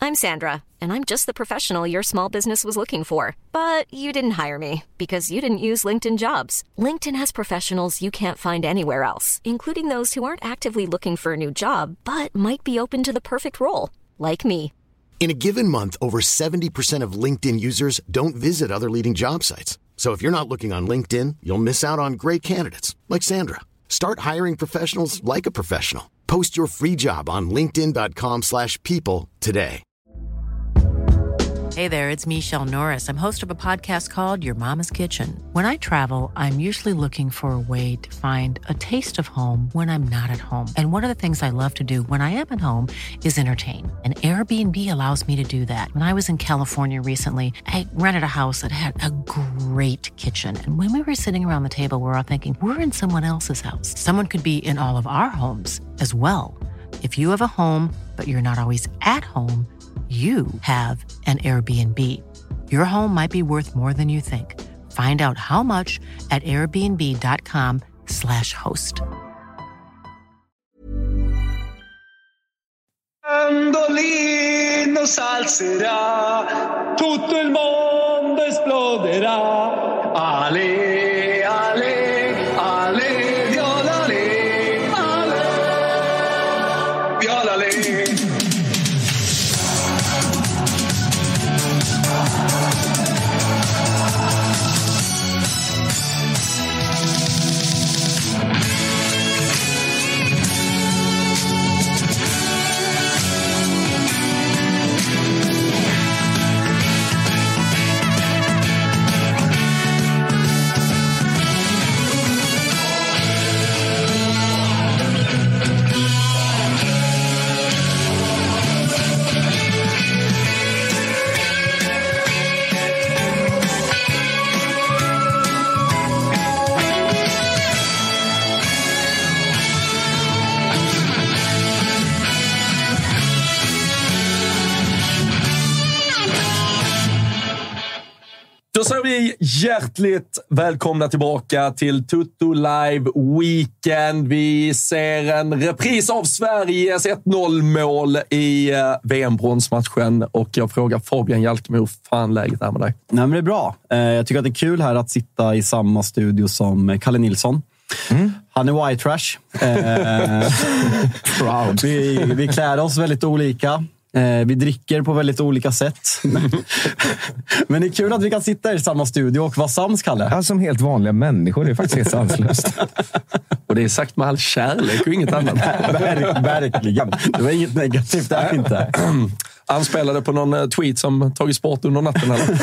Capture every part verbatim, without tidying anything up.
I'm Sandra, and I'm just the professional your small business was looking for. But you didn't hire me because you didn't use LinkedIn Jobs. LinkedIn has professionals you can't find anywhere else, including those who aren't actively looking for a new job, but might be open to the perfect role, like me. In a given month, over seventy percent of LinkedIn users don't visit other leading job sites. So if you're not looking on LinkedIn, you'll miss out on great candidates like Sandra. Start hiring professionals like a professional. Post your free job on linkedin dot com slash people today. Hey there, it's Michelle Norris. I'm host of a podcast called Your Mama's Kitchen. When I travel, I'm usually looking for a way to find a taste of home when I'm not at home. And one of the things I love to do when I am at home is entertain. And Airbnb allows me to do that. When I was in California recently, I rented a house that had a great kitchen. And when we were sitting around the table, we were all thinking, we're in someone else's house. Someone could be in all of our homes as well. If you have a home, but you're not always at home, you have an Airbnb. Your home might be worth more than you think. Find out how much at airbnb dot com slash host. Mandolino salserà, tutto il mondo esploderà. Ale, ale, ale, viola le, ale, viola le. Då säger vi hjärtligt välkomna tillbaka till Tutto Live Weekend. Vi ser en repris av Sveriges ett noll-mål i V M-bronsmatchen. Och jag frågar Fabian Jalkemo hur fan läget är med dig. Nej, men det är bra. Jag tycker att det är kul här att sitta i samma studio som Kalle Nilsson. Mm. Han är white trash. Proud. Vi, vi klär oss väldigt olika. Vi dricker på väldigt olika sätt. Men det är kul att vi kan sitta i samma studio och vara sams, Kalle. Ja, som helt vanliga människor. Det är faktiskt helt sanslöst. Och det är sagt med all kärlek och inget annat. Ver- verkligen. Det var inget negativt där inte. Anspelade på någon tweet som tagit sport under natten, eller?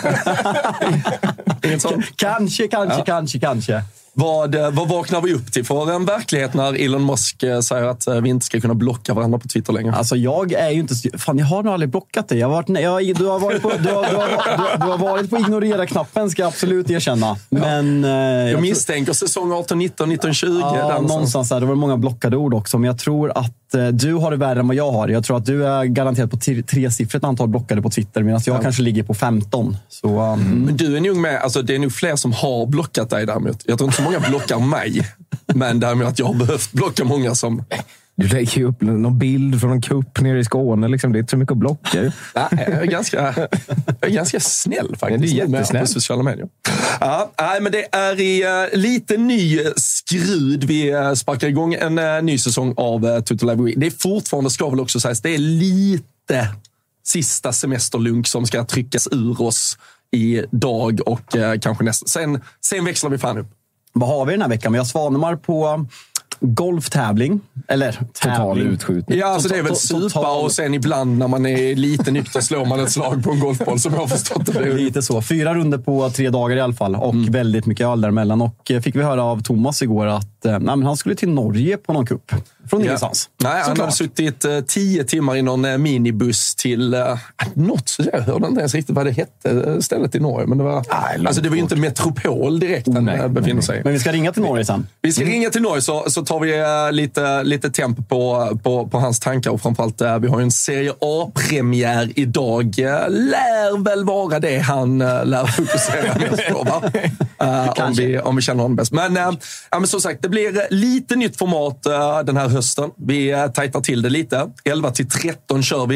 Inget sånt? Kanske, kanske, ja. kanske, kanske. Vad, vad vaknar vi upp till för en verklighet när Elon Musk säger att vi inte ska kunna blocka varandra på Twitter längre? Alltså jag är ju inte... Fan, jag har nog aldrig blockat dig. Jag har varit, jag, du, har varit på, du, har, du, har, du, du har varit på ignorera-knappen, ska jag absolut erkänna. Men, ja. jag, jag misstänker tror, säsong arton, nitton, nitton, tjugo. Ja, någonstans där. Det var många blockade ord också. Men jag tror att du har det värre än vad jag har. Jag tror att du är garanterat på tre, tre siffrigt antal blockade på Twitter, medan jag ja. kanske ligger på femton. Så, um... mm. Men du är nog med, alltså det är nog fler som har blockat dig däremot. Jag tror inte så många blockar mig, men däremot att jag har behövt blocka många som... Du lägger ju upp någon bild från en kupp nere i Skåne. Liksom. Det är inte så mycket att blocka. Nej, jag är ganska, jag är ganska snäll faktiskt. Ja, det är jättesnäll. På sociala medier. Ja, nej, men det är i uh, lite ny skrud. Vi uh, sparkar igång en uh, ny säsong av uh, Tutto Live Weekend. Det är fortfarande, ska väl också sägas, det är lite sista semesterlunk som ska tryckas ur oss i dag och uh, kanske nästa. Sen, sen växlar vi fan upp. Vad har vi den här veckan? Vi har Svanemar på golftävling. Eller total utskjutning. Ja, alltså det är väl supa och sen ibland när man är lite nykter slår man ett slag på en golfboll, som jag har förstått det. Lite så. Fyra runder på tre dagar i alla fall. Och mm. väldigt mycket öl däremellan. Och fick vi höra av Thomas igår att nej, men han skulle till Norge på någon kupp. Från ingenstans. Ja. Nej, han hade suttit uh, tio timmar i någon uh, minibuss till uh, något. Jag hörde inte ens riktigt vad det hette, stället i Norge. Men det var, nej, alltså det var ju inte metropol direkt oh, han nej, befinner nej. sig. Men vi ska ringa till Norge sen. Vi ska mm. ringa till Norge, så, så tar vi uh, lite, lite temp på, på, på hans tankar. Och framförallt, uh, vi har ju en Serie A-premiär idag. Uh, lär väl vara det han uh, lär fokusera mest på, va? Uh, om, vi, om vi känner honom bäst. Men, uh, ja, men som sagt, det blir lite nytt format uh, den här hösten. Vi uh, tajtar till det lite. elva till tretton kör vi.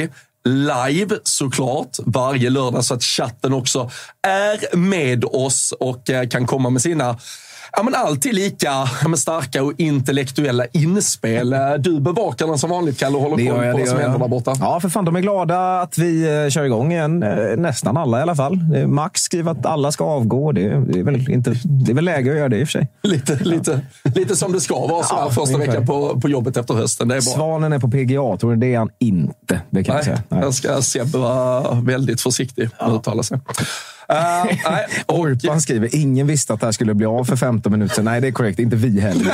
live såklart varje lördag så att chatten också är med oss och kan komma med sina ja, men alltid lika ja, men starka och intellektuella inspel. Du bevakar den som vanligt, Kalle, och håller koll på vad som händer där borta. Ja, för fan, de är glada att vi eh, kör igång igen. Eh, nästan alla i alla fall. Eh, Max skriver att alla ska avgå. Det, det, är väl inte, det är väl läge att göra det i och för sig. Lite, lite, lite som det ska vara så här ja, första veckan på, på jobbet efter hösten. Det är bra. Svanen är på P G A, tror du? Det är han inte. Det kan Nej, jag säga. Nej. Jag ska Sebbe vara väldigt försiktig med att uttala sig. Uh, nej, och... Orpan skriver, ingen visste att det här skulle bli av för femton minuter. Nej, det är korrekt. Inte vi heller.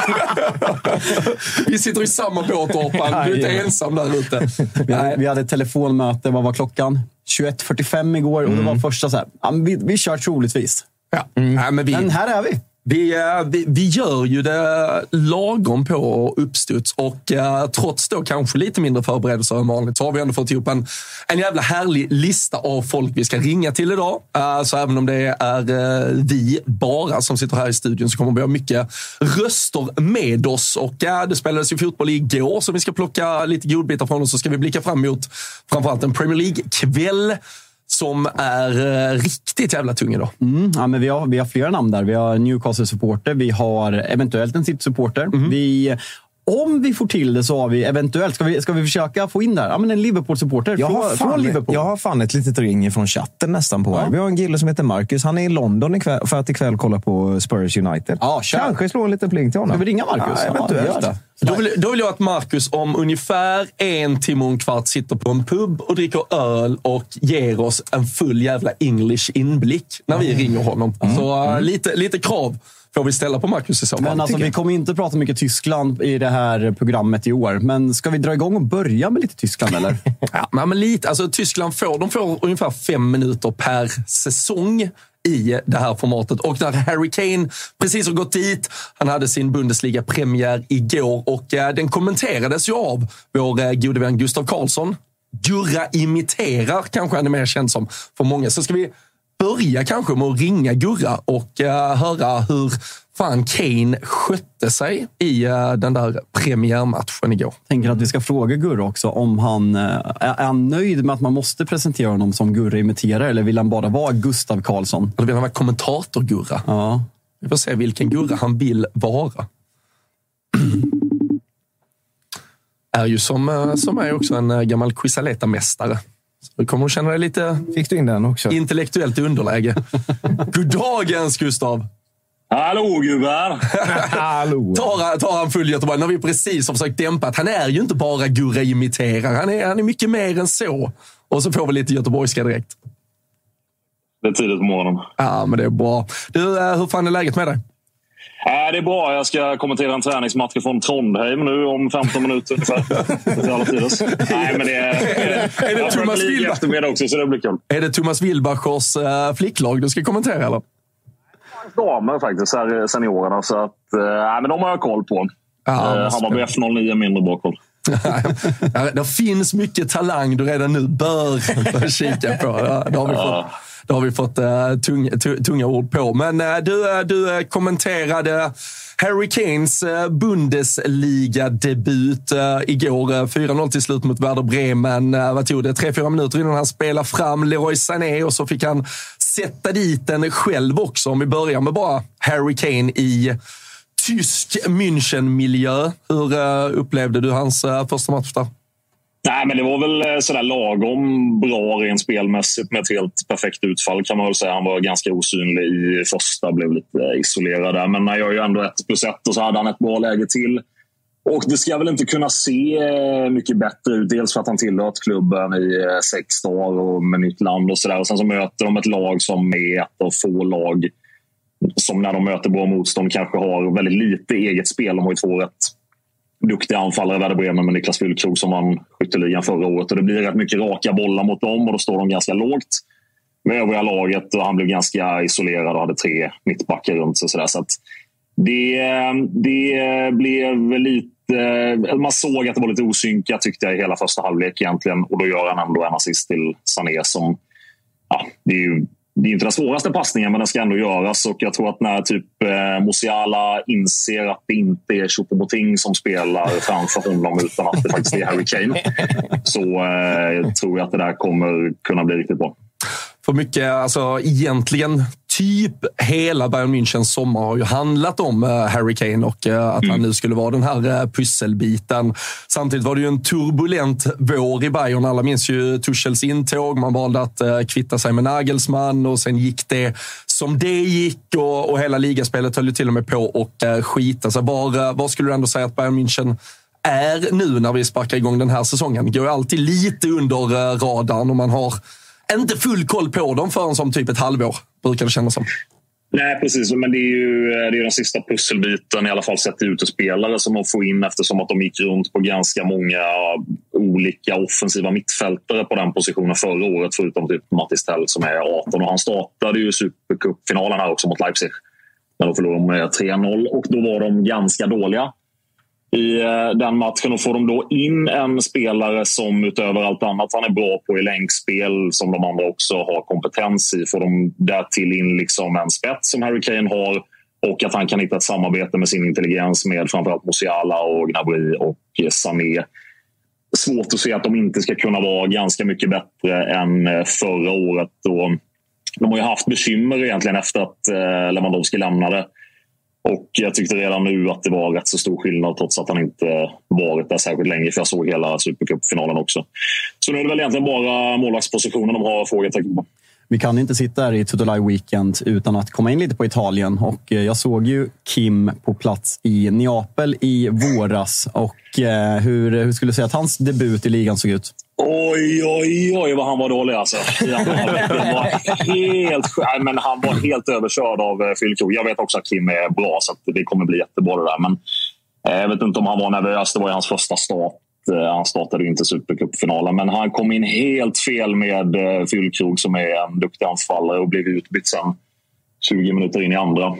Vi sitter i samma båt, Orpan. Du är inte ensam där ute. Vi hade, vi hade ett telefonmöte. Vad var klockan? tjugoett fyrtiofem igår. Och det var första så här. Ja, vi, vi kör troligtvis. Ja. Mm. Ja, men, vi... men här är vi. Vi, vi, vi gör ju det lagom på uppstuds och uh, trots då kanske lite mindre förberedelser än vanligt så har vi ändå fått ihop en, en jävla härlig lista av folk vi ska ringa till idag. Uh, så även om det är uh, vi bara som sitter här i studion så kommer vi ha mycket röster med oss och uh, det spelades ju fotboll igår så vi ska plocka lite godbitar från oss så ska vi blicka fram emot framförallt en Premier League-kväll som är eh, riktigt jävla tung idag. Mm, ja, men vi, har, vi har flera namn där. Vi har Newcastle-supporter, vi har eventuellt en City-supporter. Mm. Vi, om vi får till det så har vi eventuellt, ska vi, ska vi försöka få in där ja, men en Liverpool-supporter jag från, har fan, från Liverpool. Jag har fan ett litet ring från chatten nästan på. Ja. Vi har en kille som heter Marcus. Han är i London ikväll, för att ikväll kolla på Spurs United. Ja, kanske slå en liten pling till honom. Ska vi ringa Marcus? Ja, eventuellt. Ja, Då vill, då vill jag att Marcus om ungefär en timme och en kvart sitter på en pub och dricker öl och ger oss en full jävla English inblick när vi mm. ringer honom. Mm. Så uh, lite, lite krav får vi ställa på Marcus i så fall. Men alltså, vi kommer inte prata mycket Tyskland i det här programmet i år. Men ska vi dra igång och börja med lite Tyskland, eller? Ja, men lite. Alltså, Tyskland får, de får ungefär fem minuter per säsong i det här formatet. Och när Harry Kane precis har gått dit, han hade sin Bundesliga-premiär igår och eh, den kommenterades ju av vår eh, gode vän Gustav Karlsson. Gurra imiterar kanske han är mer känd som för många. Så ska vi börja kanske med att ringa Gurra och uh, höra hur fan Kane skötte sig i uh, den där premiärmatchen igår. Jag tänker att vi ska fråga Gurra också om han uh, är han nöjd med att man måste presentera honom som Gurra imiterar eller vill han bara vara Gustav Karlsson? Eller vill han vara kommentator Gurra? Ja. Vi får se vilken Gurra han vill vara. Är ju som, uh, som är också en uh, gammal Quisaleta-mästare. Du kommer att känna dig lite Fick du in den också? intellektuellt i underläge. God dagens, Gustav! Hallå, gubbar! Hallå! Tar, tar han full Göteborg när vi precis har försökt dämpa att han är ju inte bara Gurra imiterar. Han är, han är mycket mer än så. Och så får vi lite göteborgska direkt. Det är tidigt på morgonen. Ja, men det är bra. Du, hur fan är läget med dig? Äh, det är bra. Jag ska kommentera en träningsmatch från Trondheim nu om femton minuter ungefär. Nej, men det är... är det, är det Thomas Wilbach eftermiddag också, så det blir kul. Är det Thomas Wilbachers uh, flicklag du ska kommentera, eller? Damer faktiskt, här seniorerna. Så att, uh, men de har jag koll på. Ja, uh, Hammarby F noll nio mindre bra koll. Ja, det finns mycket talang du redan nu bör kika på. Ja, det har vi fått. Det har vi fått uh, tung, tunga ord på. Men uh, du, uh, du uh, kommenterade Harry Kanes uh, Bundesliga-debut uh, igår. Uh, fyra noll till slut mot Werder Bremen. Uh, vad tog det? tre fyra minuter innan han spelade fram Leroy Sané och så fick han sätta dit den själv också. Om vi börjar med bara Harry Kane i tysk München-miljö. Hur uh, upplevde du hans uh, första match där? Nej, men det var väl sådär lagom bra rent spelmässigt med ett helt perfekt utfall kan man väl säga. Han var ganska osynlig i första, blev lite isolerad där. Men han gör ju ändå ett plus ett och så hade han ett bra läge till. Och det ska väl inte kunna se mycket bättre ut. Dels för att han tillhört klubben i sex dagar och med nytt land och sådär. Och sen så möter de ett lag som är ett av få lag som när de möter bra motstånd kanske har väldigt lite eget spel. De har ju två rätt duktiga anfallare i Werder Bremen med Niklas Füllkrug som vann skytteligan förra året. Och det blir rätt mycket raka bollar mot dem och då står de ganska lågt med övriga laget. Och han blev ganska isolerad och hade tre mittbackar runt sig. Så, så att det, det blev lite... Man såg att det var lite osynkat tyckte jag i hela första halvlek egentligen. Och då gör han ändå en assist till Sané som... Ja, det är ju det är inte den svåraste passningen, men den ska ändå göras. Och jag tror att när typ eh, Musiala inser att det inte är Choupo-Moting som spelar framför honom utan att det faktiskt är Harry Kane, så eh, tror jag att det där kommer kunna bli riktigt bra. För mycket, alltså egentligen typ hela Bayern Münchens sommar har ju handlat om uh, Harry Kane och uh, att mm. han nu skulle vara den här uh, pusselbiten. Samtidigt var det ju en turbulent vår i Bayern. Alla minns ju Tuchels intåg. Man valde att uh, kvitta sig med Nagelsmann och sen gick det som det gick och, och hela ligaspelet höll ju till och med på och uh, skita. Så var, uh, var skulle du ändå säga att Bayern München är nu när vi sparkar igång den här säsongen? Det går ju alltid lite under uh, radarn och man har inte full koll på dem förrän som typ ett halvår, brukar det kännas som. Nej, precis. Men det är ju det är den sista pusselbiten, i alla fall sett ut spelare som de får in, eftersom att de gick runt på ganska många olika offensiva mittfältare på den positionen förra året, förutom typ Mattis Tell som är arton. Och han startade ju Supercup-finalen här också mot Leipzig, när de förlorade med tre noll. Och då var de ganska dåliga i den matchen, och får de då in en spelare som utöver allt annat han är bra på i länkspel, som de andra också har kompetens i, får de där till in liksom en spets som Harry Kane har, och att han kan hitta ett samarbete med sin intelligens med framförallt Musiala och Gnabry och Sané. Svårt att se att de inte ska kunna vara ganska mycket bättre än förra året. Och de har ju haft bekymmer egentligen efter att Lewandowski lämnade. Och jag tyckte redan nu att det var rätt så stor skillnad, trots att han inte varit där särskilt länge, för jag såg hela Supercup-finalen också. Så nu är det väl egentligen bara målvaktspositionen de har frågetecken på. Vi kan inte sitta här i Tutolaj Weekend utan att komma in lite på Italien. Och jag såg ju Kim på plats i Neapel i våras. Och hur, hur skulle du säga att hans debut i ligan såg ut? Oj, oj, oj vad han var dålig alltså. Han var helt, men han var helt överkörd av Füllkrug. Jag vet också att Kim är bra, så att det kommer bli jättebra det där. Men jag vet inte om han var nervös. Det var ju hans första start. Han startade ju inte Supercup-finalen, men han kom in helt fel med Füllkrug som är en duktig anfallare och blev utbytt sen tjugo minuter in i andra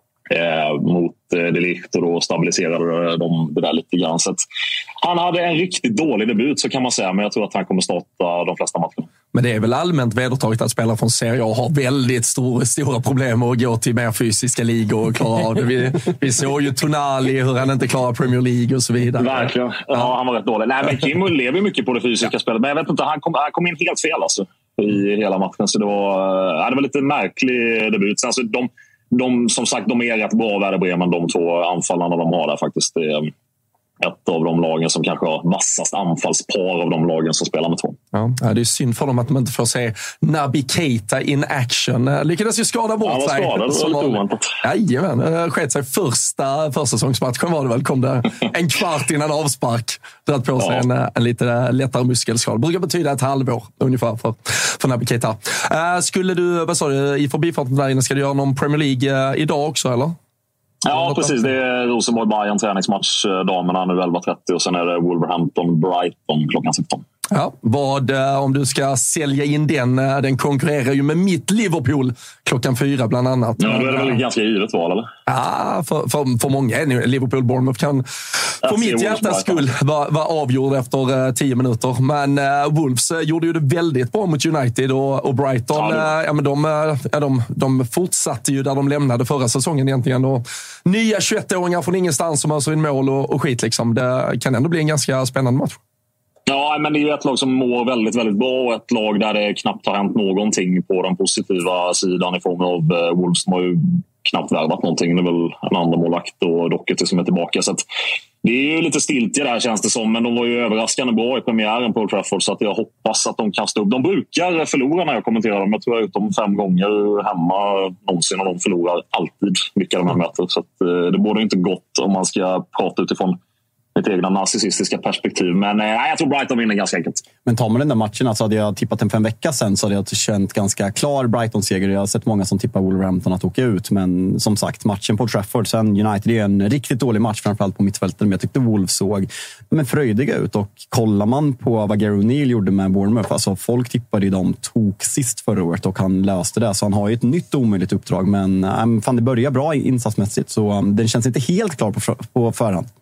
eh, mot De Ligt, och då stabiliserade de det där lite grann. Så han hade en riktigt dålig debut, så kan man säga, men jag tror att han kommer starta de flesta matcherna. Men det är väl allmänt vedertaget att spelare från Serie A har väldigt stor, stora problem att gå till mer fysiska ligor och klara av det. Vi, vi såg ju Tonali, hur han inte klarar Premier League och så vidare. Verkligen. Ja, ja, han var rätt dålig. Nej, men Kim lever mycket på det fysiska ja. spelet, men jag vet inte, han kom, han kom in helt fel alltså, i hela matchen. Så det var, ja, det var lite märklig debut. Alltså, de, de, som sagt, de är rätt bra, Werder Bremen, de två anfallarna de har där faktiskt. Det är ett av de lagen som kanske har vassast anfallspar av de lagen som spelar med två. Ja, det är synd för dem att man inte får se Naby Keita in action. Lyckades ju skada bort ja, sig. Ja, det var lite oväntat. Jajamän, sket sig första försäsongsmatchen var det väl. Kom det en kvart innan avspark. Dragit på sig ja. en, en lite lättare muskelskal. Det brukar betyda ett halvår ungefär för, för Naby Keita. Uh, skulle du, vad sa du, i förbifarten där inne, ska du göra någon Premier League uh, idag också, eller? Ja, precis. Det är Rosenborg-Bayern träningsmatch, damerna nu elva trettio, och sen är det Wolverhampton-Brighton klockan sexton. Ja, vad, om du ska sälja in den, den konkurrerar ju med mitt Liverpool klockan fyra bland annat. Ja, då är det väl ganska givet val, eller? Ja, för, för, för många är Liverpool-Bournemouth kan för mitt hjärtas skull vara var avgjord efter tio minuter. Men uh, Wolves uh, gjorde ju det väldigt bra mot United, och, och Brighton, ja, uh, ja, men de, uh, ja, de, de fortsatte ju där de lämnade förra säsongen egentligen. Och nya tjugoett-åringar från ingenstans som öser in mål och, och skit liksom. Det kan ändå bli en ganska spännande match. Ja, men det är ju ett lag som mår väldigt, väldigt bra, och ett lag där det knappt har hänt någonting på den positiva sidan i form av uh, Wolves. De har ju knappt värvat någonting. Det är väl en andra målvakt och Dockety som är tillbaka. Så att det är ju lite stiltje där, känns det som, men de var ju överraskande bra i premiären på Old Trafford, så att jag hoppas att de kan stå upp. De brukar förlora när jag kommenterar dem. Jag tror jag har ut dem fem gånger hemma någonsin, och de förlorar alltid vilka de här möter. Så att, uh, det borde inte gott om man ska prata utifrån ett egna narcissistiska perspektiv. Men nej, jag tror Brighton vinner ganska enkelt. Men tar man den där matchen, alltså hade jag tippat den för en vecka sedan, så hade jag känt ganska klar Brighton-seger. Jag har sett många som tippar Wolverhampton att åka ut, men som sagt, matchen på Trafford, sen United är en riktigt dålig match, framförallt på mittfältet, men jag tyckte Wolves såg men fröjdiga ut. Och kollar man på vad Gary O'Neill gjorde med Bournemouth, alltså folk tippade ju dem tok sist förra året, och han löste det, så han har ju ett nytt omöjligt uppdrag. Men ähm, fan, det börjar bra insatsmässigt, så ähm, den känns inte helt klar på, på förhand.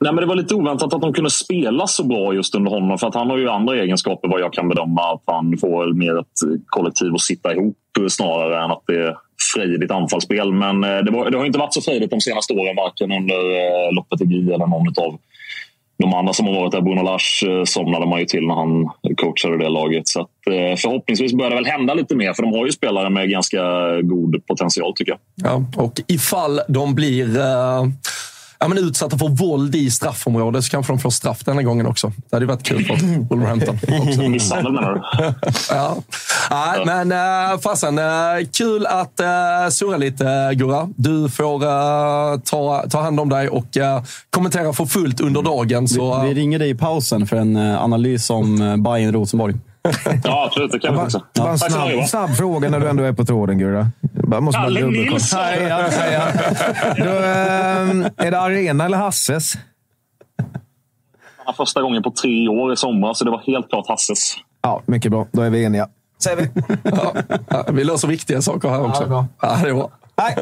Nej, men det var lite oväntat att de kunde spela så bra just under honom. För att han har ju andra egenskaper vad jag kan bedöma. Att han får mer ett kollektiv att sitta ihop snarare än att det är frejdigt anfallsspel. Men det, var, det har inte varit så frejdigt de senaste åren. Varken under loppet i G eller någon av de andra som har varit där. Bruno Lage somnade man ju till när han coachade det laget. Så att, förhoppningsvis börjar det väl hända lite mer. För de har ju spelare med ganska god potential tycker jag. Ja, och ifall de blir... Uh... Ja, men utsatta för våld i straffområdet så kanske de får straff denna gången också. Det hade varit kul för Wolverhampton också. Misshandel menar du? Ja. Nej, men äh, fasen, äh, kul att äh, surra lite, äh, Gurra. Du får äh, ta, ta hand om dig och äh, kommentera för fullt under dagen. Så, vi, vi ringer dig i pausen för en äh, analys om äh, Bayern Rosenborg. Ja, absolut. Det kan vi också. Bara en snabb, snabb fråga när du ändå är på tråden, Gurra. Jag måste bara Nils! Hej, ja, hej, ja. Då, äh, är det Arena eller Hasses? Första gången på tre år i sommar, så det var helt klart Hasses. Ja, mycket bra. Då är vi eniga. Säger vi. Ja, ja, vi löser viktiga saker här också. Ja, ja, det är bra. Nej.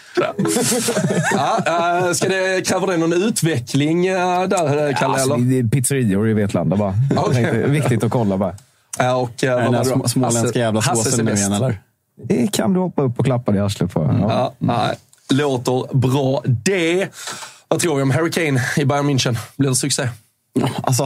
Ja, äh, ska det, kräver det någon utveckling äh, där, Kalle? Alltså, det är pizzerior i Vetlanda bara. Okay. Viktigt att kolla bara. Ja, och, äh, den där småländska jävla såsen nu igen, eller? Det kan du hoppa upp och klappa dig i arslet för. Ja. Ja, låter bra det. Vad tror vi om Harry Kane i Bayern München? Blir det succé? Alltså,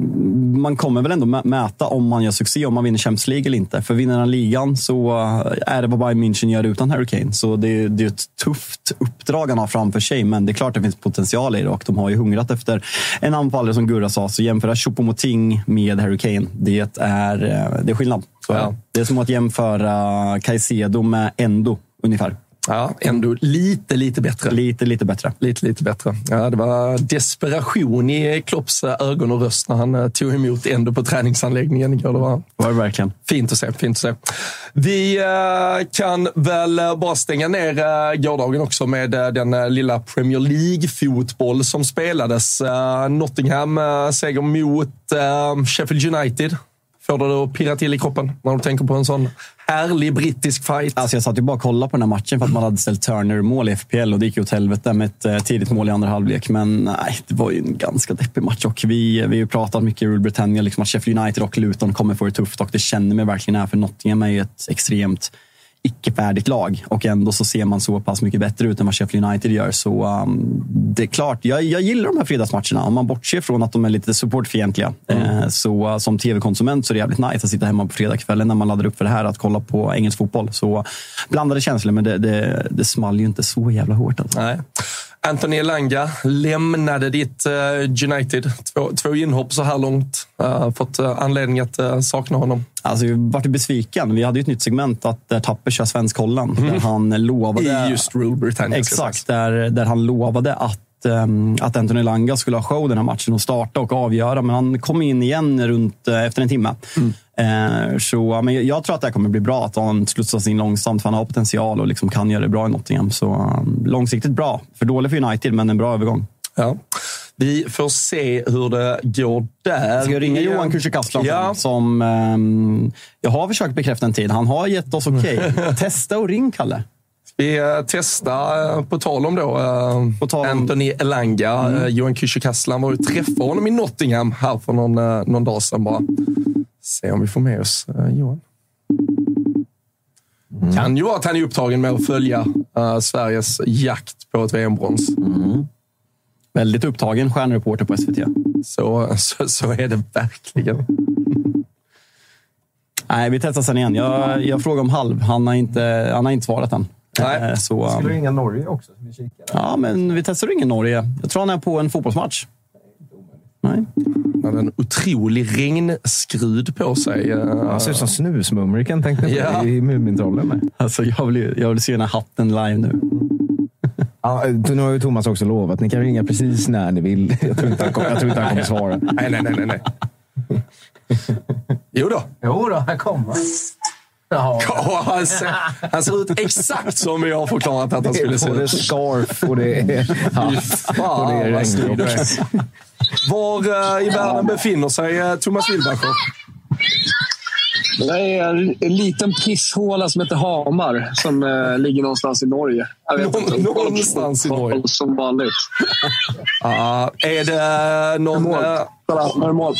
man kommer väl ändå mäta om man gör succé, om man vinner Champions League eller inte. För vinner han ligan så är det vad Bayern München gör utan Harry Kane. Så det, det är ett tufft uppdrag han har framför sig. Men det är klart det finns potential i det. Och de har ju hungrat efter en anfallare som Gurra sa. Så jämföra Choupo-Moting med Harry Kane. Det är, det är skillnad. Så ja. Det är som att jämföra Caicedo med Endo ungefär. Ja, ändå lite, lite bättre. Lite, lite bättre. Lite, lite bättre. Ja, det var desperation i Klopps ögon och röst när han tog emot ändå på träningsanläggningen igår. Det var, var det verkligen. Fint att se, fint att se. Vi uh, kan väl bara stänga ner uh, gårdagen också med uh, den uh, lilla Premier League-fotboll som spelades. Uh, Nottingham uh, seger mot uh, Sheffield United. Får du att pirra till i kroppen när du tänker på en sån härlig brittisk fight? Alltså jag satt ju bara och kollade på den här matchen för att man hade ställt Turner mål i F P L och det gick ju åt helvete med ett uh, tidigt mål i andra halvlek. Men nej, det var ju en ganska deppig match och vi, vi har ju pratat mycket i Rule Britannia liksom att Sheffield United och Luton kommer få det tufft och det känner mig verkligen här för Nottingham är ju ett extremt icke-färdigt lag och ändå så ser man så pass mycket bättre ut än vad Sheffield United gör så um, det är klart, jag, jag gillar de här fredagsmatcherna om man bortser från att de är lite supportfientliga mm. eh, så uh, som tv-konsument så är det jävligt nice att sitta hemma på fredagskvällen när man laddar upp för det här att kolla på engelsk fotboll så blandade känslor men det, det, det small ju inte så jävla hårt alltså. Nej. Anthony Elanga lämnade ditt uh, United. Två, två inhopp så här långt. Uh, fått uh, anledning att uh, sakna honom. Alltså, jag var besviken. Vi hade ju ett nytt segment att där Tapper kör Svensk-Holland. Mm. Där han lovade... I just Rule Britannia. Exakt, där, där han lovade att um, att Anthony Elanga skulle ha show den här matchen och starta och avgöra. Men han kom in igen runt uh, efter en timme. Mm. Uh, så, men jag tror att det här kommer bli bra. Att han slutsas in långsamt för han har potential och liksom kan göra det bra i Nottingham. Så um, långsiktigt bra. För dålig för United, men en bra övergång. Ja. Vi får se hur det går där. Ska jag ringa Johan Kücükaslan ja. som um, jag har försökt bekräfta en tid. Han har gett oss okej. Okay. Testa och ring, Kalle. Vi uh, testar uh, på tal om då uh, på tal om... Anthony Elanga. Mm. Uh, Johan Kücükaslan var ju träffa honom i Nottingham här för någon, uh, någon dag sedan bara. Se om vi får med oss uh, Johan. Mm. Kan ju vara att han är upptagen med att följa uh, Sveriges jakt på ett V M-brons. Mm. Väldigt upptagen stjärnreporter på S V T. Så, så, så är det verkligen. Nej, vi testar sen igen. Jag, jag frågar om halv. Han har inte, han har inte svarat än. Nej. Så, Ska du ringa Norge också? Vi kikar. Ja, men vi testar att ringa Norge. Jag tror han är på en fotbollsmatch. Nej. Han hade en otrolig regnskrud på sig. Han ser ut som snusmumriken, tänkte jag ja. i Mumintrollen. Alltså, jag vill, jag vill se den här hatten live nu. Ja, nu har ju Thomas också lovat. Ni kan ringa precis när ni vill. Jag tror inte han kommer, jag tror inte han kommer svara. Nej, nej, nej, nej. Jo då. Jo då, han kommer. Ja. Han, ser, han ser ut exakt som jag har förklarat att han skulle se ut. Det är scarf och det är... Ja, fan, och det är regn. Var uh, i världen befinner sig uh, Thomas Wilbacher? Det är en, en liten pisshåla som heter Hamar som eh, ligger någonstans i Norge. Jag vet Någon, inte. någonstans i Norge. Som vanligt. Ja, är det någon... Mål. Äh... Kolla, nu är det mål.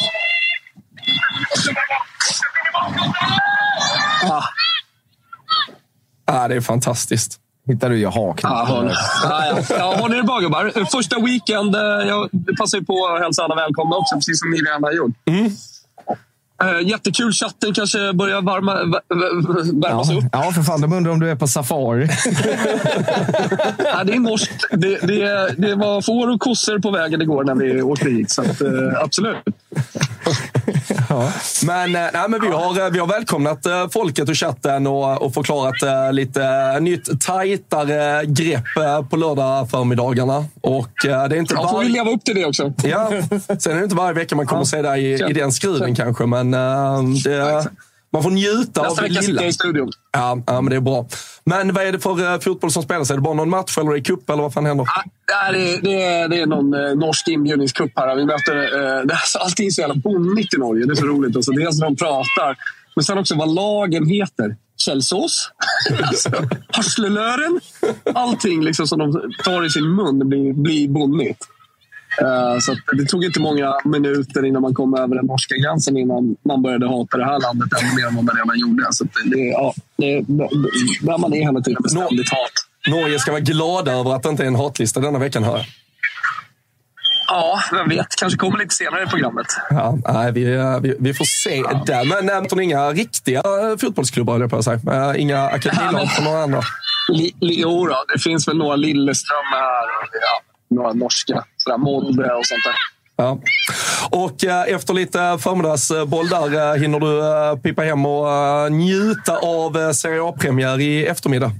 Ah. Ja, det är fantastiskt. Hittar du ju haken. Ah, hon. Ah, ja. Ja, har ni det bra, gubbar? Första weekend, jag passar ju på att hälsa alla välkomna också, precis som ni redan har gjort. Mm. Uh, jättekul, chatten kanske börjar varma, värmas ja. upp. Ja, för fan, de undrar om du är på safari. Ja, det är norskt. Det, det, det var får och kossor på vägen igår när vi åkte hit, så att, uh, absolut. Ja. Men, nej, men vi, har, vi har välkomnat folket och chatten och, och förklarat lite nytt tajtare grepp på lördag förmiddagarna. Och det är inte ja, var... får vi leva upp till det också. Ja, sen är det inte varje vecka man kommer ja. se där i, i den skruven kanske, men det, ja, man får njuta nästa av det lilla. I studion. Ja, ja, men det är bra. Men vad är det för fotboll som spelas? Är det bara någon match eller är det cup eller vad fan händer? Ja, det, är, det, är, det är någon eh, norsk inbjudningscup här. Vi möter, eh, det är så, allting är så jävla bonnigt i Norge. Det är så roligt. Alltså, dels när de pratar, men sen också vad lagen heter. Källsås, alltså, Harslelören. Allting liksom som de tar i sin mun blir, blir bonnigt. Uh, så det tog inte många minuter innan man kom över den norska gränsen innan man började hata det här landet ännu mer än vad man redan gjorde. Så det, ja, det, där man är hela tiden med ständigt hat. Norge ska vara glada över att det inte är en hatlista denna veckan här. Ja, vem vet. Kanske kommer lite senare i programmet. Ja, nej, vi, vi, vi får se ja. där. Men nämnde inga riktiga fotbollsklubbar, eller på att säga. Inga akademilag från några andra. Li, li, jo då, det finns väl några Lilleström här. Ja. Några norska, sådär Molde och sånt där. Ja. Och eh, efter lite förmiddagsboll där eh, hinner du eh, pipa hem och eh, njuta av eh, Serie A-premiär i eftermiddag.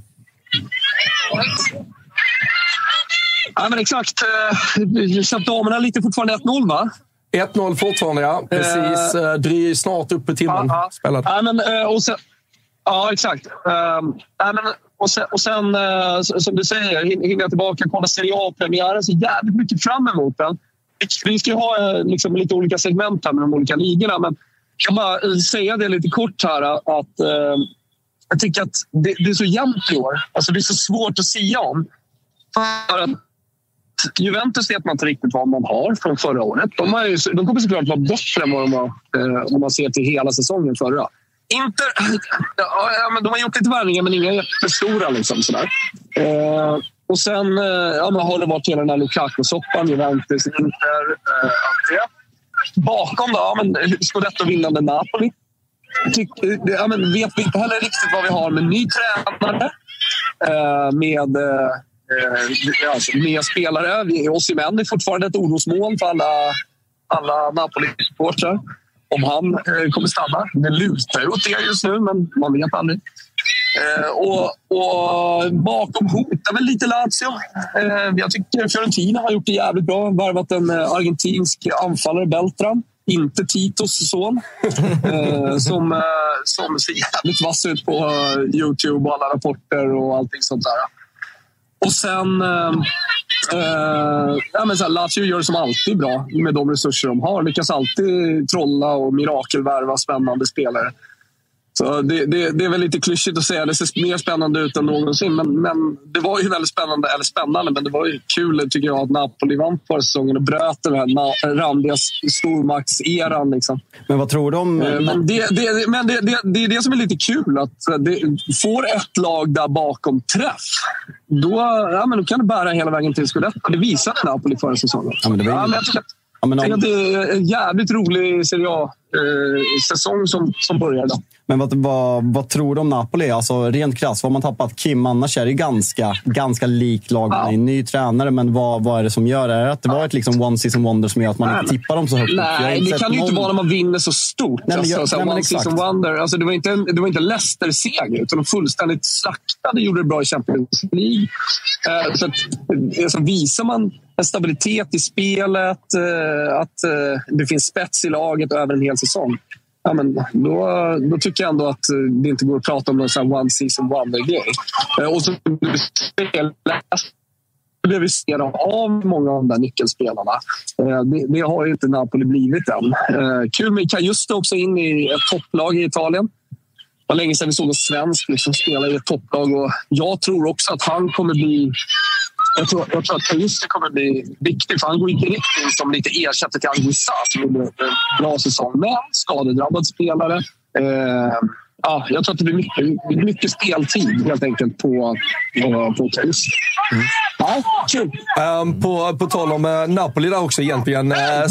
Ja, men exakt. Eh, så att damerna är lite fortfarande ett noll, va? ett noll fortfarande, ja. Precis. Eh, dryg snart upp i timmen. Ja, spelad. Ja, men, eh, och sen, ja exakt. Eh, ja, men, Och sen, och sen eh, som du säger, hinner jag tillbaka och kolla Serie A-premiären. Så jävligt mycket fram emot den. Vi ska ju ha eh, liksom, lite olika segment här med de olika ligorna. Men jag kan bara säga det lite kort här. Att eh, jag tycker att det, det är så jämnt i år. Alltså det är så svårt att säga om. För att Juventus vet man inte riktigt vad man har från förra året. De, har ju, de kommer såklart vara bättre än vad de var eh, om man ser till hela säsongen förra. Inter, ja, men de har gjort lite värvningar men inga jättestora liksom sådär. Eh, och sen eh, ja, man har det varit hela den här Lukaku-soppan, Juventus, Inter, eh, allt det. Bakom då, ja, men Scudetto vinnande Napoli. Tyck, ja, men vet vi inte heller riktigt vad vi har med ny tränare. Eh, med eh, alltså, nya spelare. Vi, Osimhen är fortfarande ett orosmål för alla, alla Napoli-supportrar. Om han eh, kommer stanna. Det lutar åt det just nu, men man vet aldrig. Eh, och, och bakom hotar väl lite Lazio. Eh, jag tycker Fiorentina har gjort det jävligt bra. Varvat en eh, argentinsk anfallare, Beltran. Inte Titos son. Eh, som, eh, som ser jävligt vass ut på uh, YouTube och alla rapporter och allting sånt där. Och sen... Eh, Uh, ja, men så här, Lazio gör det som alltid bra med de resurser de har. Lyckas alltid trolla och mirakelvärva spännande spelare. Så det, det, det är väl lite klyschigt att säga. Det ser mer spännande ut än någonsin. Men, men det var ju väldigt spännande, eller spännande, men det var ju kul tycker jag att Napoli vann förra säsongen och bröt den här randiga stormaktseran. Liksom. Men vad tror du om... Uh, men det, det, men det, det, det är det som är lite kul. Att det, får ett lag där bakom träff, då, ja, men då kan det bära hela vägen till Scudetto. Det visade Napoli förra säsongen. Ja, men det var ju... ja, men jag tycker att, ja, men om... jag tycker att det är en jävligt rolig Serie A-säsong eh, som, som börjar idag. Men vad, vad, vad tror du om Napoli? Alltså rent krasst, vad man tappat Kim, annars är det ganska, ganska lik lag med ja. en ny tränare. Men vad, vad är det som gör det? Är det att det var ett liksom one season wonder som gör att man nej, inte tippar dem så högt? Nej, det kan ju någon... inte vara när man vinner så stort. Nej, alltså, jag, så nej, one season wonder. Alltså, det var inte en, det var inte en Leicester-seger utan de fullständigt slaktade, gjorde det bra i Champions League. Uh, så att, alltså, visar man en stabilitet i spelet, uh, att uh, det finns spets i laget över en hel säsong. Ja, men då, då tycker jag ändå att det inte går att prata om någon sån här one season wonder-grej. Eh, och så blev vi ser av många av de där nyckelspelarna. Eh, det, det har ju inte Napoli blivit än. Eh, kul med Cajusto också in i ett topplag i Italien. var länge sedan vi såg en svensk liksom spela i ett topplag. Och jag tror också att han kommer bli... Jag tror, jag tror att Kajuste kommer bli viktig, för han går inte riktigt in som lite ersättare till Anguissa som gjorde en bra säsong. Men skadedrabbad spelare. Eh, ja, jag tror att det blir mycket, mycket speltid helt enkelt på, på, på Kajuste. Mm. Ja, kul. Um, på, på tal om uh, Napoli där också egentligen. Uh, hey,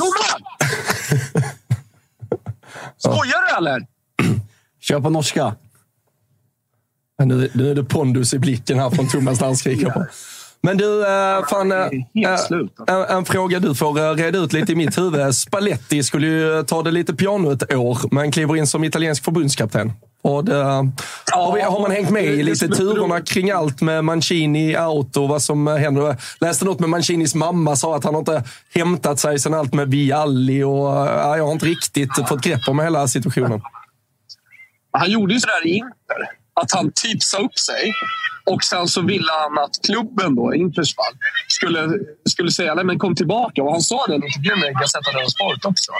Skojar du eller? Kör på norska. Nu, nu är det pondus i blicken här från Thomas när han skriker på. Men du, äh, fan, äh, en, en fråga du får äh, reda ut lite i mitt huvud. Spalletti skulle ju ta det lite piano ett år, men kliver in som italiensk förbundskapten. Och det, ja, har, vi, har man hängt med i lite turerna kring allt med Mancini out och vad som händer? Jag läste något med Mancinis mamma, sa att han inte hämtat sig sen allt med Vialli och ja, jag har inte riktigt fått grepp om hela situationen. Han gjorde ju sådär i Inter, att han typ sa upp sig. Och sen så ville han att klubben då, Inters fall, skulle, skulle säga nej men kom tillbaka. Och han sa det i en intervju med Gazzetta dello Sport också.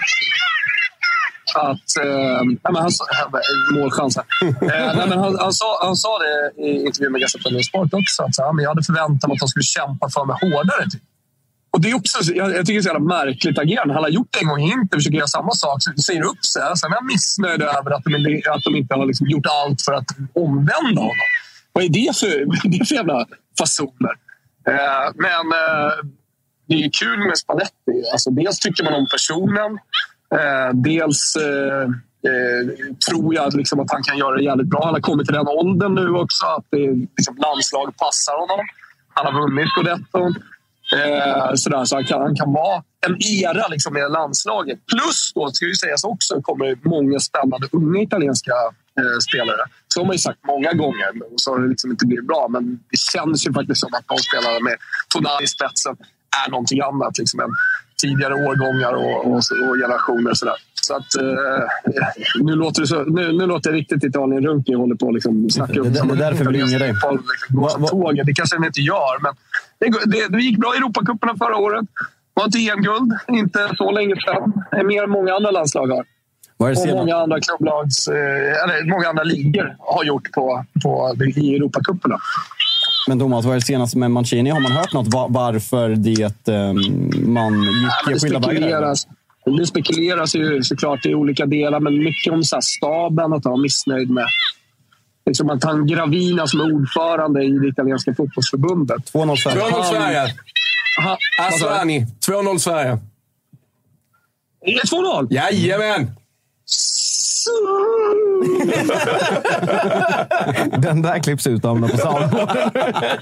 Att, eh, nej men han sa, målchansen. Eh, nej men han, han, sa, han sa det i intervju med Gazzetta dello Sport också. Att så, ja, men jag hade förväntat mig att de skulle kämpa för mig hårdare. Typ. Och det är också, jag, jag tycker det är så jävla märkligt agerande. Han har gjort det en gång i Inter, försöker göra samma sak, så säger upp sig. Sen är jag missnöjd över att de, att de inte har liksom gjort allt för att omvända honom. Vad är det för, det är för jävla fasoner? Eh, men eh, det är kul med Spalletti. Alltså, dels tycker man om personen. Eh, dels eh, eh, tror jag liksom att han kan göra det jävligt bra. Han har kommit till den åldern nu också. Att det, liksom, landslag passar honom. Han har vunnit på detta. Eh, sådär, så han kan, han kan vara en era liksom, med landslaget. Plus då, ska ju sägas också, kommer många spännande unga italienska eh, spelare. Så har man ju sagt många gånger, så har det liksom inte blivit bra. Men det känns ju faktiskt som att de spelare med Tonali i spetsen är någonting annat liksom, än tidigare årgångar och, och, och generationer. Sådär. Så att eh, nu, låter det så, nu, nu låter det riktigt Italien-runk. Jag håller på att liksom, snacka upp. Det, det är därför vi ringer dig. Liksom, tåget. Det kanske den inte gör, men det, det, det gick bra i Europacuperna förra året. Var inte E M-guld, inte så länge sedan. Det är mer än många andra landslag har. Och många andra klubblags, eller många andra ligor har gjort på, på, i Europacuperna. Men Thomas, vad är det senaste med Mancini? Har man hört något var, varför det um, man gick i skilda vägar? Det spekuleras ju såklart i olika delar, men mycket om så här staben att han var missnöjd med. Liksom att han Gravina som är ordförande i det italienska fotbollsförbundet. två noll Sverige. Asrani, två noll Sverige. Är det två noll? Jajamän! Den där klipps ut av mig på soundboarden.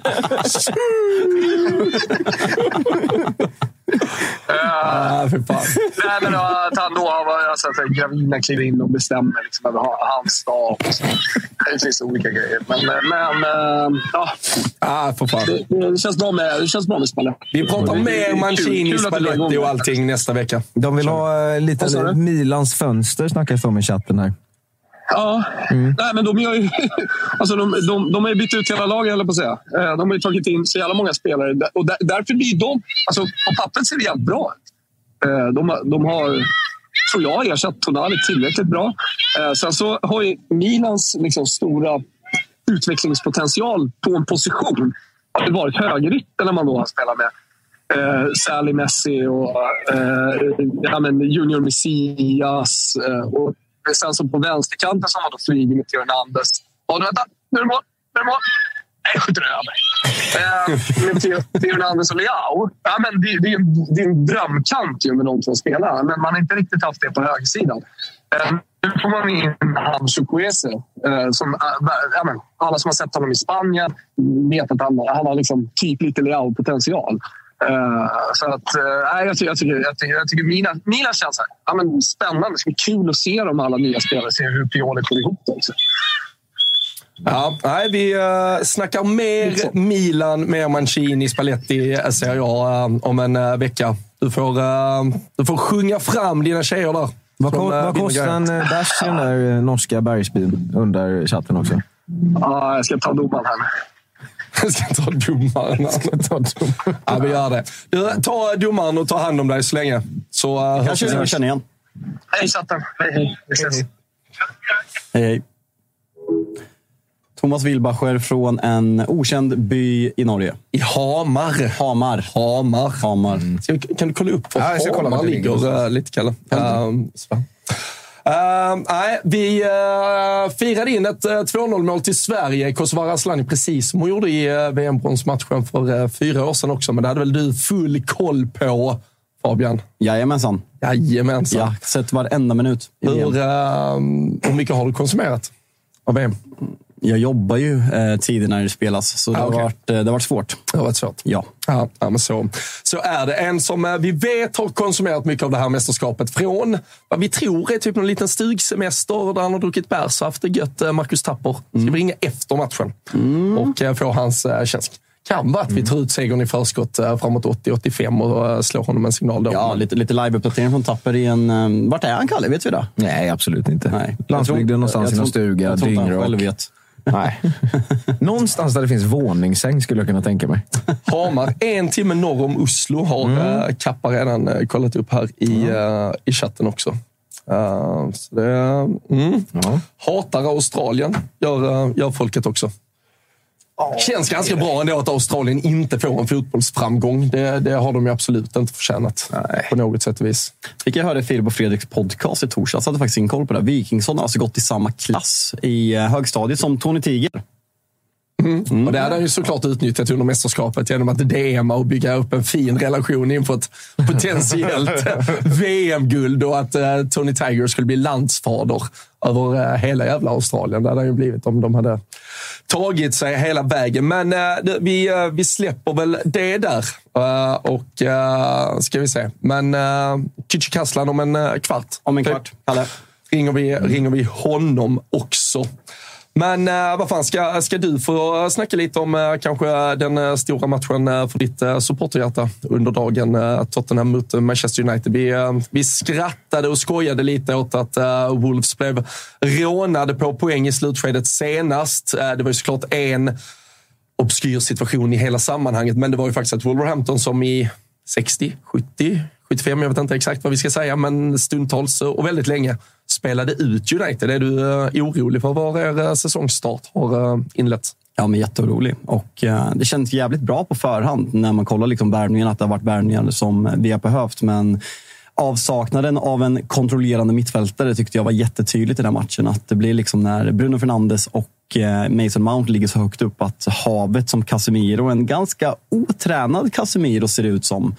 Ah, för fan. Nej, men att han då var alltså, att Gravina kliver in och bestämmer liksom, över hans stab. Det finns olika grejer. Men, men äh, ja. Ah, för fan. Det, det känns bra med, det känns bra med Spalletti. Vi pratar mer Mancini, Spalletti och allting nästa vecka. De vill ha uh, lite Milans fönster, snackas om i chatten här. Ja, mm. Nej, men de, gör ju, alltså de, de, de har ju bytt ut hela laget, eller på att säga. De har ju tagit in så jävla många spelare. Och där, därför blir de... Alltså, på pappret ser det jävligt bra ut. De, de har, tror jag, ersatt Tonali tillräckligt bra. Sen så har ju Milans liksom, stora utvecklingspotential på en position har det varit högerytter när man då har spelat med eh, Sally Messi och eh, ja, men Junior Messias eh, och sen så på vänsterkanten som man då flyger med Theo Hernandez. Ja, vänta. Nu är det mål. Nu är det mål. Nej, skjuter det över. Eh, med Theo Hernandez och Leao. Ja, men det, det, är en, det är en drömkant ju med de två spelarna. Men man har inte riktigt haft det på högersidan. Eh, nu får man in han Chukwueze. Eh, som, eh, ja, men, alla som har sett honom i Spanien vet att han, han har liksom typ lite Leao-potential. Uh, så att, uh, jag, tycker, jag, tycker, jag, tycker, jag tycker mina, mina känns här, ja, men spännande, det ska bli kul att se de alla nya spelare, se hur Pioli kommer ihop det också. Ja, nej, vi uh, snackar mer Milan, mer Mancini, Spalletti, ser jag, uh, om en uh, vecka. Du får, uh, du får sjunga fram dina tjejer där. Vad, ko- uh, vad kostar en uh, dash i den där norska bergsbyn under chatten också? Ja, uh, jag ska ta domaren här. Jag ska ta domaren. Jag ska ta domaren. Ja, vi gör det. Du, ta domaren och ta hand om dig så länge. Så uh, kanske vi känner igen. Hej, chatten. Hej, hej. Vi ses. Hej, hej. Thomas Wilbacher från en okänd by i Norge. I Hamar. Hamar. Hamar. Hamar. Mm. Ska, kan du kolla upp för ja, Hamar kolla ligger uh, lite kalla. Um, Uh, nej, vi uh, firade in ett uh, två noll-mål till Sverige. Kosovare Asllani, precis som hon gjorde i uh, V M-bronsmatchen för uh, fyra år sedan också. Men det hade väl du full koll på, Fabian? Jajamensan. Jajamensan. Ja, sett varenda minut i hur, uh, hur mycket har du konsumerat av V M? Jag jobbar ju eh, tider när det spelas, så det, ah, okay. har varit, eh, det har varit svårt. Det har varit svårt? Ja. Ja, ja men så, så är det. En som eh, vi vet har konsumerat mycket av det här mästerskapet från vad vi tror är typ någon liten stugsemester där han har druckit bärs och haft det gött, eh, Marcus Tapper. Ska mm. vi ringa efter matchen mm. och eh, få hans eh, känsla. Kan vara att vi tar ut segern i förskott eh, framåt åttio åttiofem och eh, slår honom en signal då. Ja, lite, lite live-uppdatering från Tapper i en... Um, vart är han, Kalle? Vet vi det? Nej, absolut inte. Nej. Landsbygden någonstans i någon stuga. Jag tror inte han själv vet. Nej. Någonstans där det finns våningssäng skulle jag kunna tänka mig. Hamar, en timme norr om Oslo har mm. äh, Kappa redan äh, kollat upp här i, mm. äh, i chatten också. Uh, så det, mm. ja. Hatar Australien, gör, äh, gör folket också. Oh, Känns ganska det. bra ändå att Australien inte får en fotbollsframgång. Det, det har de ju absolut inte förtjänat. Nej. På något sätt och vis. Fick jag höra Filip och Fredriks podcast i torsdags. Jag hade faktiskt in koll på det. Wikingsson har alltså gått i samma klass i högstadiet som Tony Tiger. Mm. Mm. Och det hade han ju såklart utnyttjat under mästerskapet genom att D M och bygga upp en fin relation inför ett potentiellt V M-guld och att uh, Tony Tiger skulle bli landsfader över uh, hela jävla Australien. Det hade han ju blivit om de hade tagit sig hela vägen. Men uh, vi, uh, vi släpper väl det där uh, och uh, ska vi se. Men uh, Kücükaslan om en uh, kvart. Om en kvart, Kalle. Ringer vi, ringer vi honom också. Men uh, vad fan, ska, ska du få snacka lite om uh, kanske den uh, stora matchen uh, för ditt uh, supporterhjärta under dagen, uh, Tottenham mot uh, Manchester United. Vi, uh, vi skrattade och skojade lite åt att uh, Wolves blev rånade på poäng i slutskedet senast. Uh, det var ju såklart en obskyr situation i hela sammanhanget, men det var ju faktiskt att Wolverhampton som i sextio, sjuttio, sjuttiofem, jag vet inte exakt vad vi ska säga, men stundtals och väldigt länge spelade ut United. Är du uh, orolig för var er uh, säsongsstart har uh, inletts? Ja, men jätteorolig. Och uh, det känns jävligt bra på förhand när man kollar liksom värvningen, att det har varit värvningar som vi har behövt. Men avsaknaden av en kontrollerande mittfältare tyckte jag var jättetydligt i den här matchen. Att det blir liksom när Bruno Fernandes och uh, Mason Mount ligger så högt upp att havet som Casemiro, en ganska otränad Casemiro ser ut som,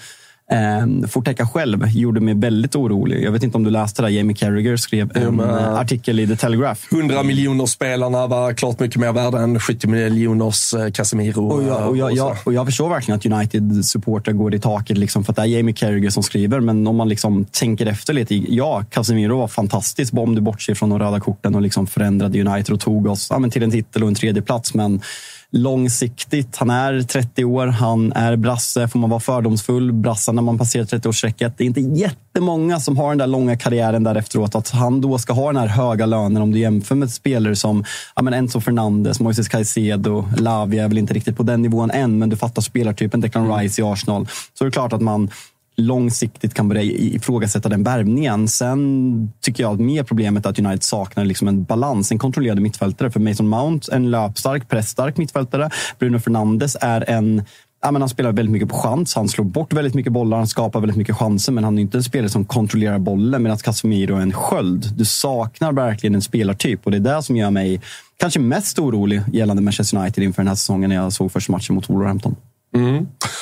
Eh, får täcka själv, gjorde mig väldigt orolig. Jag vet inte om du läste det, Jamie Carragher skrev en mm. artikel i The Telegraph. hundra miljoner spelarna var klart mycket mer värda än sjuttio miljoners Casemiro. Och jag, och jag, jag, och jag förstår verkligen att United-supporter går i taket liksom, för att det är Jamie Carragher som skriver, men om man liksom tänker efter lite, ja, Casemiro var fantastisk, om du bortser från de röda korten och liksom förändrade United och tog oss ja, men till en titel och en tredje plats, men långsiktigt, han är trettio år, han är brasse, får man vara fördomsfull brassen när man passerar trettio-årsstrecket. Det är inte jättemånga som har den där långa karriären där efteråt, att han då ska ha den här höga lönen om du jämför med spelare som ja, men Enzo Fernandes, Moises Caicedo, Lavia är väl inte riktigt på den nivån än, men du fattar spelartypen Declan Rice i Arsenal, så är det klart att man långsiktigt kan börja ifrågasätta den värvningen. Sen tycker jag att mer problemet är att United saknar liksom en balans, en kontrollerad mittfältare. För Mason Mount, en löpstark, pressstark mittfältare. Bruno Fernandes är en... Ja, men han spelar väldigt mycket på chans. Han slår bort väldigt mycket bollar, han skapar väldigt mycket chanser, men han är inte en spelare som kontrollerar bollen, medan Casemiro är en sköld. Du saknar verkligen en spelartyp, och det är det som gör mig kanske mest orolig gällande Manchester United inför den här säsongen när jag såg första matchen mot Wolverhampton. Mm.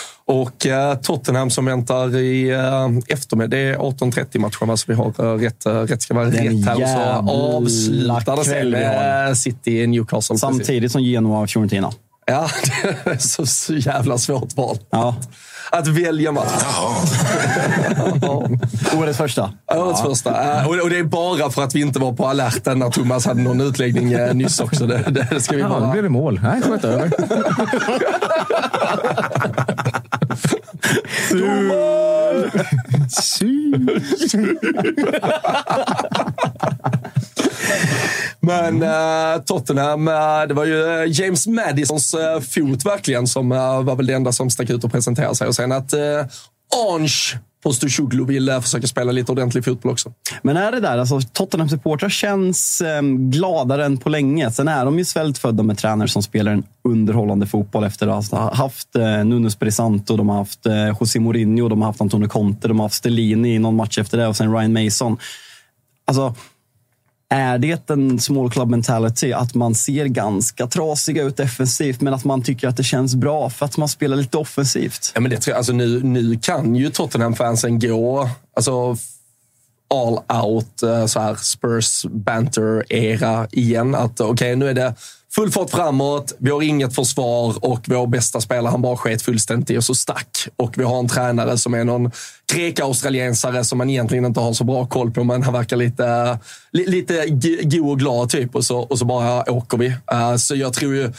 Och uh, Tottenham som väntar i uh, eftermiddag, det är arton trettio matchen, alltså vi har uh, rätt, uh, rätt ska vara rätt här, och så avslutar det sen med uh, City i Newcastle. Samtidigt precis som Genoa och Fiorentina. Ja, det är så, så jävla svårt val. Ja. Att välja match. Ja. Årets första. Årets ja. första. Uh, och, och det är bara för att vi inte var på alerten när Thomas hade någon utläggning uh, nyss också. Det, det ska vi bara... Ja, det blir det mål. Nej, sköt över. Men uh, Tottenham, uh, det var ju James Madisons uh, fot verkligen som uh, var väl det enda som stack ut och presenterade sig. Och sen att uh, Ange Postecoglou vill uh, försöka spela lite ordentlig fotboll också. Men är det där, alltså Tottenham-supportrar känns eh, gladare än på länge. Sen är de ju svältfödda med tränare som spelar en underhållande fotboll efter att ha haft eh, Nuno Espirito Santo, de har haft eh, José Mourinho, de har haft Antonio Conte, de har haft Stellini i någon match efter det och sen Ryan Mason. Alltså, är det en small club mentality att man ser ganska trasiga ut defensivt men att man tycker att det känns bra för att man spelar lite offensivt? Ja, men det tror jag, alltså nu, nu kan ju Tottenham-fansen gå alltså all out så här Spurs banter-era igen. Att okej, okay, nu är det full fart framåt, vi har inget försvar och vår bästa spelare han bara sket fullständigt och så stack. Och vi har en tränare som är någon grek-australiensare som man egentligen inte har så bra koll på, men han verkar lite, li, lite go och glad typ och så, och så bara åker vi. Uh, så jag tror ju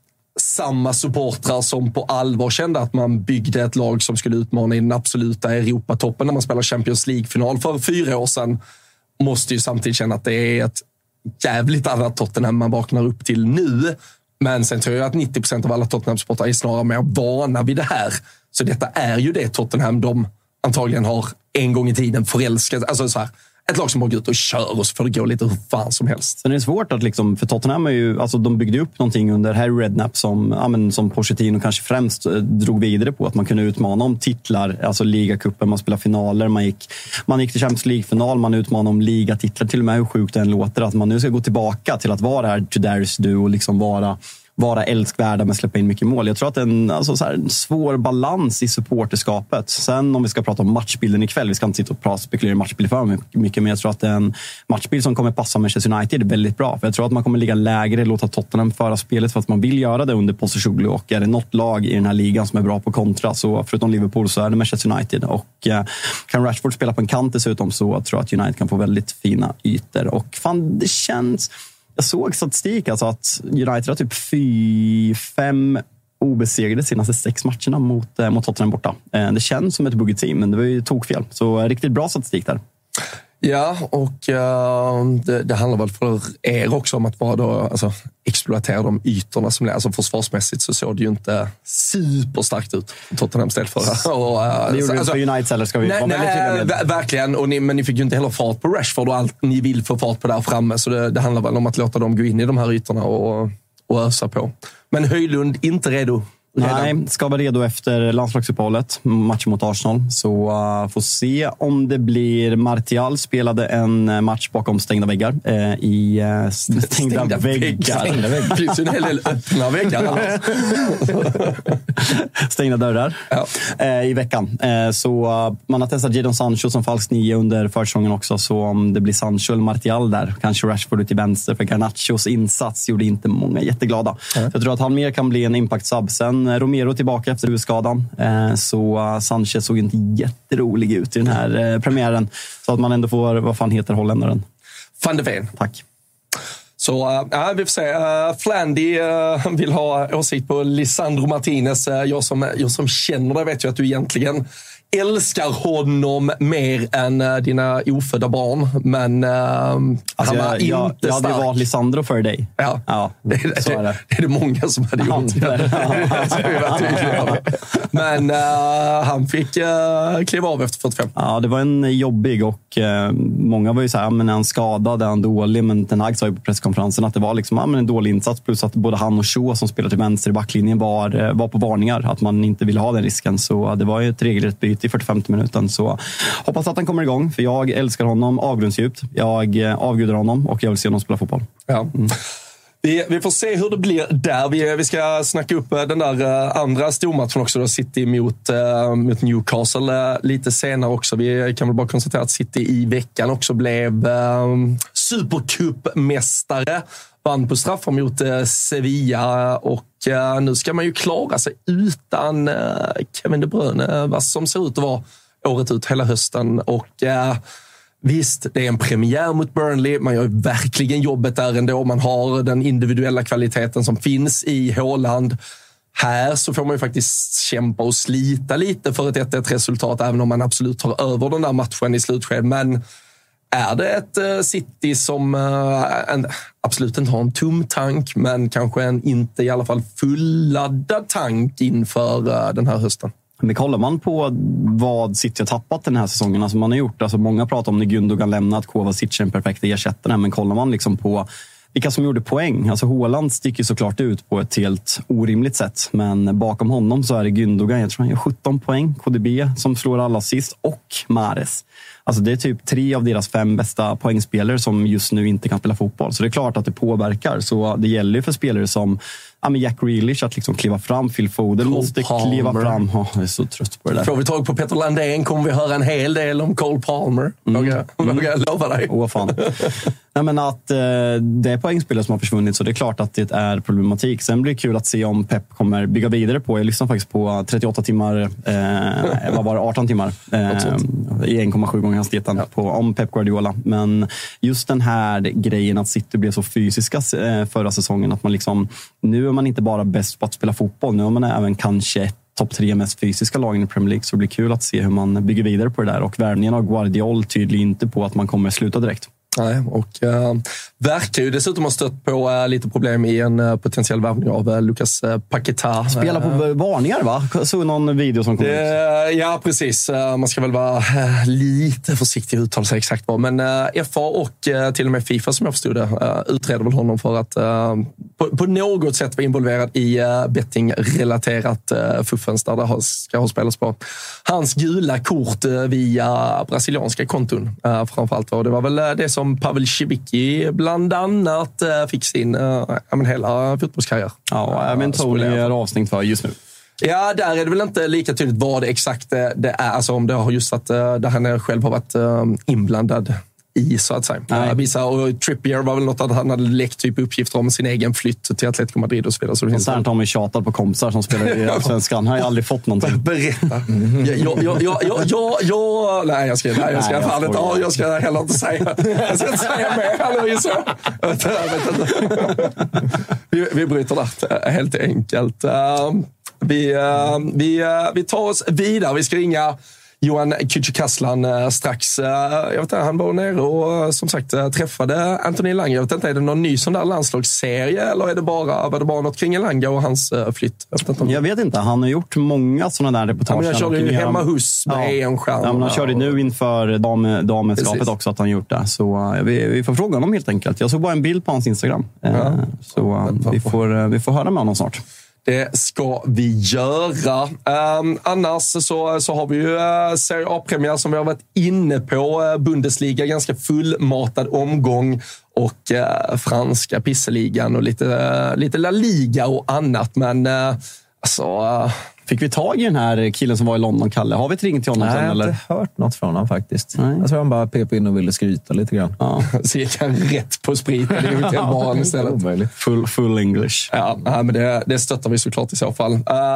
samma supportrar som på allvar kände att man byggde ett lag som skulle utmana i den absoluta Europatoppen när man spelar Champions League-final för fyra år sedan måste ju samtidigt känna att det är ett jävligt annat Tottenham man vaknar upp till nu. Men sen tror jag att nittio procent av alla Tottenham-supportrar är snarare mer vana vid det här. Så detta är ju det Tottenham de antagligen har en gång i tiden förälskat. Alltså så här, ett lag som bara går ut och kör och så får det gå lite hur fan som helst. Sen är det svårt att liksom, för Tottenham är ju, alltså de byggde upp någonting under Harry Redknapp som, ja, men, som Pochettino kanske främst eh, drog vidare på, att man kunde utmana om titlar, alltså ligacupen, man spelar finaler, man gick, man gick till Champions League-final, man utmanade om ligatitlar, till och med hur sjukt det än låter, att man nu ska gå tillbaka till att vara här to Darius do och liksom vara vara älskvärda med att släppa in mycket mål. Jag tror att det är en, alltså, så här, en svår balans i supporterskapet. Sen om vi ska prata om matchbilden ikväll, vi ska inte sitta och prata, spekulera i matchbild för mycket, men jag tror att det är en matchbild som kommer passa Manchester United väldigt bra. För jag tror att man kommer ligga lägre, låta Tottenham föra spelet för att man vill göra det under Postecoglou, och är det något lag i den här ligan som är bra på kontra, så förutom Liverpool så är det Manchester United. Och eh, kan Rashford spela på en kant dessutom, så jag tror att United kan få väldigt fina ytor. Och fan, det känns... Jag såg statistik, alltså att United har typ fy, fem obesegrade senaste sex matcherna mot, eh, mot Tottenham borta. Eh, det känns som ett buggigt team, men det var ju tokfel. Så eh, riktigt bra statistik där. Ja, och uh, det, det handlar väl för er också om att bara då, alltså, exploatera de ytorna som är. Alltså försvarsmässigt så såg det ju inte superstarkt ut Tottenhams del förra. Och, uh, det gjorde så, alltså, för United, eller ska vi nej, vara väldigt tydliga med. Ver- verkligen, och ni, men ni fick ju inte heller fart på Rashford och allt ni vill få fart på där framme. Så det, det handlar väl om att låta dem gå in i de här ytorna och, och ösa på. Men Höjlund inte redo. Nej, ska vara redo efter landslagsuppehållet, matchen mot Arsenal. Så uh, får se om det blir. Martial spelade en match bakom stängda väggar. Uh, I uh, stängda, stängda väggar. Stängda väggar. Det finns ju en hel del öppna väggar. Stängda dörrar. Ja. Uh, I veckan. Uh, så uh, man har testat Jadon Sancho som falsk nio under försäsongen också. Så om det blir Sancho eller Martial där, kanske Rashford ut till vänster. För Garnachos insats gjorde inte många jätteglada. Mm. Så jag tror att han mer kan bli en impact-sub. Sen Romero tillbaka efter huvudskadan. Så Sanchez såg inte jätterolig ut i den här premiären. Så att man ändå får, vad fan heter holländaren? Van de Ven. Tack. Så ja, vi får se. Uh, Flandy uh, vill ha åsikt på Lisandro Martinez. Uh, jag, som, jag som känner dig vet ju att du egentligen älskar honom mer än uh, dina ofödda barn. Men uh, alltså, han var jag, inte jag, stark. Ja, det var Lisandro för dig. Ja, ja det, så det, är det. det är det många som hade gjort. Men uh, han fick uh, kliva av efter fyrtiofem. Ja, det var en jobbig och uh, många var ju så här, men är han skadad, är han dålig? Men Ten Hag sa ju på presskonferensen att det var liksom, ja, men en dålig insats, plus att både han och Shaw som spelar till vänster i backlinjen var, var på varningar att man inte ville ha den risken. Så det var ju ett regelrätt byte i fyrtiofemte minuten. Så hoppas att han kommer igång, för jag älskar honom avgrundsdjupt. Jag avgudar honom och jag vill se honom spela fotboll. Ja. Mm. Vi, vi får se hur det blir där. Vi, vi ska snacka upp den där uh, andra stormatchen också då, City mot, uh, mot Newcastle uh, lite senare också. Vi kan väl bara konstatera att City i veckan också blev uh, Supercup-mästare. Vann på straffar mot uh, Sevilla och uh, nu ska man ju klara sig utan uh, Kevin De Bruyne, vad som ser ut att vara året ut hela hösten. Och uh, visst, det är en premiär mot Burnley. Man gör verkligen jobbet där ändå. Man har den individuella kvaliteten som finns i Haaland. Här så får man ju faktiskt kämpa och slita lite för ett ett ett resultat, även om man absolut tar över den där matchen i slutskedet. Men är det ett City som en, absolut inte har en tom tank, men kanske en inte i alla fall fulladdad tank inför den här hösten? Men kollar man på vad City har tappat den här säsongen, alltså man har gjort, alltså många pratar om när Gundogan lämnat, Kovacic är en perfekt ersättare, men kollar man liksom på vilka som gjorde poäng, alltså Haaland sticker såklart ut på ett helt orimligt sätt, men bakom honom så är det Gundogan, jag tror han gör sjutton poäng, K D B som slår alla assist, och Mahrez. Alltså det är typ tre av deras fem bästa poängspelare som just nu inte kan spela fotboll. Så det är klart att det påverkar. Så det gäller ju för spelare som ja, men Jack Grealish att liksom kliva fram. Phil Foden Cole måste Palmer. kliva fram. Oh, jag är så trött på det där. Får vi tag på Peter Landén kommer vi höra en hel del om Cole Palmer. Mm. Några, några jag lovar dig. Åh, fan. Nej, men att eh, det är poängspelare som har försvunnit, så det är klart att det är problematik. Sen blir det kul att se om Pep kommer bygga vidare på. Jag lyssnade faktiskt på trettioåtta timmar, eh, vad var det, arton timmar eh, i en komma sju gånger hastigheten ja. på, om Pep Guardiola. Men just den här grejen att City blev så fysiska eh, förra säsongen, att man liksom, nu är man inte bara bäst på att spela fotboll, nu är man även kanske topp tre mest fysiska lagen i Premier League, så det blir kul att se hur man bygger vidare på det där. Och värvningen av Guardiol tydligen inte på att man kommer sluta direkt. Nej, och äh, verkar ju dessutom ha stött på äh, lite problem i en äh, potentiell värvning av äh, Lucas äh, Paquetá. Spelar på äh, varningar, va? Såg någon video som kom det, ut? Ja, precis. Äh, man ska väl vara äh, lite försiktig att uttala sig exakt vad. Men äh, F A och äh, till och med FIFA, som jag förstod det, äh, utreder väl honom för att äh, på, på något sätt vara involverad i äh, betting-relaterat äh, fuffens där det har, ska ha spelats på hans gula kort äh, via brasilianska konton äh, framförallt. Och det var väl äh, det som Pavel Cibicki bland annat äh, fick sin äh, men hela fotbollskarriär. Ja, men Tony är avstängt för just nu. Ja, där är det väl inte lika tydligt vad det exakt det är. Alltså om det har just varit där han själv har varit äh, inblandad i, så att säga. Ja, vissa, och Trippier var väl något att han hade läckt typ uppgifter om sin egen flytt till Atletico Madrid och så vidare. Så det finns har man tjatat på kompisar som spelar i Allsvenskan. Han har aldrig fått någonting. Berätta. Mm. Jag, jag, jag, jag, jag, jag, nej, jag ska, nej, jag ska, nej, jag, inte, jag, jag ska heller inte säga. Jag ska inte säga mer. Så. vi, vi bryter det helt enkelt. Vi, vi, vi tar oss vidare. Vi ska ringa Johan Kücükaslan strax. Jag vet inte, han var nere och som sagt träffade Anthony Elanga. Jag vet inte, är det någon ny sån där landslagsserie eller är det bara, var det bara något kring Elanga och hans flytt? Jag vet inte, om... jag vet inte. Han har gjort många sådana där reportager. Ja, jag körde ju hemma hos med ja. en stjärna. Ja, men han körde nu inför dam, dameskapet också att han gjort det. Så vi, vi får fråga honom helt enkelt. Jag såg bara en bild på hans Instagram. Ja. Så vi får, vi får höra med honom snart. Det ska vi göra. Um, annars så, så har vi ju uh, Serie A-premiär som vi har varit inne på. Uh, Bundesliga, ganska fullmatad omgång. Och uh, franska pisseligan och lite, uh, lite La Liga och annat. Men uh, alltså... Uh, Fick vi tag i den här killen som var i London, Kalle? Har vi ett ring till honom? Nej, sen, jag har eller? inte hört något från honom faktiskt. Nej. Jag tror han bara pep in och ville skryta lite grann. Ja. Så gick han rätt på sprit. Det är ju barn istället. Full, full English. Ja, men det, det stöttar vi såklart i så fall.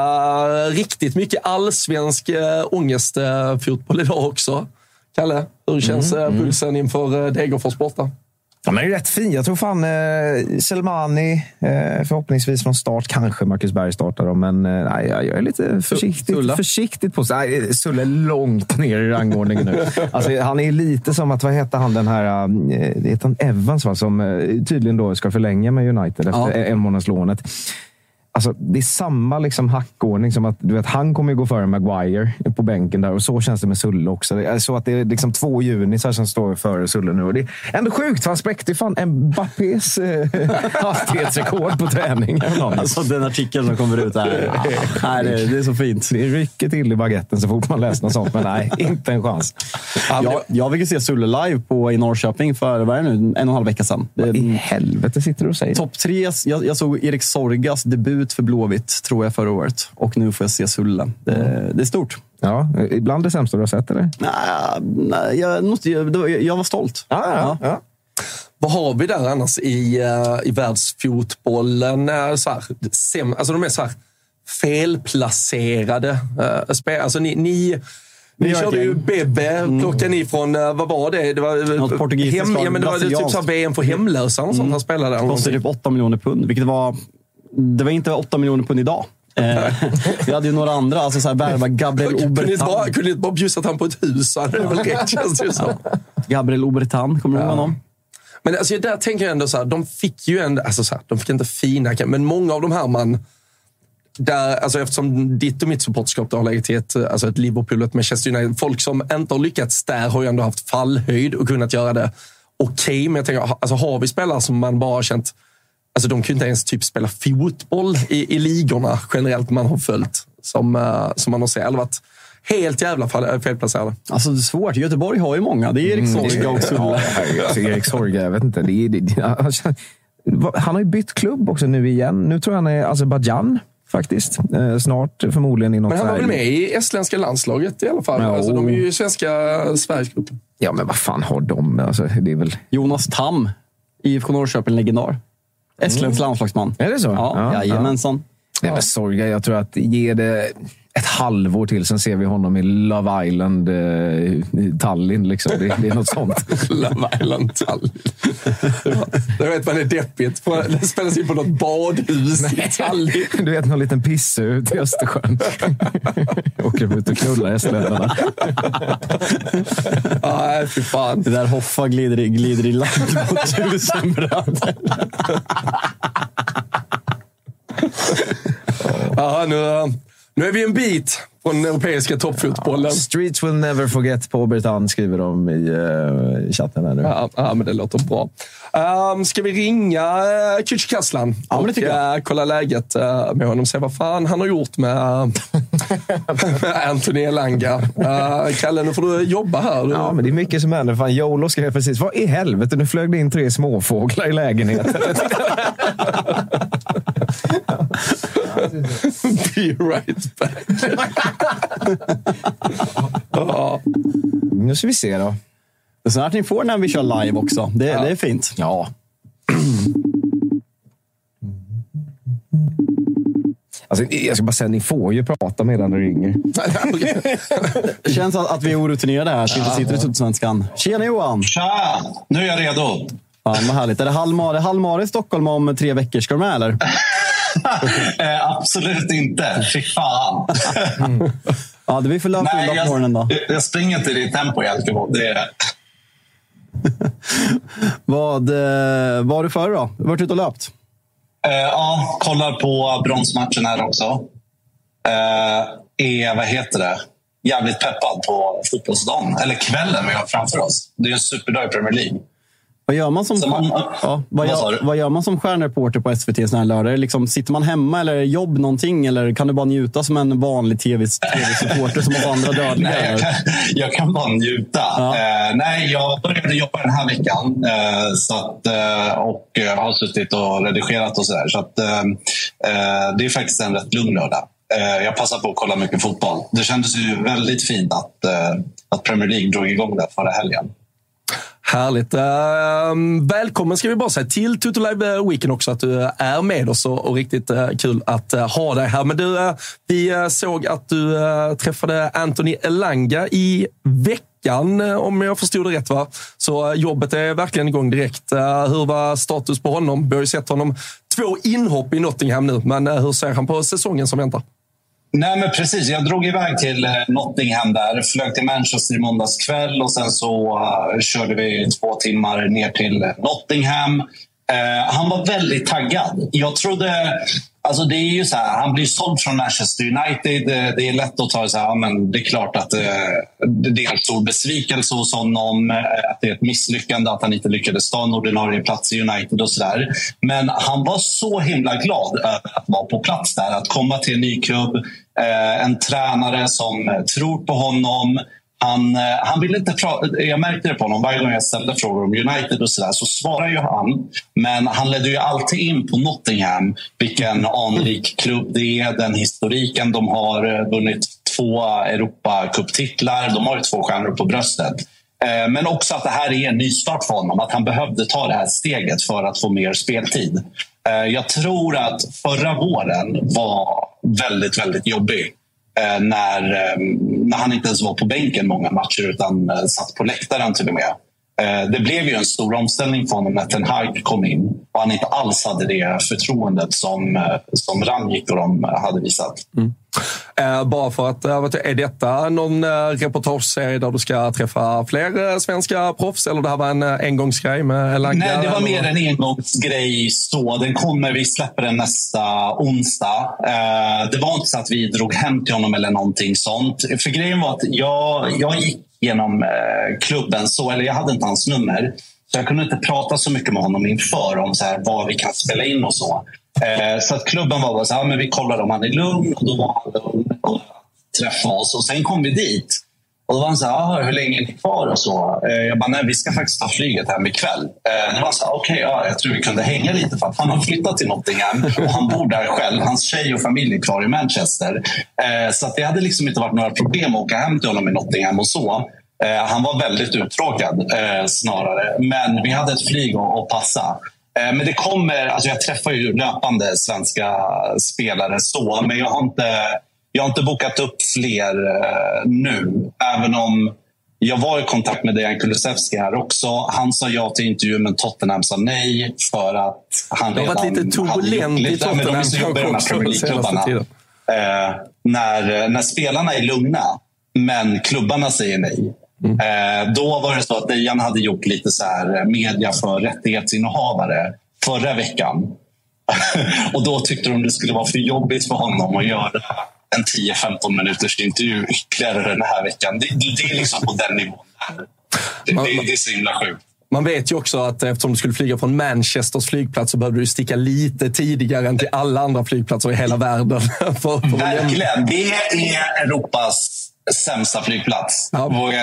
Uh, riktigt mycket allsvensk uh, ångest uh, fotboll idag också. Kalle, hur känns mm, uh, pulsen mm. inför uh, Degerfors borta? Ja, men det är rätt fin. Jag tror fan eh, Selmani eh, förhoppningsvis från start. Kanske Marcus Berg startar dem, men eh, nej, jag är lite försiktigt, Sulla. försiktigt på sig. Sulla är långt ner i rangordningen nu. Alltså, han är lite som att, vad heter han den här, eh, det heter han Evans va, som eh, tydligen då ska förlänga med United efter ja. en månads lånet. Alltså, det är samma liksom hackordning som att du vet, han kommer ju gå före Maguire på bänken där och så känns det med Sulle också. Det är så att det är liksom två junisar som står före Sulle nu och det är ändå sjukt för han spräckte fan Mbappés eh, hastighetsrekord på träning. Alltså den artikeln som kommer ut här. Nej, det, det är så fint. Det rycker till i baguetten så fort man läser något sånt, men nej, inte en chans. Jag, jag fick se Sulle live på, i Norrköping för vad är det nu, en och en halv vecka sedan. Vad i helvete sitter du och säger? Topp tre, jag, jag såg Erik Sorgas debut för Blåvitt, tror jag, förra året. Och nu får jag se Sulle. Det, mm. det är stort. Ja, ibland det sämsta du har sett, eller? Nej, nej jag, jag, jag var stolt. Ja, ja, ja. Vad har vi där annars i, i världsfotbollen? Så här, sem, alltså de är så här felplacerade. Alltså ni... ni Ni körde ju Bebe, plockade ni från, vad var det? Det var, något portugisiskt hem, ja, men det var typ så här V M för hemlösa och sånt mm. han spelade. Det kostade typ åtta miljoner pund, vilket var... Det var inte åtta miljoner pund idag. Eh, vi hade ju några andra, alltså så här värva Gabriel Obertan. Kunde inte bara bjussat han på ett hus, så det är väl rätt, känns det så. Gabriel Obertan, kommer du ihåg honom? Men alltså, där tänker jag ändå så här, de fick ju ändå, alltså så här, de fick inte fina, men många av de här man... där, alltså eftersom ditt och mitt supportskap har legat i ett, alltså ett Liverpool, ett Manchester United. Folk som inte har lyckats där har ju ändå haft fallhöjd och kunnat göra det okej. Okay, men jag tänker, alltså har vi spelare som man bara har känt, alltså de kan ju inte ens typ spela fotboll i, i ligorna generellt man har följt. Som, uh, som man har sett. Eller varit helt jävla felplacerade. Alltså det är svårt. Göteborg har ju många. Det är Erik Sorga och Sulla. Alltså, Erik Sorga, jag vet inte. Det är, det, det, han har ju bytt klubb också nu igen. Nu tror jag han är Azerbaijan faktiskt. Eh, snart förmodligen i något. Men han var väl med i estländska landslaget i alla fall. Ja, alltså, de är ju i svenska Sverigesgruppen. Ja, men vad fan har de? Alltså, det är väl... Jonas Tam, I F K Norrköping legendar. Estländsk mm. landslagsman. Är det så? Ja, ja jajamensan. Ja. Ja, men Sorga, jag tror att ge det ett halvår till, sen ser vi honom i Love Island eh, Tallinn. Liksom. Det, det är något sånt. Love Island Tallinn. Ja, det vet man är deppigt. Det spelas in på något badhus i Tallinn. Du vet, någon liten pisse ut i Östersjön. Åker ut och knullar estländarna. Nej, fy fan. Det där Hoffa glider i, glider i land på tusen bröder. Ja, nu... Nu är vi en bit på den europeiska toppfotbollen. Ja, Streets will never forget på Britann, skriver de i, uh, i chatten här nu. Ja, ja, men det låter bra. Um, ska vi ringa uh, Kücükaslan ja, och uh, kolla läget uh, med honom? Se vad fan han har gjort med, uh, med Anthony Elanga. Uh, Kalle, nu får du jobba här. Du. Ja, men det är mycket som händer. Fan, Jolo skrev precis. Vad i helvete? Nu flög det in tre småfåglar i lägenheten. Be right back. Ja. Nu ska vi se då. Det är snart ni får när vi kör live också. Det, ja. det är fint. Ja. Alltså, jag ska bara säga, ni får ju prata medan det ringer. Det känns att vi är orutinerade här. Inte sitter i Tutsvenskan. Tjena Johan! Tja! Nu är jag redo. Ja, vad härligt. Är det halvmar, halvmar i Stockholm om tre veckor? Ska du med, eller? eh, absolut inte. Fy fan. Mm. Ja, det vi får löpa upp morgonen då. Jag, jag springer inte i ditt tempo, Jalkebo. Det är det. vad, eh, vad har du för då? Du har varit ute och löpt? Eh, ja, kollar på bronsmatchen här också. Eh, är, vad heter det? Jävligt peppad på fotbollsdagen. Eller kvällen vi har framför oss. Det är en superdag i Premier League. Vad gör man som, man, ja, vad gör, vad gör man som stjärnreporter på S V T sån här lördag? Liksom, sitter man hemma eller jobb någonting? Eller kan du bara njuta som en vanlig tv-supporter som har andra dödliga? Nej, jag, kan, jag kan bara njuta. Ja. Eh, nej, jag började jobba den här veckan eh, så att, eh, och eh, har suttit och redigerat och sådär. Så att, eh, det är faktiskt en rätt lugn lördag. Eh, jag passar på att kolla mycket fotboll. Det kändes ju väldigt fint att, eh, att Premier League drog igång det förra helgen. Härligt. Uh, välkommen ska vi bara säga till Toto Live Weekend också, att du är med oss och, och riktigt uh, kul att uh, ha dig här. Men du, uh, vi uh, såg att du uh, träffade Anthony Elanga i veckan, uh, om jag förstod det rätt, va? Så uh, jobbet är verkligen igång direkt. Uh, hur var status på honom? Vi har ju sett honom två inhopp i Nottingham nu, men uh, hur ser han på säsongen som väntar? Nej, men precis. Jag drog iväg till Nottingham där. Flög till Manchester i måndags kväll och sen så uh, körde vi två timmar ner till Nottingham. Uh, han var väldigt taggad. Jag trodde... Alltså det är ju så här, han blir såld från Manchester United. Det är lätt att ta så här, ja, men det är klart att uh, det är en stor besvikelse hos honom. Att det är ett misslyckande att han inte lyckades ta en ordinarie plats i United och sådär. Men han var så himla glad att vara på plats där. Att komma till en ny klubb. Uh, en tränare som tror på honom. Han, han ville inte prata, jag märkte det på honom varje gång jag ställde frågor om United och sådär, så svarar ju han. Men han ledde ju alltid in på Nottingham, vilken anrik klubb det är, den historiken. De har vunnit två Europacup-titlar, de har ju två stjärnor på bröstet. Men också att det här är en ny start för honom, att han behövde ta det här steget för att få mer speltid. Jag tror att förra våren var väldigt, väldigt jobbig. När, när han inte ens var på bänken många matcher utan satt på läktaren till och med. Det blev ju en stor omställning för honom när Ten Hag kom in och han inte alls hade det förtroendet som, som Rangnick och de hade visat. Mm. Uh, bara för att, uh, är detta någon uh, reportageserie där du ska träffa fler uh, svenska proffs? Eller det här var en uh, engångsgrej med Elanga? Nej, det var eller? mer en engångsgrej. Så den kommer, vi släpper den nästa onsdag. Uh, det var inte så att vi drog hem till honom eller någonting sånt. För grejen var att jag, jag gick genom uh, klubben, så, eller jag hade inte hans nummer. Så jag kunde inte prata så mycket med honom inför om så här, vad vi kan spela in och så. Eh, så att klubben var bara så här, men vi kollade om han är lugn, och då var han lugn och träffade oss. Och sen kom vi dit. Och då var han så här, hur länge är ni kvar och så? Eh, jag bara, nej, vi ska faktiskt ta flyget hem ikväll. Eh, det var så här, okej, okay, ja, jag tror vi kunde hänga lite för att han har flyttat till Nottingham och han bor där själv. Hans tjej och familj är kvar i Manchester. Eh, så att det hade liksom inte varit några problem att åka hem till honom i Nottingham och så. Eh, han var väldigt uttråkad eh, snarare. Men vi hade ett flyg att, att passa. Eh, men det kommer, alltså jag träffar ju löpande svenska spelare så, men jag har inte, jag har inte bokat upp fler eh, nu. Även om jag var i kontakt med Dejan Kulusevski här också. Han sa ja till intervju, men Tottenham sa nej för att han redan hade gjort lite turbulent i Tottenham eh, när, när spelarna är lugna men klubbarna säger nej. Mm. Eh, då var det så att Dejan hade gjort lite så här media för rättighetsinnehavare förra veckan. Och då tyckte de det skulle vara för jobbigt för honom att göra en tio femton minuters intervju ytterligare den här veckan. Det, det, det är liksom på den nivån. Det, det, det är så himla sjukt. Man vet ju också att eftersom du skulle flyga från Manchesters flygplats så behövde du sticka lite tidigare än till alla andra flygplatser i hela världen. för, för Verkligen. Det är Europas sämsta flygplats. Ja.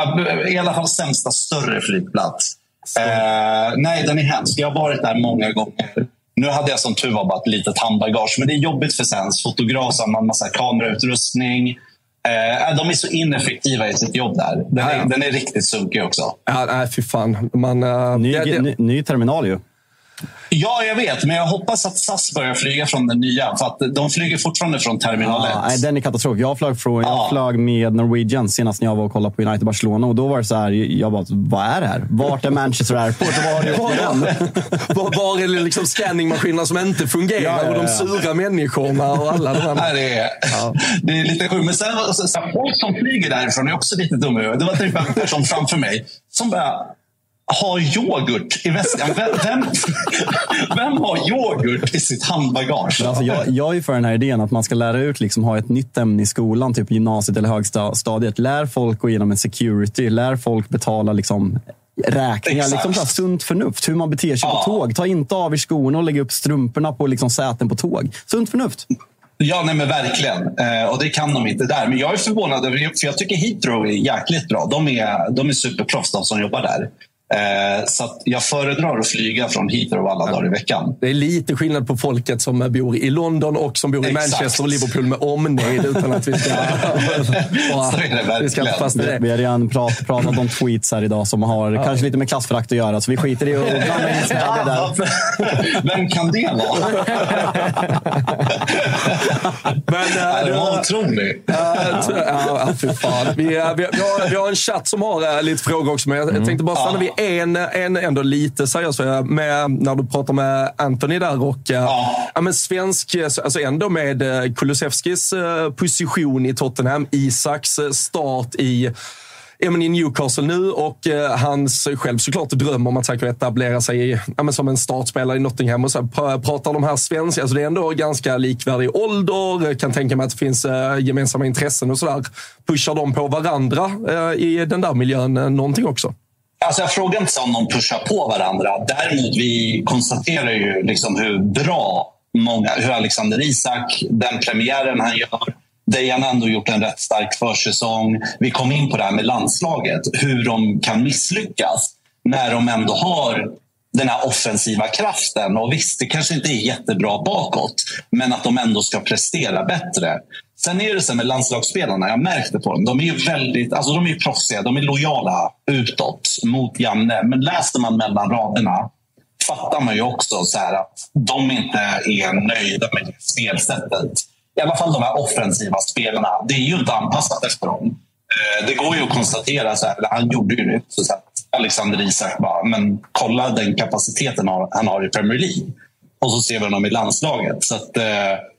I alla fall sämsta större flygplats. Eh, nej, den är hemsk. Jag har varit där många gånger. Nu hade jag som tur var bara ett litet handbagage. Men det är jobbigt för sens. Fotograf, man har en massa kamerautrustning. Eh, de är så ineffektiva i sitt jobb där. Den, ja, ja. Är, den är riktigt sunkig också. Ja, nej, fy fan. Man, uh, ny, det, det... ny, ny terminal ju. Ja, jag vet. Men jag hoppas att S A S börjar flyga från den nya. För att de flyger fortfarande från terminal ett. Ja, nej, den är katastrof. Jag flög, från, jag ja. flög med Norwegian senast när jag var och kollade på United Barcelona. Och då var det så här, jag bara, vad är det här? Vart är Manchester Airport? Var det var, var är det liksom scanningmaskinerna som inte fungerar? Ja, ja, ja. Och de sura människorna och alla de här. Det är, ja. det är lite sjukt. Men sen så, så, folk som flyger därifrån är också lite dumma. Det var typ en person framför mig som bara... har yoghurt i väskan. Vem, vem, vem har yoghurt i sitt handbagage? Alltså jag, jag är för den här idén att man ska lära ut, liksom, ha ett nytt ämne i skolan, typ gymnasiet eller högstadiet. Lär folk gå igenom en security. Lär folk betala liksom, räkningar. Liksom, så här, sunt förnuft. Hur man beter sig ja. på tåg. Ta inte av er skorna och lägg upp strumporna på liksom, säten på tåg. Sunt förnuft. Ja, nej men verkligen. Eh, och det kan de inte där. Men jag är förvånad över, för jag tycker Heathrow är jäkligt bra. De är, de är superproffs, de som jobbar där. Eh, så att jag föredrar att flyga från Heathrow alla dagar i veckan. Det är lite skillnad på folket som bor i London och som bor i Exakt. Manchester och Liverpool med omnejd utan att vi ska... Så är det verkligen. Vi, ska fast det. Vi har redan prat, pratat om tweets här idag som har ja. kanske lite med klassförakt att göra, så vi skiter i att blanda in Sverige där. Vem kan det vara? Men, äh, det var otroligt. Ja, för fan. Vi, vi, vi, har, vi har en chatt som har äh, lite frågor också, men jag, jag tänkte bara stanna vid en, en ändå lite seriös med, när du pratar med Anthony där och ja. Ja, men svensk, alltså ändå med Kulusevskis position i Tottenham, Isaks start i i Newcastle nu och eh, hans själv såklart dröm om att säkert etablera sig i, ja, men som en startspelare i Nottingham och så här, pratar de här svenska, alltså det är ändå ganska likvärdig ålder, kan tänka mig att det finns eh, gemensamma intressen och sådär. Pushar de på varandra eh, i den där miljön eh, någonting också? Alltså jag frågar inte om de pushar på varandra. Däremot vi konstaterar ju liksom hur bra många, hur Alexander Isak, den premiären han gör, Dejan har ändå gjort en rätt stark försäsong. Vi kom in på det här med landslaget. Hur de kan misslyckas när de ändå har den här offensiva kraften. Och visst, det kanske inte är jättebra bakåt. Men att de ändå ska prestera bättre. Sen är det så med landslagsspelarna. Jag märkte på dem. De är ju väldigt, alltså de är ju proffsiga. De är lojala utåt mot Janne. Men läser man mellan raderna fattar man ju också så här att de inte är nöjda med spelsättet. I alla fall de här offensiva spelarna. Det är ju inte anpassat efter dem. Det går ju att konstatera, så här, han gjorde ju det. Så att Alexander Isak bara, men kolla den kapaciteten han har i Premier League. Och så ser vi honom i landslaget. Så att,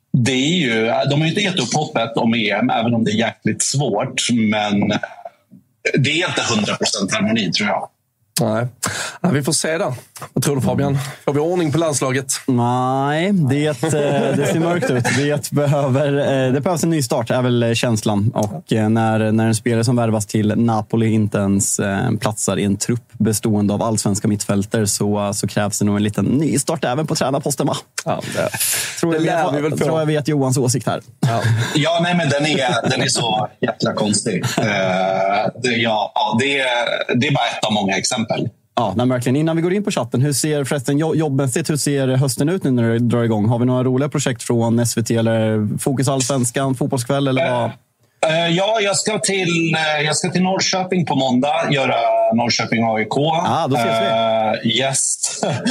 det är ju, de har ju inte gett upp hoppet om E M, även om det är jäkligt svårt. Men det är inte hundra procent harmoni, tror jag. Nej. Ja, vi får se då. Vad tror du, Fabian? Får vi ordning på landslaget? Nej, det, det ser mörkt ut. Det, behöver, det behövs en ny start, är väl känslan. Och när, när en spelare som värvas till Napoli inte ens platsar i en trupp bestående av allsvenska mittfälter, så, så krävs det nog en liten ny start även på tränarposten, va? Ja, det tror, det jag, vi väl tror jag vet Johans åsikt här. Ja, ja nej, men den är, den är så jäkla konstig. Uh, det, ja, det, det är bara ett av många exempel. Ja, nej, verkligen. Innan vi går in på chatten, hur ser förresten jobbmässigt, hur ser hösten ut nu när det drar igång? Har vi några roliga projekt från S V T eller Fokus Allsvenskan, fotbollskväll eller vad? Uh, ja, jag ska, till, uh, jag ska till Norrköping på måndag, göra Norrköping A I K. Ah, då ses vi. Uh, yes.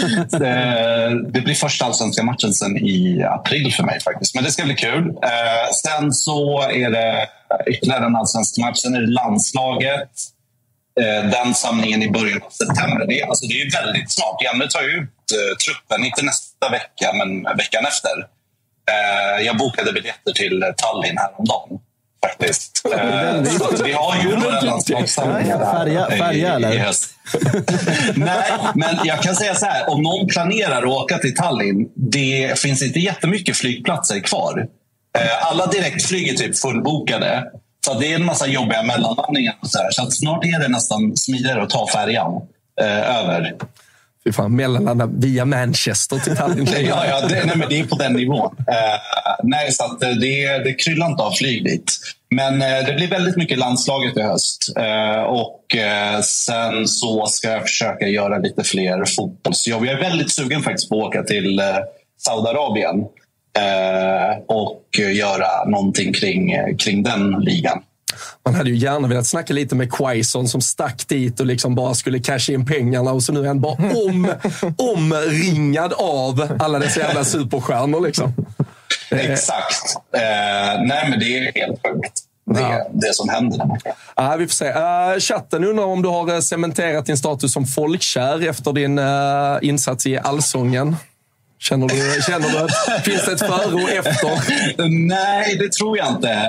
det, det blir första allsvenska matchen sen i april för mig faktiskt. Men det ska bli kul. Uh, sen så är det ytterligare en allsvensk match. Sen är det landslaget. Den samlingen i början av september. Det är, alltså det är väldigt snart. Janne tar ju ut uh, truppen, inte nästa vecka, men veckan efter. Uh, jag bokade biljetter till Tallinn häromdagen, faktiskt. Uh, vi har ju några landslagssamlingar färja, färja eller? i höst. Nej, men jag kan säga så här. Om någon planerar att åka till Tallinn, det finns inte jättemycket flygplatser kvar. Uh, alla direktflyg är typ fullbokade. Så det är en massa jobbiga mellanlandningar och så här. Så att snart är det nästan smidigare att ta färjan eh, över. Fy fan, mellanlanda via Manchester till Tallinn. ja, ja det, nej, men det är på den nivån. Eh, nej, så att det, det kryllar inte av flyg dit. Men eh, det blir väldigt mycket landslaget i höst. Eh, och eh, sen så ska jag försöka göra lite fler fotbollsjobb. Jag är väldigt sugen faktiskt på att åka till eh, Saudiarabien. Uh, och göra någonting kring, kring den ligan. Man hade ju gärna velat snacka lite med Quaison som stack dit och liksom bara skulle casha in pengarna, och så nu är han bara om, omringad av alla dessa jävla superstjärnor liksom. Exakt. Uh, nej, men det är helt sjukt. Det är ja. det som händer. Ja, vi får se. Uh, chatten undrar om du har cementerat din status som folkkär efter din uh, insats i Allsången. Känner du, känner du att finns det ett före och efter? Nej, det tror jag inte.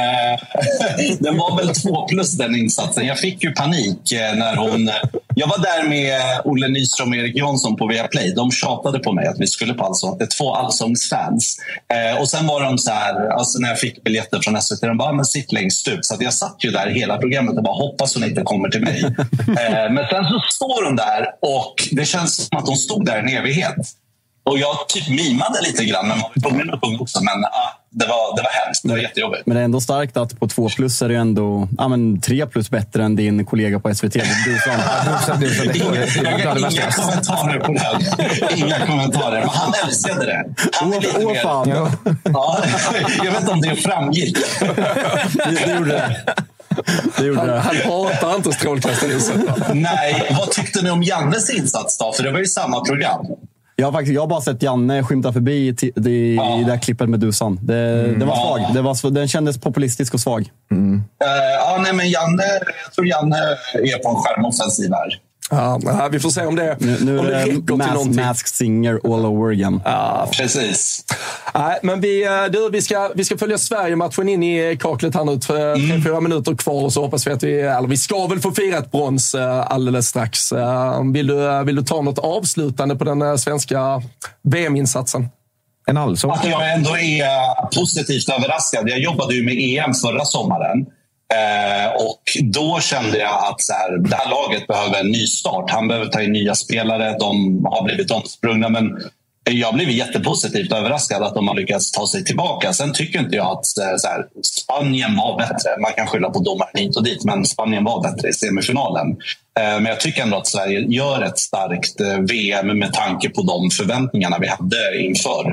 Eh, den var väl två plus den insatsen. Jag fick ju panik när hon... Jag var där med Olle Nyström och Erik Jansson på Viaplay. De tjatade på mig att vi skulle på Allsång. Det är två Allsångsfans. Eh, och sen var de så här, alltså när jag fick biljetter från S V T, de bara, men sitt längst ut. Så att jag satt ju där hela programmet och bara hoppas hon inte kommer till mig. Eh, men sen så står hon där och det känns som att hon stod där en evighet. Och jag typ mimade lite grann när man var på min punkt också. Men ah, det, var, det var hemskt. Det var jättejobbigt. Men det är ändå starkt att på två plus är det ändå ah, men tre plus bättre än din kollega på S V T. Du sa, du sa, du sa, inga, inga kommentarer på det. Inga kommentarer. Men han älskade det. Han är lite Åh, mer... fan. Ja. Ja, jag vet inte om det framgick. Det, det gjorde det. Det gjorde han, det. han hatar inte strålkastare. Nej, vad tyckte ni om Jannes insats då? För det var ju samma program. Jag har, faktiskt, jag har bara sett Janne skymta förbi i, t- i, ja. i det här klippet med Dusan. Det, mm. det var svag. Ja. Det var, den kändes populistisk och svag. Mm. Uh, ja, nej, men Janne, jag tror Janne är på en skärmoffensiv här. Ja, vi får se om det, nu, nu om det räcker till mas- någonting. Masked Singer all over again. Ja, precis. Nej, men vi, du, vi, ska, vi ska följa Sverige-matchen in i kaklet här nu. För mm. tre, fyra minuter kvar, och så hoppas vi att vi, eller vi ska väl få fira ett brons alldeles strax. Vill du, vill du ta något avslutande på den svenska V M-insatsen? En allsång. Att jag ändå är positivt överraskad. Jag jobbade ju med E M förra sommaren. Eh, och då kände jag att så här, det här laget behöver en ny start. Han behöver ta in nya spelare. De har blivit omsprungna. Men jag blev jättepositivt överraskad att de har lyckats ta sig tillbaka. Sen tycker inte jag att så här, Spanien var bättre. Man kan skylla på domaren hit och dit, men Spanien var bättre i semifinalen. Eh, men jag tycker ändå att Sverige gör ett starkt eh, V M med tanke på de förväntningarna vi hade inför.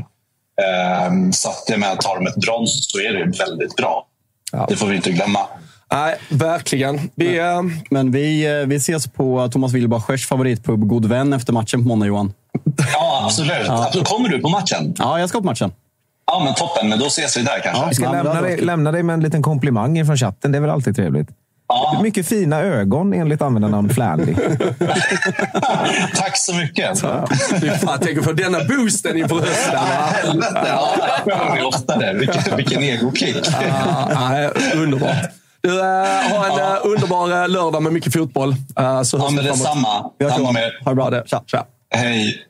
Eh, så att med att ta dem ett brons så är det väldigt bra. Ja. Det får vi inte glömma. Nej, verkligen. Vi, äh... Men vi, vi ses på Thomas Wilbachers favoritpub God Vän efter matchen på måndag, Johan. Ja, absolut. Ja. Kommer du på matchen? Ja, jag ska på matchen. Ja, men toppen. Men då ses vi där kanske. Ja, vi ska lämna dig, lämna dig med en liten komplimang från chatten. Det är väl alltid trevligt. Ja. Mycket fina ögon enligt användarnamn Flandy. Tack så mycket. Ja. Jag tänker för denna boosten inför hösten. Helvete, ja. Jag ofta där. Vilken, vilken egokick. Ja, underbart. Du äh, har en ja. äh, underbar lördag med mycket fotboll. Äh, så ja, men det är samma. Samma med. Ha det bra. Det. Tja. Tja. Hej.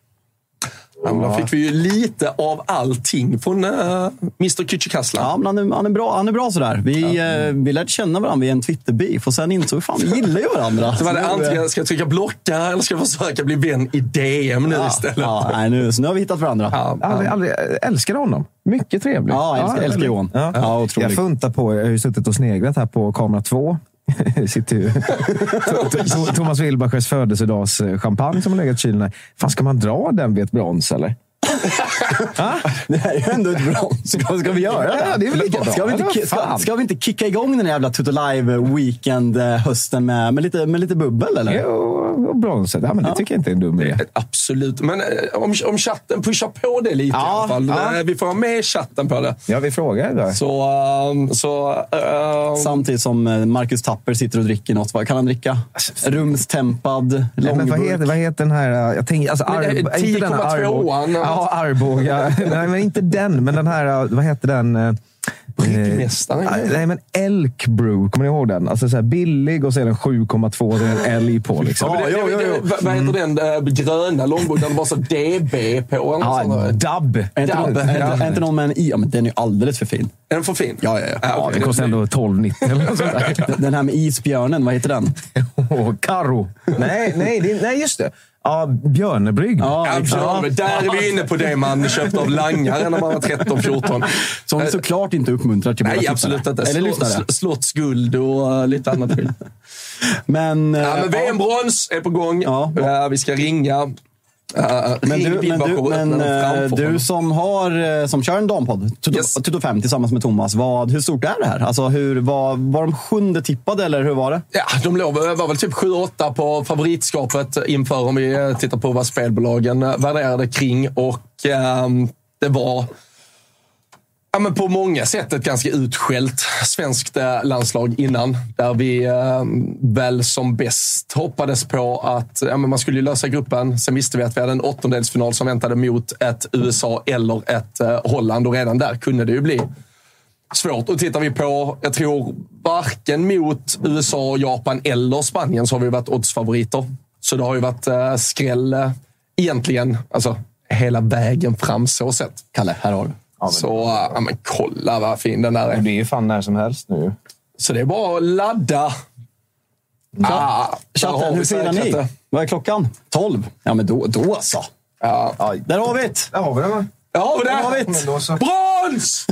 Ja, då fick vi ju lite av allting från uh, mister Kücükaslan. Ja, men han är, han är bra, han är bra sådär. Vi, ja. eh, vi lärde känna varandra vid en Twitter-beef och sen insåg vi fan, vi gillar ju varandra. Så var det antingen ska jag trycka blocka eller ska jag försöka bli vän i D M nu ja, istället. Ja, nej, nu, så nu har vi hittat varandra. Ja, aldrig, aldrig, älskar honom. Mycket trevlig. Ja, jag älskar, ja, älskar Johan. Ja. Ja, jag funtar på, jag har ju suttit och sneglat här på kamera två. Sitter ju Thomas Wilbachers födelsedags champagne som har legat i kylen. Fan, ska man dra den vid ett brons eller? Det här är ju ändå ett brons. Vad ska vi göra? Ja, det är väl lika bra. Ska vi inte, ska, ska vi inte kicka igång den här jävla Toto Live Weekend hösten med, med, lite, med lite bubbel eller? Jo, och bronset. Ja, men det ja. tycker jag inte är en dum idé. Absolut. Men om, om chatten pushar på det lite ja, i alla fall. Ja. Vi får ha med chatten på det. Ja, vi frågar då. Så, um, så um... samtidigt som Marcus Tapper sitter och dricker något. Vad kan han dricka? Rumstempad. Ja, men vad heter, vad heter den här? Jag tänker, alltså, Arb- tio komma två Ja, Arboga. Nej, men inte den. Men den här, vad heter den? Bryggmästaren. Eh, nej, men Elk Brew. Kommer ni ihåg den? Alltså så här billig och så är den sju komma två. Det är en älg på liksom. Ja, jo, jo, jo. Vad, vad heter den äh, gröna långboken? Den var så D B på. Ja, Dub. Är inte, någon, är inte, inte någon med en i? Ja, men den är ju alldeles för fin. Är den för fin? Ja, ja, ja. ja, ja okay. Det kostar ändå tolv nittio eller något sånt där. Den här med isbjörnen, vad heter den? Oh, Karo. Nej, nej, det, nej, just det. Ja, Björnebrygg. Ja, ja, Björnebrygg. Där är vi inne på det man köpte av langare när man var tretton fjorton. Som vi såklart inte uppmuntrar till. Nej, absolut inte. Eller lyssnare. Slottsguld och lite annat till. Men, ja, men V M-brons är på gång. Ja, ja. Vi ska ringa. Uh, men du, men du, men, uh, du som, har, som kör en dampodd, Tuto, yes. Tuto fem tillsammans med Thomas, vad, hur stort är det här? Alltså, hur, var, var de sjunde tippade eller hur var det? Ja, de låg, var väl typ sju åtta på favoritskapet inför, om vi tittar på vad spelbolagen värderade kring. Och um, det var ja, men på många sätt ett ganska utskällt svenskt landslag innan. Där vi eh, väl som bäst hoppades på att ja, men man skulle lösa gruppen. Sen visste vi att vi hade en åttondelsfinal som väntade mot ett U S A eller ett eh, Holland. Och redan där kunde det ju bli svårt. Och tittar vi på, jag tror, varken mot U S A, Japan eller Spanien så har vi varit oddsfavoriter. Så det har ju varit eh, skräll eh, egentligen, alltså hela vägen fram så sett. Kalle, här har du. Ja, men... Så, ja men kolla vad fin den där är. Det är ju fan när som helst nu. Så det är bara att ladda. Ah, chatten, hur firar ni? Vad är klockan? tolv. Ja, men då, då så. Ja. Ja, där har vi det. Där har vi det. Där har vi det. Där har vi det. Så... Brons!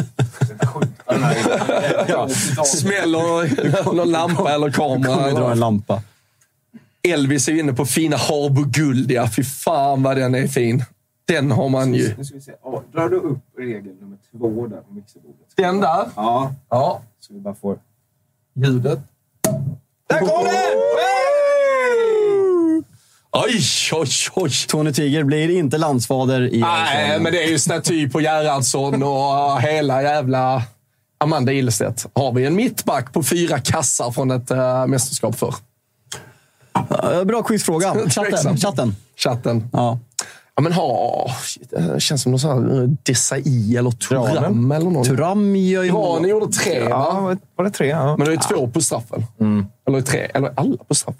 Ja. Smäller någon lampa eller kamera. Kommer dra en lampa. Elvis är inne på fina Harbo Guld. Ja, fy fan vad den är fin. Den har man ju. Nu ska vi se. Oh, drar du upp regel nummer två där på mixerbordet? Den där? Ja. Ja. Så vi bara får ljudet. Där kommer den! Oj, oj, oj. Tony Tiger blir inte landsfader i... Nej, men det är ju staty på Gerhardsson och hela jävla Amanda Ilstedt. Har vi en mittback på fyra kassar från ett äh, mästerskap för? Uh, bra quizfråga. Chatten. Chatten. Chatten. Ja. Ja, men ha... Det känns som någon sån här Desai eller Turam eller någon. Turam gör ju... Ja, ni gjorde tre, va? Ja, var det tre? Ja. Men det är ja. två på straffen. Mm. Eller tre, eller alla på straff.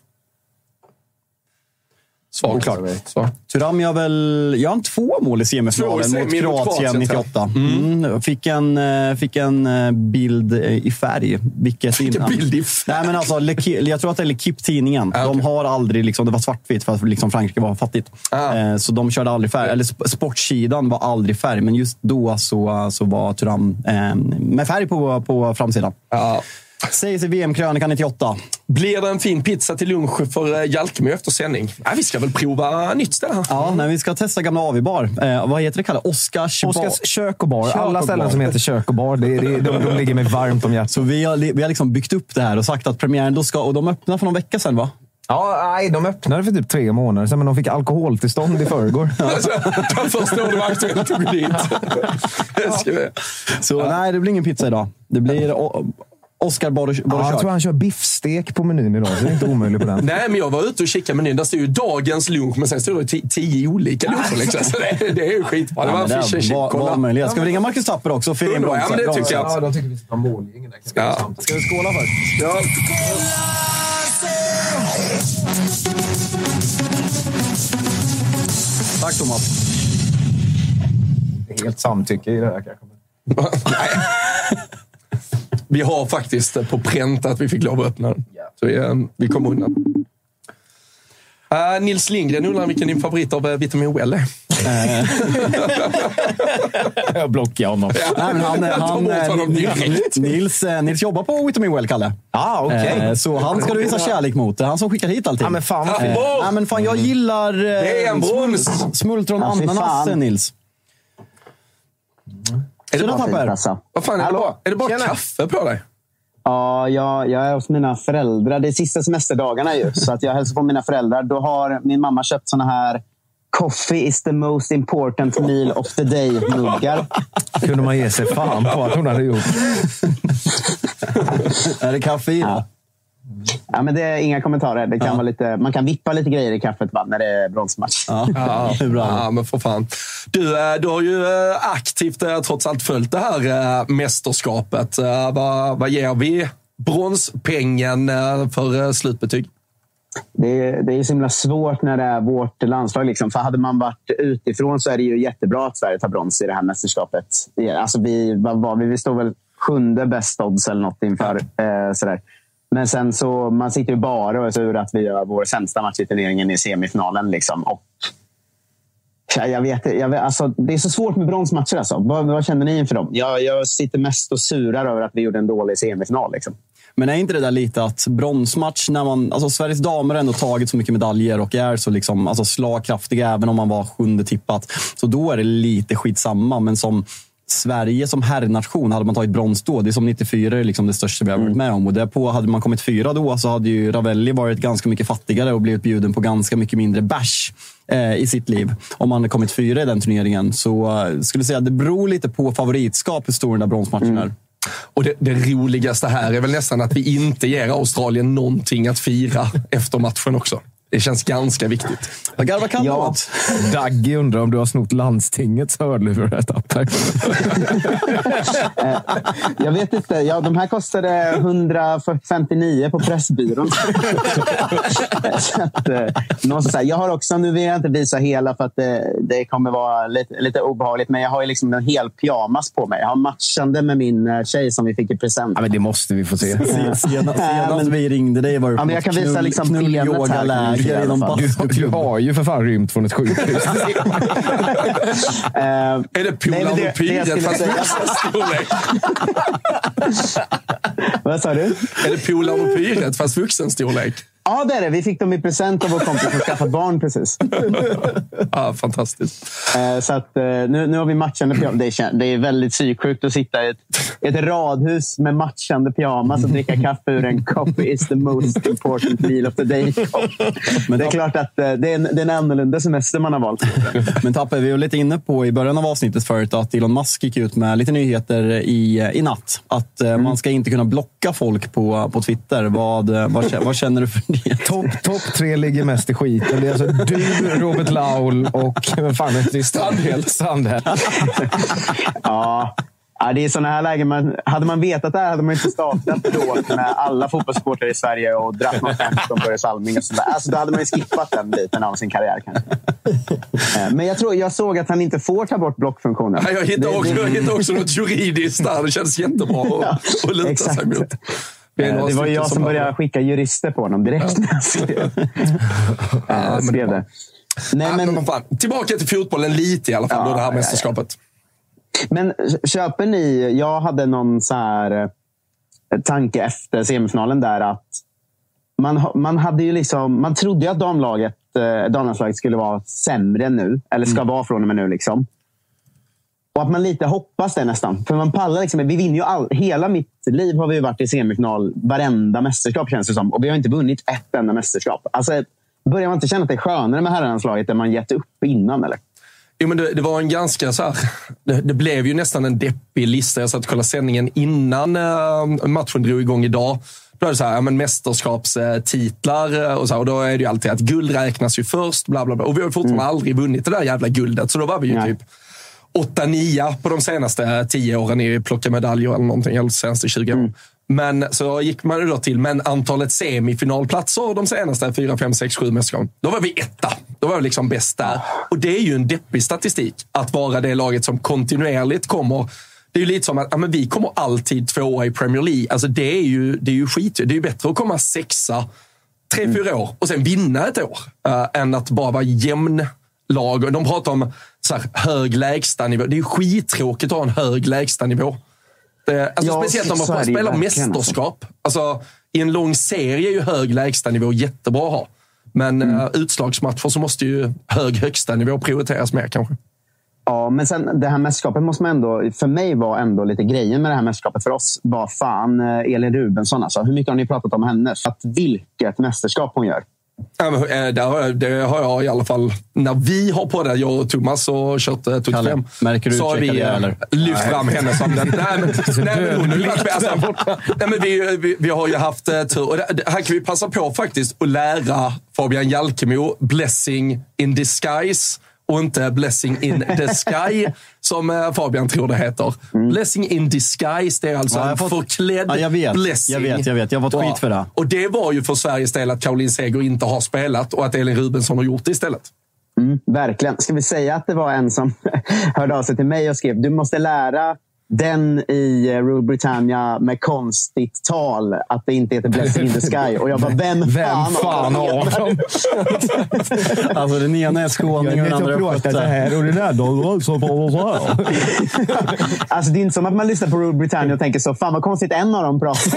Svar, klart. Svar. Turam gör väl... Jag har en två mål i semifinalen mot Kroatien nittioåtta. Mm. Mm. Fick, en, fick en bild i färg. Vilket fick innan. en bild i färg? Nej, men alltså, jag tror att det är L'Equipe-tidningen. Ah, okay. De har aldrig... Liksom, det var svartvitt för att liksom, Frankrike var fattigt. Ah. Så de körde aldrig färg. Eller sportsidan var aldrig färg. Men just då så, så var Turam eh, med färg på, på framsidan. Ah. Sägs i V M-krönikan nittioåtta. Blir det en fin pizza till lunch för Jalkemo efter sändning? Ja, vi ska väl prova nytt ställe här. Ja, nej, vi ska testa gamla A V-bar. Eh, vad heter det, Kalle? Oscars, Oscars kök och bar. Kök Alla ställen som heter kök och bar, det, det, de, de ligger mig varmt om hjärtat. Så vi har, vi har liksom byggt upp det här och sagt att premiären då ska... Och de öppnar för någon vecka sedan, va? Ja, nej, de öppnade för typ tre månader sedan, men de fick alkoholtillstånd i förrgår. De första åren var aktuellt tog dit. Så nej, det blir ingen pizza idag. Det blir... Oscar Borre Ja, jag tror han kör biffstek på menyn idag, så det är inte omöjligt på den. Nej, men jag var ute och kikade menyn. Där står ju dagens lunch, men sen står det t- tio olika luncher. Liksom. Så det, det är ju skitbra. Det var ja, en fish and chip. Var, ska vi ringa Marcus Tapper också? Och fylla in ja, men det tycker jag. Ja, då tycker vi ska ta mål. Ingen ska, ja. ska vi skåla först? Ja. Tack Thomas. Helt samtycke i det här kanske. Nej. Vi har faktiskt på pränt att vi fick lov att öppna den. Så vi, vi kommer undan. Uh, Nils Lindgren undrar vilken din favorit av uh, Vitamin Well är. Jag blockar honom. Ja. Nej, men han, han, han Nils, Nils jobbar på Vitamin Well, Kalle. Ah, okay. eh, så han ska du visa kärlek mot. Han som skickar hit allting. Ja, men fan, vad eh, nej, men fan jag gillar eh, det är en brons. Smultron ja, ananas, Nils. Är det, bara, vad fan, är det bara, är det bara kaffe på dig? Ja, jag, jag är hos mina föräldrar. Det är sista semesterdagarna ju. Så att jag hälsar på mina föräldrar. Då har min mamma köpt såna här Coffee is the most important meal of the day-muggar. Kunde man ge sig fan på att hon hade gjort. Är det kaffe i det? Ja. Ja, men det är inga kommentarer. Det kan ja. vara lite, man kan vippa lite grejer i kaffet va, när det är bronsmatch. Ja, ja, det är bra. Ja, men för fan. Du, du har ju aktivt trots allt följt det här mästerskapet. Vad, vad ger vi bronspengen för slutbetyg? Det är, det är så himla svårt när det är vårt landslag. Liksom. För hade man varit utifrån så är det ju jättebra att Sverige tar brons i det här mästerskapet. Alltså vi, vad var vi? Vi stod väl sjunde bäst odds eller något inför. Eh, sådär. Men sen så, man sitter ju bara och är sur att vi gör vår sämsta match i turneringen i semifinalen. Liksom. Och, jag vet, jag vet, alltså, det är så svårt med bronsmatcher. Alltså. Vad, vad känner ni inför dem? Jag, jag sitter mest och surar över att vi gjorde en dålig semifinal. Liksom. Men är inte det där lite att bronsmatch, när man, alltså Sveriges damer har ändå tagit så mycket medaljer och är så liksom, alltså slagkraftiga även om man var sjunde tippat. Så då är det lite skitsamma, men som Sverige som herrnation hade man tagit brons då. Det är som nittiofyra är liksom det största vi har varit med om. Och därpå hade man kommit fyra då så hade ju Ravelli varit ganska mycket fattigare och blivit bjuden på ganska mycket mindre bärs eh, i sitt liv. Om man hade kommit fyra i den turneringen. Så uh, skulle jag säga att det beror lite på favoritskap hur stor den där bronsmatchen mm. är. Och det, det roligaste här är väl nästan att vi inte ger Australien någonting att fira efter matchen också. Det känns ganska viktigt. Vad kan ja. Daggy undrar om du har snott landstingets hörlurar etapper. Jag vet inte. Ja, de här kostade etthundrafemtionio på Pressbyrån. Så att, någon säga, jag har också, nu vill jag inte visa hela för att det, det kommer vara lite, lite obehagligt, men jag har ju liksom en hel pyjamas på mig. Jag har matchande med min tjej som vi fick i present. Ja, men det måste vi få se. Senast, senast vi ringde dig var det ja, men jag kan visa knull, liksom knull, yoga du, du har ju för fan rymt från ett sjukhus. uh, är det Polar och Pyret fast vuxenstorlek? Vad sa du? Är det Polar och Pyret fast vuxenstorlek? Ja, det är det. Vi fick dem i present av vår kompis som skaffat barn precis. Ja, fantastiskt. Uh, så att, uh, nu, nu har vi matchande pyjamas. Det är, det är väldigt psyksjukt att sitta i ett, ett radhus med matchande pyjamas och dricka kaffe ur en coffee is the most important meal of the day. Men det är klart att uh, det, är en, det är en annorlunda semester man har valt. Men Tappe, vi var lite inne på i början av avsnittet förut att Elon Musk gick ut med lite nyheter i, i natt. Att uh, mm. man ska inte kunna blocka folk på, på Twitter. Vad, vad, vad känner du för det? Topp top tre ligger mest i skiten. Det är alltså du, Robert Laul och vad fan är det? Strandhäll. Strandhäll. Ja. Ja, det är såna här lägen. Man, hade man vetat det här hade man inte startat då med alla fotbollssportare i Sverige och dratt något hem som Börje Salming och sådär. Alltså, då hade man ju skippat den biten av sin karriär kanske. Men jag, tror, jag såg att han inte får ta bort blockfunktionen. Ja, jag hittade också, jag hittade också något juridiskt där. Det känns jättebra att, ja, att luta exakt. sig mot. Det, det var jag som, som började skicka jurister på honom direkt när jag skrev, äh, skrev det. Nej, ja, men, men fan, tillbaka till fotbollen lite i alla fall, ja, då det här ja, mästerskapet. Ja. Men köper ni... Jag hade någon så här tanke efter semifinalen där att man, man hade ju liksom... Man trodde ju att damlaget, damlandslaget skulle vara sämre nu, eller ska mm. vara från och med nu liksom. Och att man lite hoppas det nästan. För man pallar liksom, vi vinner ju all, hela mitt liv har vi varit i semifinal varenda mästerskap känns det som. Och vi har inte vunnit ett enda mästerskap. Alltså, börjar man inte känna att det är skönare med herrlandslaget än man gett upp innan eller? Jo, men det, det var en ganska så här det, det blev ju nästan en deppig lista. Jag satt och kollade sändningen innan uh, matchen drog igång idag. Då är det så här, ja, men mästerskapstitlar och så här, och då är det ju alltid att guld räknas ju först, bla bla bla. Och vi har ju fortfarande mm. aldrig vunnit det där jävla guldet. Så då var vi ju ja. typ åtta nio på de senaste tio åren i plocka medaljer eller någonting, eller senaste tjugo åren. Mm. Men så gick man ju då till, men antalet semifinalplatser de senaste fyra, fem, sex, sju mästerskapen, då var vi etta. Då var vi liksom bäst där. Och det är ju en deppig statistik att vara det laget som kontinuerligt kommer. Det är ju lite som att ja, men vi kommer alltid tvåa i Premier League. Alltså det är ju, det är ju skit. Det är ju bättre att komma sexa tre, mm. fyra år och sen vinna ett år uh, än att bara vara jämn lag. De pratar om så här, hög lägsta nivå. Det är ju skittråkigt att ha en hög lägsta nivå. Det, alltså ja, speciellt om man får spela mästerskap. Alltså, i en lång serie är ju hög lägsta nivå jättebra att ha. Men mm. uh, utslagsmatcher så måste ju hög högsta nivå prioriteras mer kanske. Ja, men sen det här mästerskapet måste man ändå, för mig var ändå lite grejen med det här mästerskapet för oss, var fan Elin Rubensson alltså. Hur mycket har ni pratat om henne? Att vilket mästerskap hon gör. Ja, men, det, har, det har jag i alla fall. När vi har på det, jag och Thomas och kört eh, trettiofem, märker du så har vi eh, lyft fram henne som den. Nej, men, nej, men, hon, alltså, nej, men vi, vi, vi har ju haft eh, tur. Och det, det, här kan vi passa på faktiskt att lära Fabian Jalkemo blessing in disguise. Och inte blessing in the sky som Fabian tror det heter. Mm. Blessing in disguise, det är alltså ja, en fått, förklädd ja, jag vet, blessing. Jag vet, jag vet. Jag har fått skit för det. Och det var ju för Sveriges del att Caroline Seger inte har spelat och att Elin Rubensson har gjort det istället. Mm, verkligen. Ska vi säga att det var en som hörde av sig till mig och skrev du måste lära den i Rule Britannia med konstigt tal att det inte heter Blessing in the Sky. Och jag bara, vem, vem fan, fan av dem? Alltså den ena är skåning och den andra är skötte. Här och den där då så på så. Alltså det är inte som att man lyssnar på Rule Britannia och tänker så, fan vad konstigt en av dem pratar.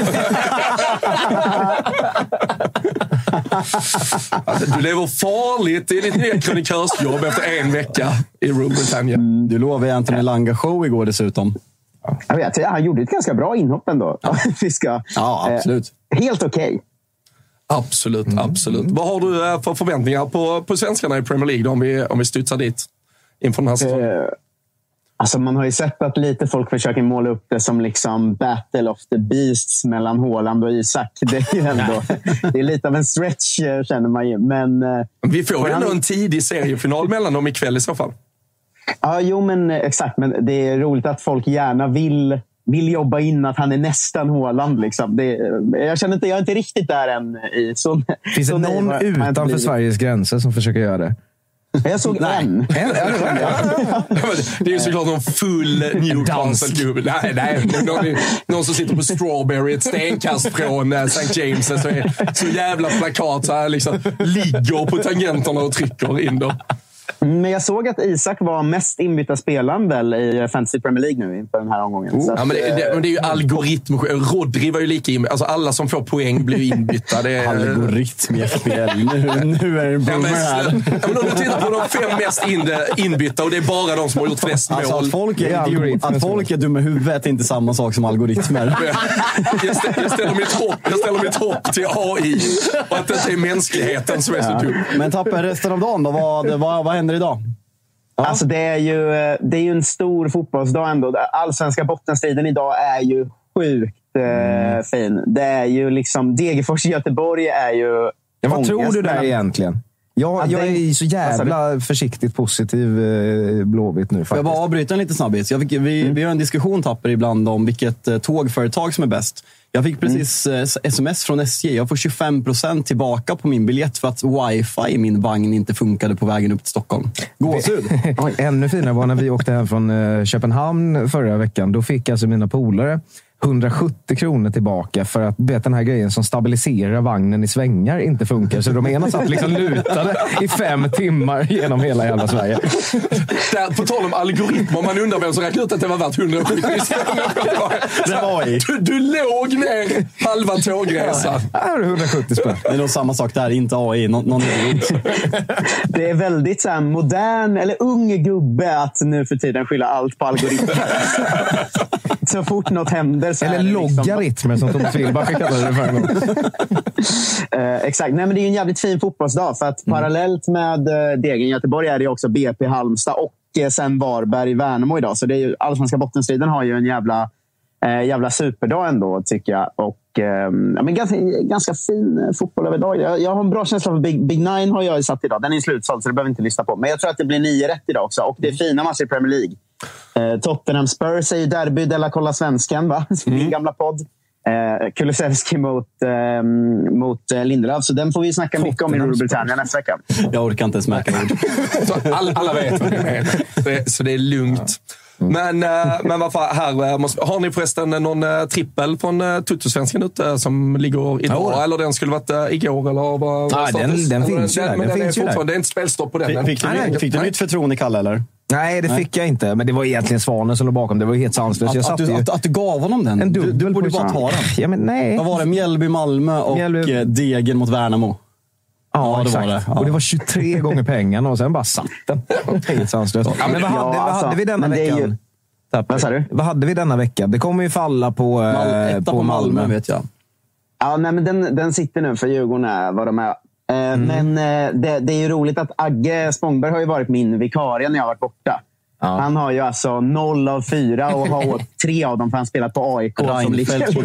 Alltså, du lever farligt i ditt nya kronikörsjobb efter en vecka i Rule Britannia. Mm, du lovade Anthony Langa show igår dessutom. Jag vet, han gjorde ett ganska bra inhopp ändå. Vi ska, ja, absolut. Eh, helt okej. Okay. Absolut, mm. absolut. Vad har du för förväntningar på, på svenskarna i Premier League då, om vi, om vi studsar dit inför den här säsongen? Eh, alltså man har ju sett att lite folk försöker måla upp det som liksom Battle of the Beasts mellan Haaland och Isak. Det är ju ändå det är lite av en stretch, känner man ju. Men, eh, vi får ju ändå en tidig seriefinal mellan dem ikväll i så fall. Ja, jo men exakt. Men det är roligt att folk gärna vill, vill jobba in att han är nästan Haaland. Liksom. Det, jag känner inte, jag är inte riktigt där än. I, så, Finns så det någon har, utanför har Sveriges gränser som försöker göra det? Jag såg en. en, en, en ja. Det är ju såklart någon full Newcastle-gubbe. Nej, nej. Någon, någon som sitter på Strawberry ett stenkast från Saint James. Så är så jävla plakat så här liksom ligger på tangenterna och trycker in dem. Men jag såg att Isak var mest inbytta spelaren väl i Fantasy Premier League nu inför den här omgången. Oh. Ja, men det, det, det är ju algoritm. Rodri var ju lika inbytta. Alltså alla som får poäng blir ju inbytta. Det är... Algoritm i F B L. Nu, nu är det en boomer här. Ja, men om du tittar på de fem mest inbytta och det är bara de som har gjort flest mål. Alltså att folk är, att folk är dumma i huvudet är inte samma sak som algoritmer. jag, ställer, jag, ställer mitt hopp, jag ställer mitt hopp till A I och att det inte är mänskligheten som är så dum. Men tappar resten av dagen då? Vad, vad, vad händer idag? Ja. Alltså det är, ju, det är ju en stor fotbollsdag ändå. Allsvenska bottenstriden idag är ju sjukt mm. eh, fin. Det är ju liksom Degerfors i Göteborg är ju... Ja, vad tror du där egentligen? Jag, ja, jag är så jävla försiktigt positiv eh, Blåvitt nu faktiskt. Jag bara avbryta en lite snabbis. Jag fick, vi, mm. vi har en diskussion Tapper ibland om vilket eh, tågföretag som är bäst. Jag fick precis mm. eh, sms från S J. Jag får tjugofem procent tillbaka på min biljett för att wifi i min vagn inte funkade på vägen upp till Stockholm. Gåshud. Ännu finare var när vi åkte hem från eh, Köpenhamn förra veckan. Då fick alltså mina polare hundrasjuttio kronor tillbaka för att vet, den här grejen som stabiliserar vagnen i svängar inte funkar. Så de ena satt liksom lutade i fem timmar genom hela jävla Sverige. Där, på tal om algoritmer, man undrar vem som räknade ut att det var värt hundrasjuttio. Det var i. Du, du låg ner halva tågresan. Ja, hundrasjuttio spänn. Det är nog samma sak där, inte A I. Någon, någon det är väldigt så här, modern eller ung gubbe att nu för tiden skylla allt på algoritmer. Så fort något händer så eller logaritmer liksom... som Thomas Wilbach kallade det för en gång. uh, exakt. Nej, men det är ju en jävligt fin fotbollsdag för att mm. parallellt med uh, Degen Göteborg är det också B P Halmstad och eh, sen Varberg Värnamo idag. Så det är ju, allsvenska bottenstriden har ju en jävla, eh, jävla superdag ändå, tycker jag. Och eh, ja, men ganska, ganska fin fotboll över dag. Jag, jag har en bra känsla för Big, Big Nine har jag ju satt idag. Den är slutsåld så det behöver inte lyssna på. Men jag tror att det blir nio rätt idag också. Och det är fina matcher i Premier League. Eh, Tottenham Spurs är ju derby, Della Kolla Svenskan, va? Mm. Min gamla podd. Eh, Kulusevski mot, eh, mot eh, Lindelöf. Så den får vi snacka mycket om i Storbritannien nästa vecka. Jag orkar inte ens märka ord. alla, alla vet vad det är. Så det är lugnt. Mm. Men, äh, men varför här måste, har ni förresten någon äh, trippel från äh, Tuttosvenskan ute som ligger idag? Ja. Eller den skulle varit äh, igår? Eller vad, ja, den, den, den finns ju där. Men den den finns är ju där. Det är inte spelstopp på den. Fick, fick, nej, du, fick du nytt förtroende, Kalle, eller? Nej, det nej. fick jag inte. Men det var egentligen Svanen som låg bakom. Det var helt sanslöst. Att, att, du, att, att du gav honom den? En dubbel du, du borde bara ta den. Ja, men nej. Vad var det? Mjällby, Malmö och Mjällby. Degen mot Värnamo. Ja, ja, det var det. Ja. Och det var tjugotre gånger pengarna och sen bara satt den. Helt sanslöst. Ja, men vad hade, ja, alltså, vad hade vi denna veckan? Ju... Vad sa du? Vad hade vi denna vecka? Det kommer ju falla på, Mal, eh, på, på Malmö. Malmö, vet jag. Ja, nej, men den, den sitter nu för Djurgården är vad de är. Eh, mm. Men eh, det, det är ju roligt att Agge Spångberg har ju varit min vikarie när jag har varit borta. Ja. Han har ju alltså noll av fyra och har tre av dem för han spelat på A I K. Reinfeldt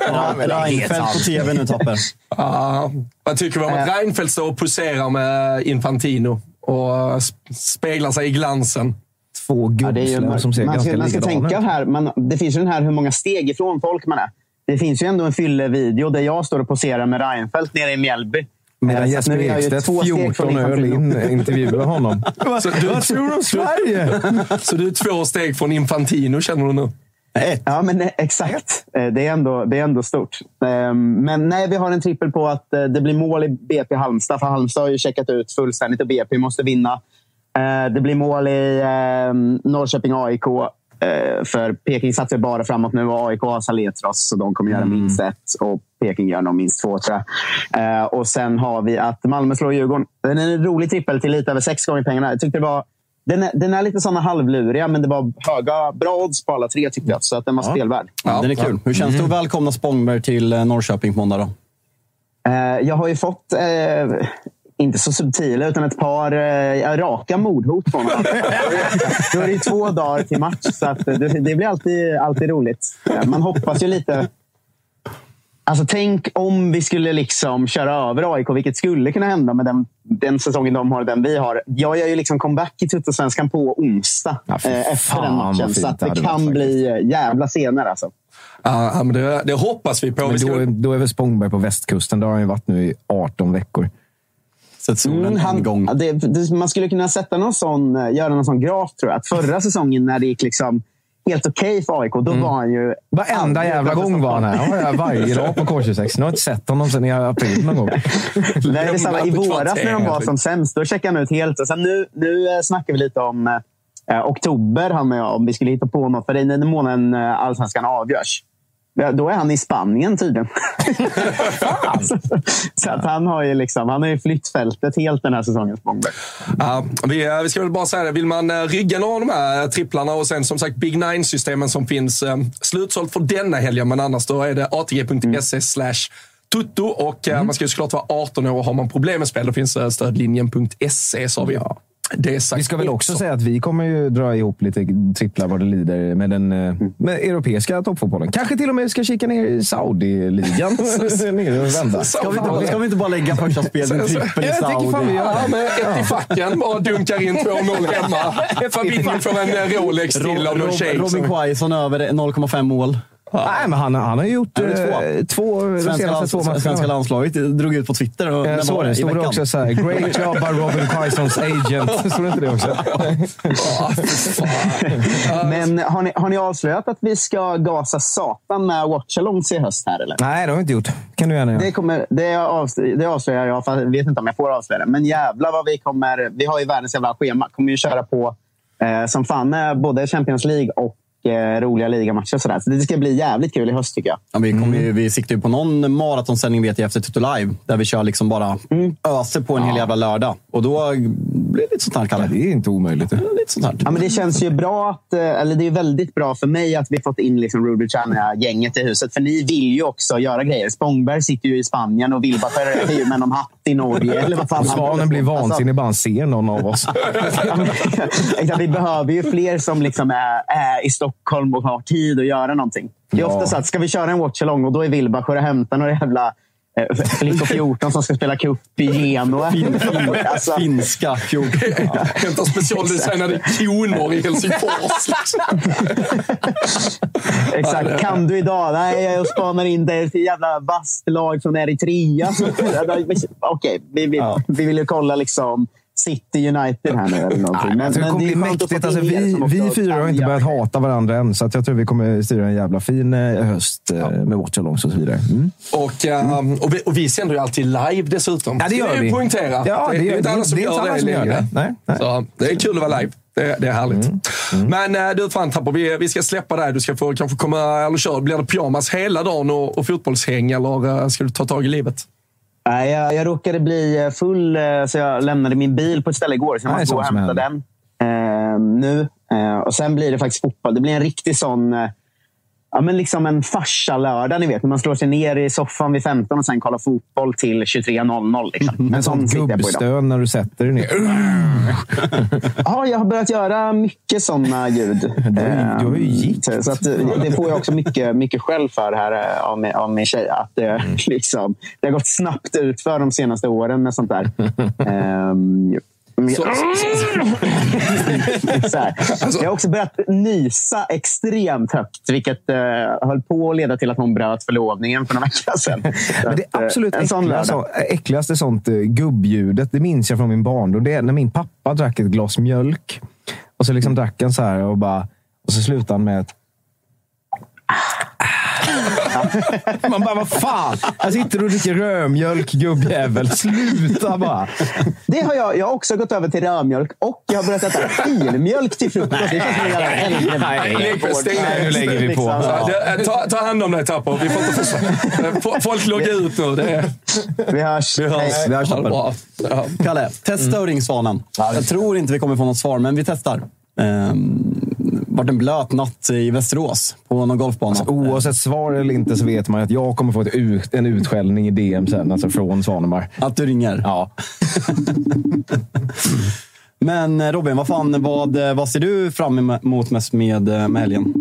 på tv nu, Topper. Ja, vad tycker vi om att äh. Reinfeldt står och poserar med Infantino och speglar sig i glansen? Två gubbslän ja, som ser man ganska ska, man ska tänka här, man, det finns ju den här hur många steg ifrån folk man är. Det finns ju ändå en fyllevideo där jag står och poserar med Reinfeldt nere i Mjällby. Medan Jesper Ekstedt fjorton öl in intervjuar honom. Så du, vad tror du om Sverige? Så du är två steg från Infantino, känner du nu? Ett. Ja, men exakt. Det är ändå, det är ändå stort. Men nej, vi har en trippel på att det blir mål i B P Halmstad. För Halmstad har ju checkat ut fullständigt och B P måste vinna. Det blir mål i Norrköping A I K. För Peking satsar bara framåt nu och A I K har Saletros så de kommer göra mm. minst ett och Peking gör nog minst två, tror jag. Och sen har vi att Malmö slår Djurgården. Den är en rolig trippel till lite över sex gånger pengarna. Jag tyckte det var Den är, den är lite såna halvluriga, men det var höga, bra odds på alla tre, tyckte jag. Så att den var ja. spelvärd. Ja, den är kul. Hur känns det att välkomna Spångberg till Norrköping på måndag då? Eh, jag har ju fått, eh, inte så subtila, utan ett par eh, raka mordhot från honom. Då är det två dagar till match, så att det, det blir alltid, alltid roligt. Man hoppas ju lite... Alltså tänk om vi skulle liksom köra över A I K, vilket skulle kunna hända med den, den säsongen de har, den vi har. Jag gör ju liksom comeback i Tuttosvenskan på onsdag ja, eh, efter den matchen. Så att det, det kan bli jävla senare alltså. Ja, men det, det hoppas vi på. Men vi ska... då, då är väl Spångberg på västkusten. Där har han ju varit nu i arton veckor. Sett solen mm, han, en gång. Det, det, man skulle kunna sätta någon sån, göra någon sån graf, tror jag. Att förra säsongen när det gick liksom helt okej okay för A I K, då mm. var han ju... Varenda jävla gång var han här. Ja, varje dag på K tjugosex. Nu har jag inte sett honom sedan i april någon gång. Nej, det är samma. I våras när de var som sämst, då checkade han ut helt. Och sen nu, nu snackar vi lite om eh, oktober, han och jag, om vi skulle hitta på något. För det är den månaden eh, allsvenskan avgörs. Då är han i Spanien tydligen. så, så att han har ju liksom, han har ju flytt fältet helt den här säsongen. Ja, vi, vi ska väl bara säga det. Vill man rygga några av de här tripplarna och sen som sagt Big Nine-systemen som finns eh, slutsålt för denna helgen, men annars då är det atg punkt se slash tutto och mm. man ska ju såklart vara arton år och har man problem med spel då finns stödlinjen punkt se, så vi har. Det är vi ska väl också, också säga att vi kommer ju dra ihop lite tripplar vad det lider med den med europeiska toppfotbollen. Kanske till och med ska kika ner i Saudi-ligan. ner och vända. Ska vi, inte, ska vi inte bara lägga första spelet med trippel i Saudi? Ja, med ett i facken och dunkar in två noll hemma. Förbindning för en Rolex till av någon tjej. Robin Quaison över noll komma fem mål. Ja. Nej, men han, han har gjort eh, två, två svenska, lands, två svenska landslaget drog ut på Twitter. Och, eh, så det stod det också så här: great job by Robin Quaisons agent. Stod det inte det också? Men har ni, har ni avslöjat att vi ska gasa satan med watchalongs i höst här, eller? Nej, det har vi inte gjort. Kan du gärna göra. Det, kommer, det, avslöjar, det avslöjar jag, fast jag vet inte om jag får avslöja det. Men jävla vad vi kommer... Vi har ju världens jävla schema. Kommer ju köra på eh, som fan med både Champions League och mycket roliga ligamatcher och sådär. Så det ska bli jävligt kul i höst tycker jag. Ja, vi, kommer, mm. vi siktar ju på någon maratonsändning vet jag efter Tutu Live. Där vi kör liksom bara mm. öser på en ja. hel jävla lördag. Och då blir det lite sånt här, Kalle. Ja, det är inte omöjligt. Det är lite sånt här. Ja, men det känns ju bra att, eller det är väldigt bra för mig att vi fått in liksom Rudy Chania-gänget i huset. För ni vill ju också göra grejer. Spångberg sitter ju i Spanien och Wilbacher är ju med någon hatt i Norge. Eller vad fan. Svanen blir vansinnig bara han ser någon av oss. Vi behöver ju fler som liksom är, är i Stockholm och har tid att göra någonting. Det är ja. ofta så att ska vi köra en watchalong och då är Wilbacher och hämtar några jävla eh, flickor fjorton som ska spela cup i Genoa. Fin, fin, alltså. Finska fjorton. Ja. Hämtar specialdesignade koner i Helsingfors. Exakt. Kan du idag? Nej, jag spanar in det till jävla bastlag från Eritrea. Okej, okay, vi, vi, ja. vi vill ju kolla liksom City United här nu eller någonting. Men, men det kommer bli mäktigt. Alltså, vi, vi fyra har inte börjat hata varandra än, så att jag tror vi kommer styra en jävla fin höst ja. med watchalongs och så vidare. Mm. Och, um, och, vi, och vi sänder ju alltid live dessutom. Ja, det gör vi. Poängtera. Ja, det, det, det är inte alla som det, gör det, det längre. Nej, nej. Så, det är kul att vara live. Det, det är härligt. Mm. Mm. Men du, fan Tapper, vi, vi ska släppa dig. Du ska få kanske komma eller köra. Blir det pyjamas hela dagen och, och fotbollshäng, eller ska du ta tag i livet? Nej, jag, jag råkade bli full så jag lämnade min bil på ett ställe igår så jag måste gå och hämta den eh, nu. Eh, och sen blir det faktiskt fotboll. Det blir en riktig sån eh, ja, men liksom en farsa-lördag, ni vet. När man slår sig ner i soffan vid femton och sen kollar fotboll till tjugotre noll noll. Liksom. Men en sån gubbstön när du sätter dig ner. Ja, jag har börjat göra mycket såna ljud. Du har ju gick. Så, så att, det får jag också mycket, mycket själv för här av min, av min tjej. Att det, mm. liksom, det har gått snabbt ut för de senaste åren med sånt där. um, Så, så här. Jag har också börjat nysa extremt högt, vilket uh, höll på att leda till att hon bröt förlovningen för några veckor sedan. Men det är absolut äckligaste, äckligaste sånt uh, gubbjudet, det minns jag från min barndom. Det är när min pappa drack ett glas mjölk och så liksom drack han så här och bara och så slutade han med ett man bara, vad fan? Jag sitter och dricker rödmjölk, gubbjävel. Sluta bara. Det har jag, jag har också gått över till rödmjölk och jag har börjat äta filmjölk till frukost. Det känns som en jävla äldre. Nej, nu lägger vi på. Ta, ta hand om dig, Tapper. Vi får inte försvara. Folk loggar ut nu. Det är... Vi hörs. Vi hörs. Vi hörs. Ja, ja. Kalle, testa mm. ringsvanen. Jag tror inte vi kommer få något svar, men vi testar. Um, vart en blöt natt i Västerås på någon golfbana. Alltså, oavsett svar eller inte så vet man att jag kommer få ett ut, en utskällning i D M sen, alltså från Svanemar. Att du ringer? Ja. Men Robin, vad fan, vad, vad ser du fram emot mest med, med helgen?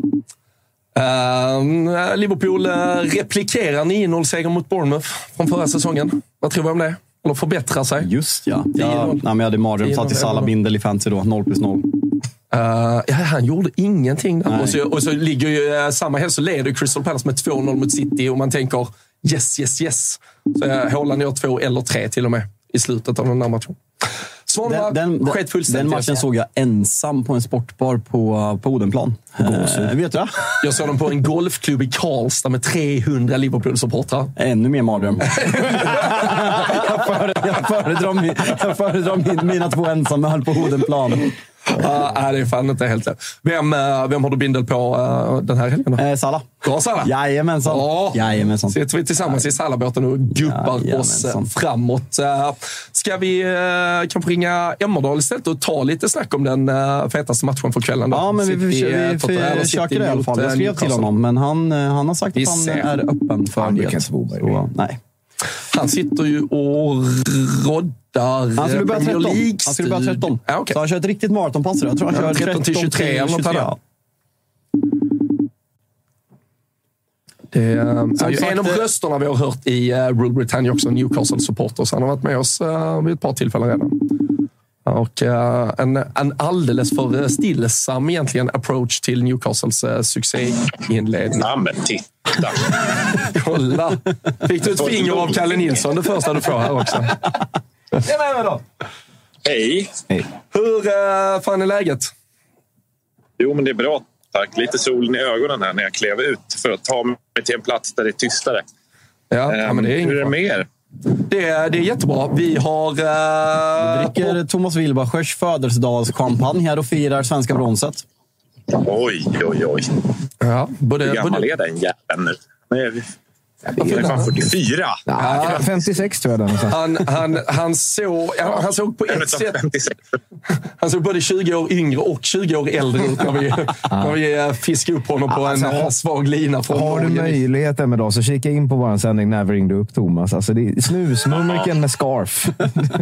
Uh, Liverpool uh, replikerar nio noll-seger mot Bournemouth från förra säsongen. Vad tror vi om det? Eller förbättrar sig? Just ja. ja nej, men jag hade mardröm, satt i Salah Bindel i fantasy då, noll plus noll. Uh, ja, han gjorde ingenting där. Och så, och så ligger ju uh, samma helg så leder Crystal Palace med två noll mot City och man tänker yes, yes, yes. Så uh, Haaland gör två eller tre till och med i slutet av den här matchen. Svanemar, den, den, den matchen såg jag ensam på en sportbar på, på Odenplan. Uh, vet du det? Jag såg dem på en golfklubb i Karlstad med trehundra Liverpool-supportrar. Ännu mer mardröm. jag föredrar, jag föredrar, min, jag föredrar min, mina två ensamma höll på Odenplan. Ja, uh, det är fan inte helt lätt. Vem, uh, vem har du bindel på uh, den här helgen? Eh, Salah. Ja, Salah. Jajamensan. Oh. Jajamensan. Sitter vi tillsammans i Salahbåten och guppar ja, oss framåt. Uh, ska vi uh, kanske ringa Emmerdal istället och ta lite snack om den uh, fetaste matchen för kvällen? Då? Ja, men City, vi, vi, vi, vi försöker det i alla fall. Jag skrev till honom, men han, han har sagt att han ser. är öppen för han det. Så, nej. Han sitter ju och roddar han skulle börja tretton. Han skulle börja tretton. Ja, okay. Så han kör ett riktigt maratonpass. Jag tror han kör tretton till tjugotre eller något annat. Det är ju en av rösterna vi har hört i uh, Rule Britannia också, Newcastle-supporter. Så han har varit med oss uh, vid ett par tillfällen redan. Och uh, en, en alldeles för stillsam egentligen approach till Newcastles uh, succéinledning. Ja, men titta. Kolla. Fick du ett finger av Kalle Nilsson det första du får här också? Det är med då. Hej. Hej. Hur uh, fan är läget? Jo, men det är bra. Tack. Lite solen i ögonen här när jag klev ut för att ta mig till en plats där det är tystare. Ja, um, ja men det är hur är det med er? Det är, det är jättebra. Vi har... Uh, vi dricker och... Thomas Wilbachers födelsedagschampagne här och firar svenska bronset. Oj, oj, oj. Ja, både, Hur gammal både... är den jäveln nu? Nej, han är fan fyrtiofyra. Ja, femtiosex tror jag den. Han, han, han, såg, ja, han såg på ett sätt... Han såg både tjugo år yngre och tjugo år äldre ut när vi, ja. när vi fiskade upp honom på alltså, en har, svag lina. Från har du möjlighet med då, så kika in på vår sändning när vi ringde upp Thomas. Alltså, det är snusmumriken ja. med scarf.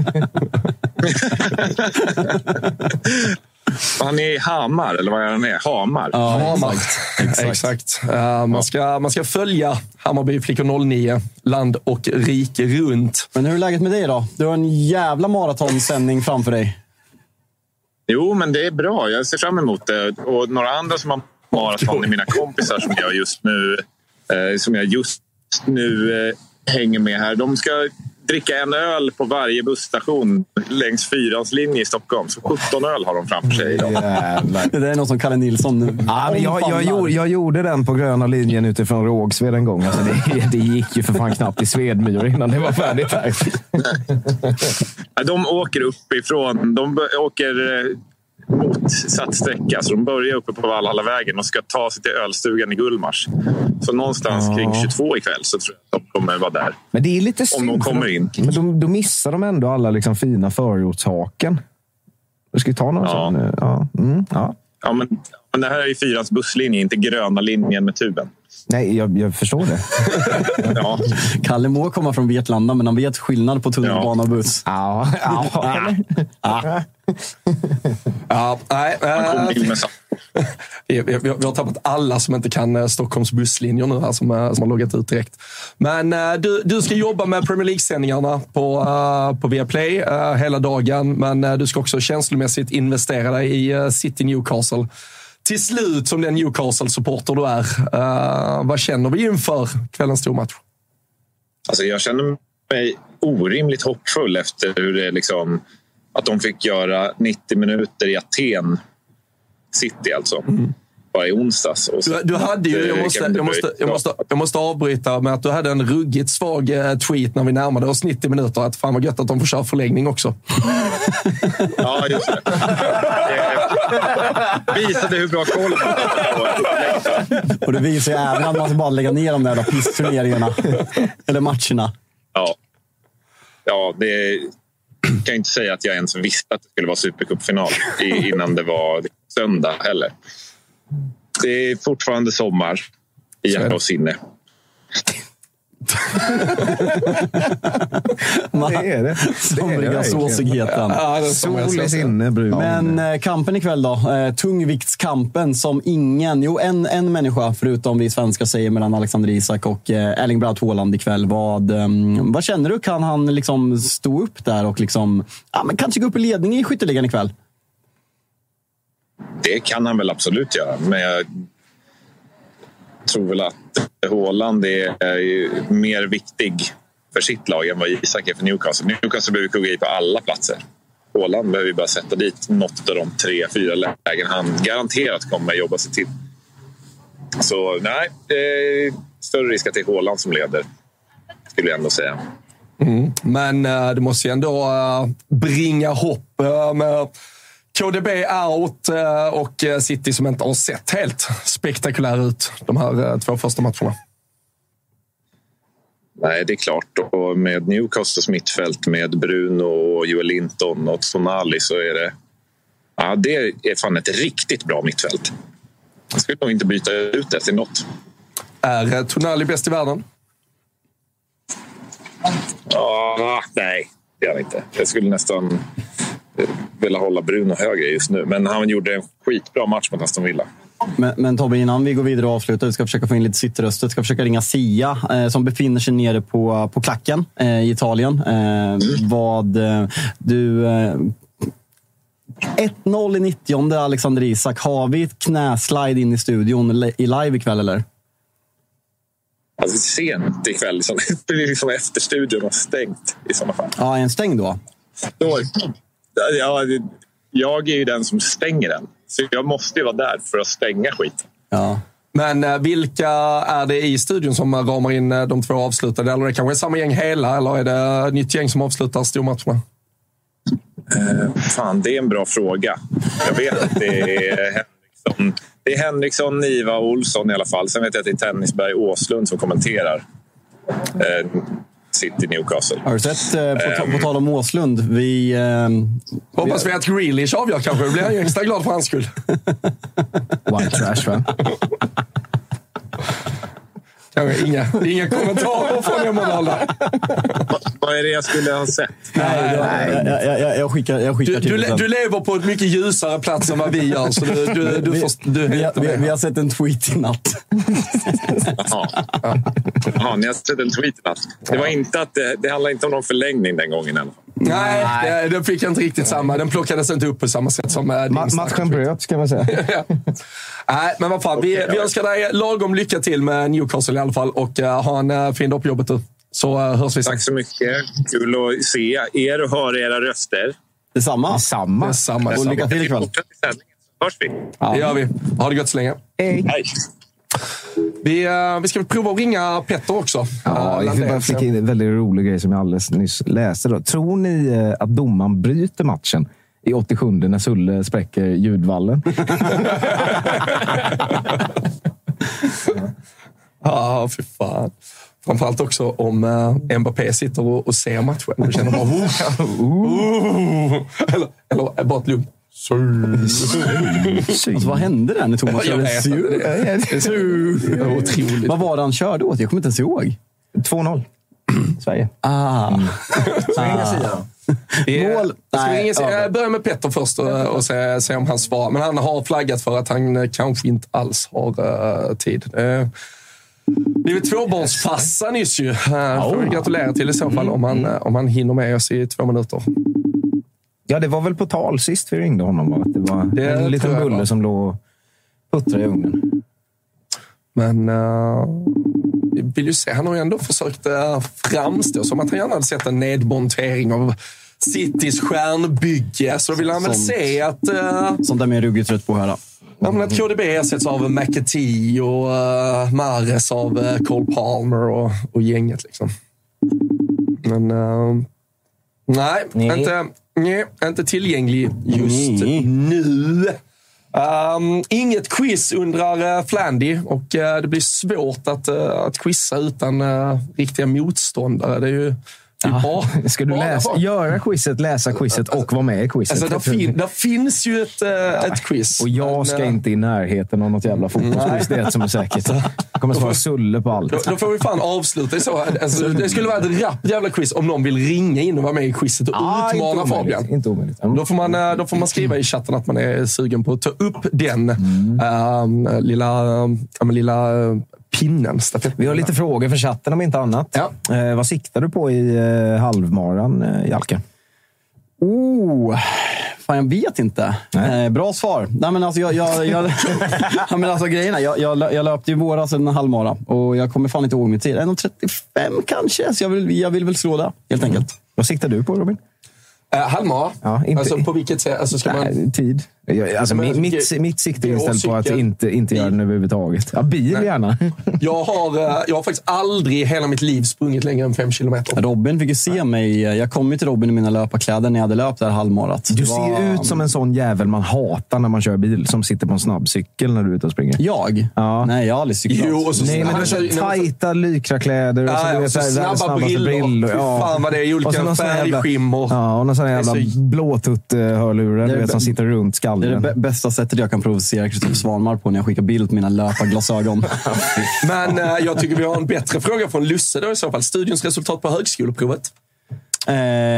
Han är i Hamar, eller vad är han är? Hamar. Ja, Hamar. Exakt. Exakt. Uh, man, ska, man ska följa Hammarby Flickor noll nio, land och rike runt. Men hur är läget med dig då? Du har en jävla maratonsändning framför dig. Jo, men det är bra. Jag ser fram emot det. Och några andra som har maraton är mina kompisar som jag just nu, eh, som jag just nu eh, hänger med här. De ska dricka en öl på varje busstation längs fyrans linje i Stockholm. Så sjutton öl har de framför sig idag. Det där är något som Kalle Nilsson... Ja, men jag, jag, gjorde, jag gjorde den på gröna linjen utifrån Rågsved en gång. Alltså det, det gick ju för fan knappt i Svedmyr innan det var färdigt här. De åker uppifrån. De åker motsatt sträcka. Så de börjar uppe på Valhallavägen och ska ta sig till ölstugan i Gullmars. Så någonstans ja. kring tjugotvå ikväll så tror jag att de kommer vara där. Men det är lite synd. Om de kommer in. Men de, då missar de ändå alla liksom fina förortshaken. Du ska ju ta någon ja. sån. Ja. Mm, ja. ja, men, men det här är ju fyrans busslinje, inte gröna linjen med tuben. Nej, jag, jag förstår det. ja. Kalle må komma från Vetlanda, men han vet skillnad på tunnelbana och buss. Ja, ja. ja. ja. ja nej, äh, vi, vi, vi har tappat alla som inte kan Stockholms busslinjer nu här, som, som har loggat ut direkt. Men äh, du, du ska jobba med Premier League-sändningarna på, äh, på Viaplay äh, hela dagen, men äh, du ska också känslomässigt investera dig i äh, City Newcastle. Till slut, som den Newcastle-supporter du är, uh, vad känner vi inför kvällens stormatch? Alltså jag känner mig orimligt hoppfull efter hur det liksom, att de fick göra nittio minuter i Aten City alltså. Mm. Bara i onsdags. Och du, du hade ju, jag måste, jag, måste, jag, måste, jag måste avbryta med att du hade en ruggigt svag tweet när vi närmade oss nittio minuter. Att fan vad gött att de får köra förlängning också. Ja, just det. det visade hur bra koll man hade. Och det visar ju även att man ska bara lägga ner de där pissturneringarna. Eller matcherna. Ja. Ja, det kan jag inte säga att jag ens visste att det skulle vara supercupfinal innan det var söndag heller. Det är fortfarande sommar i hjärta och sinne. Det är det. Somriga såsigheten. Ja, sol i sinne, brun. Men eh, kampen ikväll då. Eh, tungviktskampen som ingen, jo en, en människa förutom vi svenskar säger mellan Alexander Isak och eh, Erling Braut Haaland ikväll. Vad, eh, vad känner du? Kan han liksom stå upp där och liksom, ja, men kanske gå upp i ledning i skytteligan ikväll? Det kan han väl absolut göra, men jag tror väl att Haaland är mer viktig för sitt lag än vad Isak är för Newcastle. Newcastle behöver kugga i på alla platser. Haaland behöver bara sätta dit något av de tre, fyra lägen han garanterat kommer att jobba sig till. Så nej, det är större risk att det är Haaland som leder, skulle jag ändå säga. Mm. Men uh, det måste ju ändå uh, bringa hopp uh, med K D B out och City som inte har sett helt spektakulär ut de här två första matcherna. Nej, det är klart. Och med Newcastles mittfält med Bruno, Joel Linton och Tonali så är det, ja, det är fan ett riktigt bra mittfält. Jag skulle nog inte byta ut det till något. Är Tonali bäst i världen? Ja, nej, det är han inte. Jag skulle nästan vilja hålla Bruno högre just nu. Men han gjorde en skitbra match mot Aston Villa. Men, men Tobbe, innan vi går vidare och avslutar, vi ska försöka få in lite sittröster. Vi ska försöka ringa Sia eh, som befinner sig nere på, på klacken eh, i Italien. Eh, mm. Vad eh, du... Eh, ett noll i nittionde Alexander Isak. Har vi ett knäslide in i studion i live ikväll eller? Alltså sent ikväll. Liksom, det är liksom efter studion har stängt i sådana fall. Ja, en stäng då? då ja, jag är ju den som stänger den. Så jag måste ju vara där för att stänga skit. Ja. Men äh, vilka är det i studion som ramar in äh, de två avslutade? Eller är det kanske samma gäng hela? Eller är det ett nytt gäng som avslutar stormatcherna? Uh, fan, det är en bra fråga. Jag vet att det är, liksom, Det är Henriksson, Niva och Olsson i alla fall. Sen vet jag att det är Tennisberg och Åslund som kommenterar eh, City Newcastle. Har du sett, eh, på, ta, på tal om Åslund, vi... Eh, Hoppas vi, vi att Grealish avgör kanske. Då blir jag extra glad för hans skull. White trash, va? Inga, inga kommentarer från Emanuel. Vad är det jag skulle ha sett? Nej, då, nej. Jag, jag, jag, jag skickar, jag skickar du, till du, det. du lever på ett mycket ljusare plats än vad vi gör. Så du, du, du vi, får, du vi, vi, vi har sett en tweet i natt. Jaha, ja. Ja, ni har sett en tweet i natt. Det var inte att det, det handlar inte om någon förlängning den gången. Eller? Nej, nej. Den fick inte riktigt samma. Den plockades inte upp på samma sätt som äh, Ma- matchen bröt, ska man säga. Nej, men vad fan. Vi, okay, vi önskar dig lagom lycka till med Newcastle i alla fall. Och uh, ha en uh, fin dag på jobbet. Så uh, hörs vi sen. Tack så mycket. Kul att se er och höra era röster. Detsamma. Detsamma. Detsamma. Och lycka till ikväll. Hörs vi. Ja. Det gör vi. Ha det gott så länge. Hej. Hej. Vi, uh, vi ska prova att ringa Petter också. Ja, uh, jag vill bara flika in en väldigt rolig grej som jag alldeles nyss läste. Då. Tror ni uh, att domaren bryter matchen i åttiosjunde när Sulle spräcker ljudvallen? Ja, ah, för fan. Framförallt också om uh, Mbappé sitter och, och ser matchen. Och känner bara... Uh, uh, eller, eller bara ett lugnt. Alltså, vad hände där när Thomas jag vet, det, det var otroligt. Vad var det han körde åt? Jag kommer inte ens ihåg. två noll. Sverige. Ah. Mm. Så ringa sidan. Mål. Ska vi ringa, jag börjar med Petter först och, och se, se om han svarar. Men han har flaggat för att han kanske inte alls har uh, tid. Uh, det är väl tvåbarnsfarsa nyss ju. Uh, får vi gratulera till i så fall om han, uh, om han hinner med oss i två minuter. Ja, det var väl på tal sist vi ringde honom. Va? Det var det en liten bulle som låg puttra i ugnen. Men uh, jag vill ju se, han har ju ändå försökt uh, framstå som att han gärna hade sett en nedmontering av Citys stjärnbygge. Så då vill han väl Sånt. se att... Uh, Sånt där med ruggigt trött på att höra. Ja, men att K D B ersätts av McAtee och uh, Mahrez av uh, Cole Palmer och, och gänget liksom. Men uh, nej, nej. Inte, nej, inte tillgänglig just nej. nu. Um, inget quiz undrar uh, Flandy och uh, det blir svårt att, uh, att quizza utan uh, riktiga motståndare. Det är ju Ja. Ska du läsa, göra quizet, läsa quizet och vara med i quizet? Alltså, där, fin, där finns ju ett, äh, ett quiz. Och jag ska men, inte i närheten av något jävla fotbollsquiz. Det är ett som är säkert. Jag kommer svara Sulle på allt. Då, då får vi fan avsluta så. Alltså, det skulle vara ett rappt jävla quiz om någon vill ringa in och vara med i quizet och ah, utmana inte Fabian. Inte omöjligt. Då får, man, då får man skriva i chatten att man är sugen på att ta upp den mm. äh, lilla, äh, lilla pinnen. Vi har lite frågor för chatten om inte annat. Ja. Eh, vad siktar du på i eh, halvmaran, eh, Jalke? Oh, fan jag vet inte. Eh, bra svar. Nej men alltså jag, jag, jag ja, men alltså grejerna, jag, jag, jag löpte ju våras en halvmara och jag kommer fan inte ihåg min tid. en trettiofem kanske, så jag vill, jag vill väl slå det helt mm. enkelt. Vad siktar du på, Robin? Uh, halvmara? Ja, inte, alltså på vilket sätt? Alltså, ska nej, man... tid. Alltså, men, mitt, mitt, mitt sikte är inställt på att inte, inte göra den överhuvudtaget. Ja, bil nej. gärna. jag, har, jag har faktiskt aldrig i hela mitt liv sprungit längre än fem kilometer. Robin fick ju se mig. Jag kom ju till Robin i mina löparkläder när jag hade löpt där halvmarat. Du var... ser ju ut som en sån jävel man hatar när man kör bil. Som sitter på en snabbcykel när du är ute och springer. Jag? Ja. Nej, jag har aldrig cyklat. Jo, och så Nej, men du har tajta lykrakläder. Ja, och så, och så, så snabba, snabba brillor. brillor. Ja. Fan vad det är i olika färgskimmer. Ja, och någon sån jävla så... blåtutt-hörlurar du vet, som sitter runt skallen. Det är det b- bästa sättet jag kan provocera Kristoffer Svanmar på när jag skickar bild på mina löparglasögon. Men äh, jag tycker vi har en bättre fråga från Lusse då i så fall. Studiens resultat på högskoleprovet? Eh,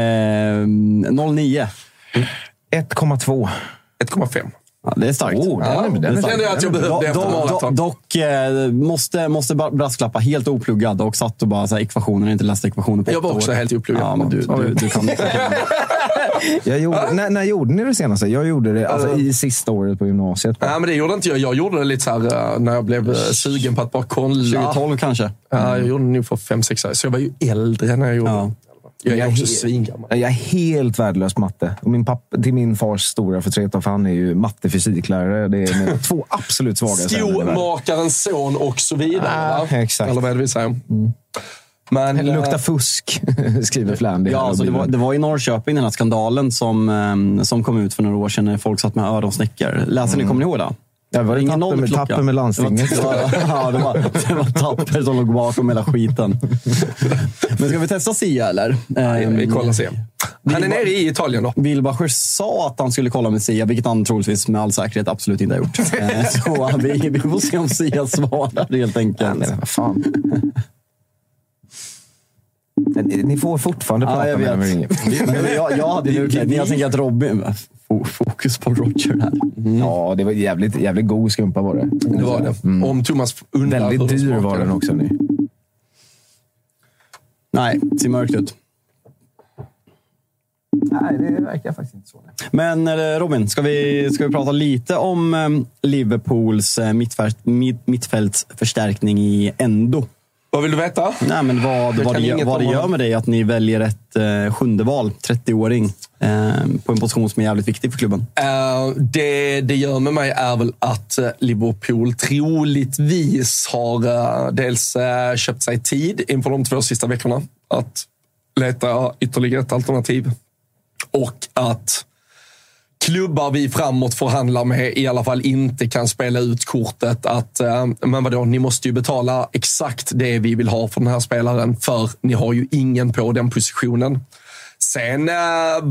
noll nio. ett komma två. ett komma fem. Ja, det är starkt. Oh, ja, det är kände jag att jag behövde efter maraton. Dock eh, måste, måste brasklappa helt opluggad och satt och bara så här, ekvationer, inte lästa ekvationer på jag var också år. Helt opluggad. Ja, men du, du, du kan jag gjorde, när, när gjorde ni det senaste? Jag gjorde det alltså, uh, i sista året på gymnasiet. Nej, men det gjorde inte jag. Jag gjorde det lite så här när jag blev sugen på att bara kolla. tjugo tolv kanske? Mm. Ja, jag gjorde det nog för fem sex år. Så jag var ju äldre när jag gjorde ja. det. Jag är, jag är också svingammal. Jag är helt värdelös matte. Och min pappa, till min fars stora förtret, för han är ju matte-fysiklärare. Det är med två absolut svaga skomakarens son och så vidare. Ah, exakt. Eller vad är det vi säger? Mm. Men, det luktar fusk, skriver Flandy. Ja, alltså det, var, det var i Norrköping den här skandalen som, som kom ut för några år sedan när folk satt med öronsnäckor. Läser mm. ni, kommer ni ihåg det? Ja, var det ingen tapper med, tapper med landstinget? Det var, ja, det var, det var tapper som låg bakom hela skiten. Men ska vi testa Sia eller? Nej, vi kollar Sia. Han är nere i Italien då. Wilbacher sa att han skulle kolla med Sia, vilket han troligtvis med all säkerhet absolut inte har gjort. Så vi, vi får se om Sia svarar helt enkelt. Ja, men vad fan. Ni får fortfarande prata ja, med mig. Jag, jag hade nu men jag tänker att Robin... Fokus på Roger här. Mm. Ja, det var jävligt, jävligt god skumpa var det. Det var det. Mm. Om Thomas undrar väldigt dyr var den också. Ni. Nej, det ser mörkt ut. Nej, det verkar faktiskt inte så. Men Robin, ska vi, ska vi prata lite om Liverpools mittfält, mitt, mittfältsförstärkning i Endo? Vad vill du veta? Nej, men vad, vad, det, vad det gör med dig att ni väljer ett eh, sjunde val, trettio-åring, eh, på en position som är jävligt viktig för klubben? Uh, det det gör med mig är väl att uh, Liverpool troligtvis har uh, dels uh, köpt sig tid inför de två sista veckorna att leta ytterligare ett alternativ. Och att klubbar vi framåt förhandlar med i alla fall inte kan spela ut kortet att, eh, men vadå, ni måste ju betala exakt det vi vill ha för den här spelaren, för ni har ju ingen på den positionen. Sen eh,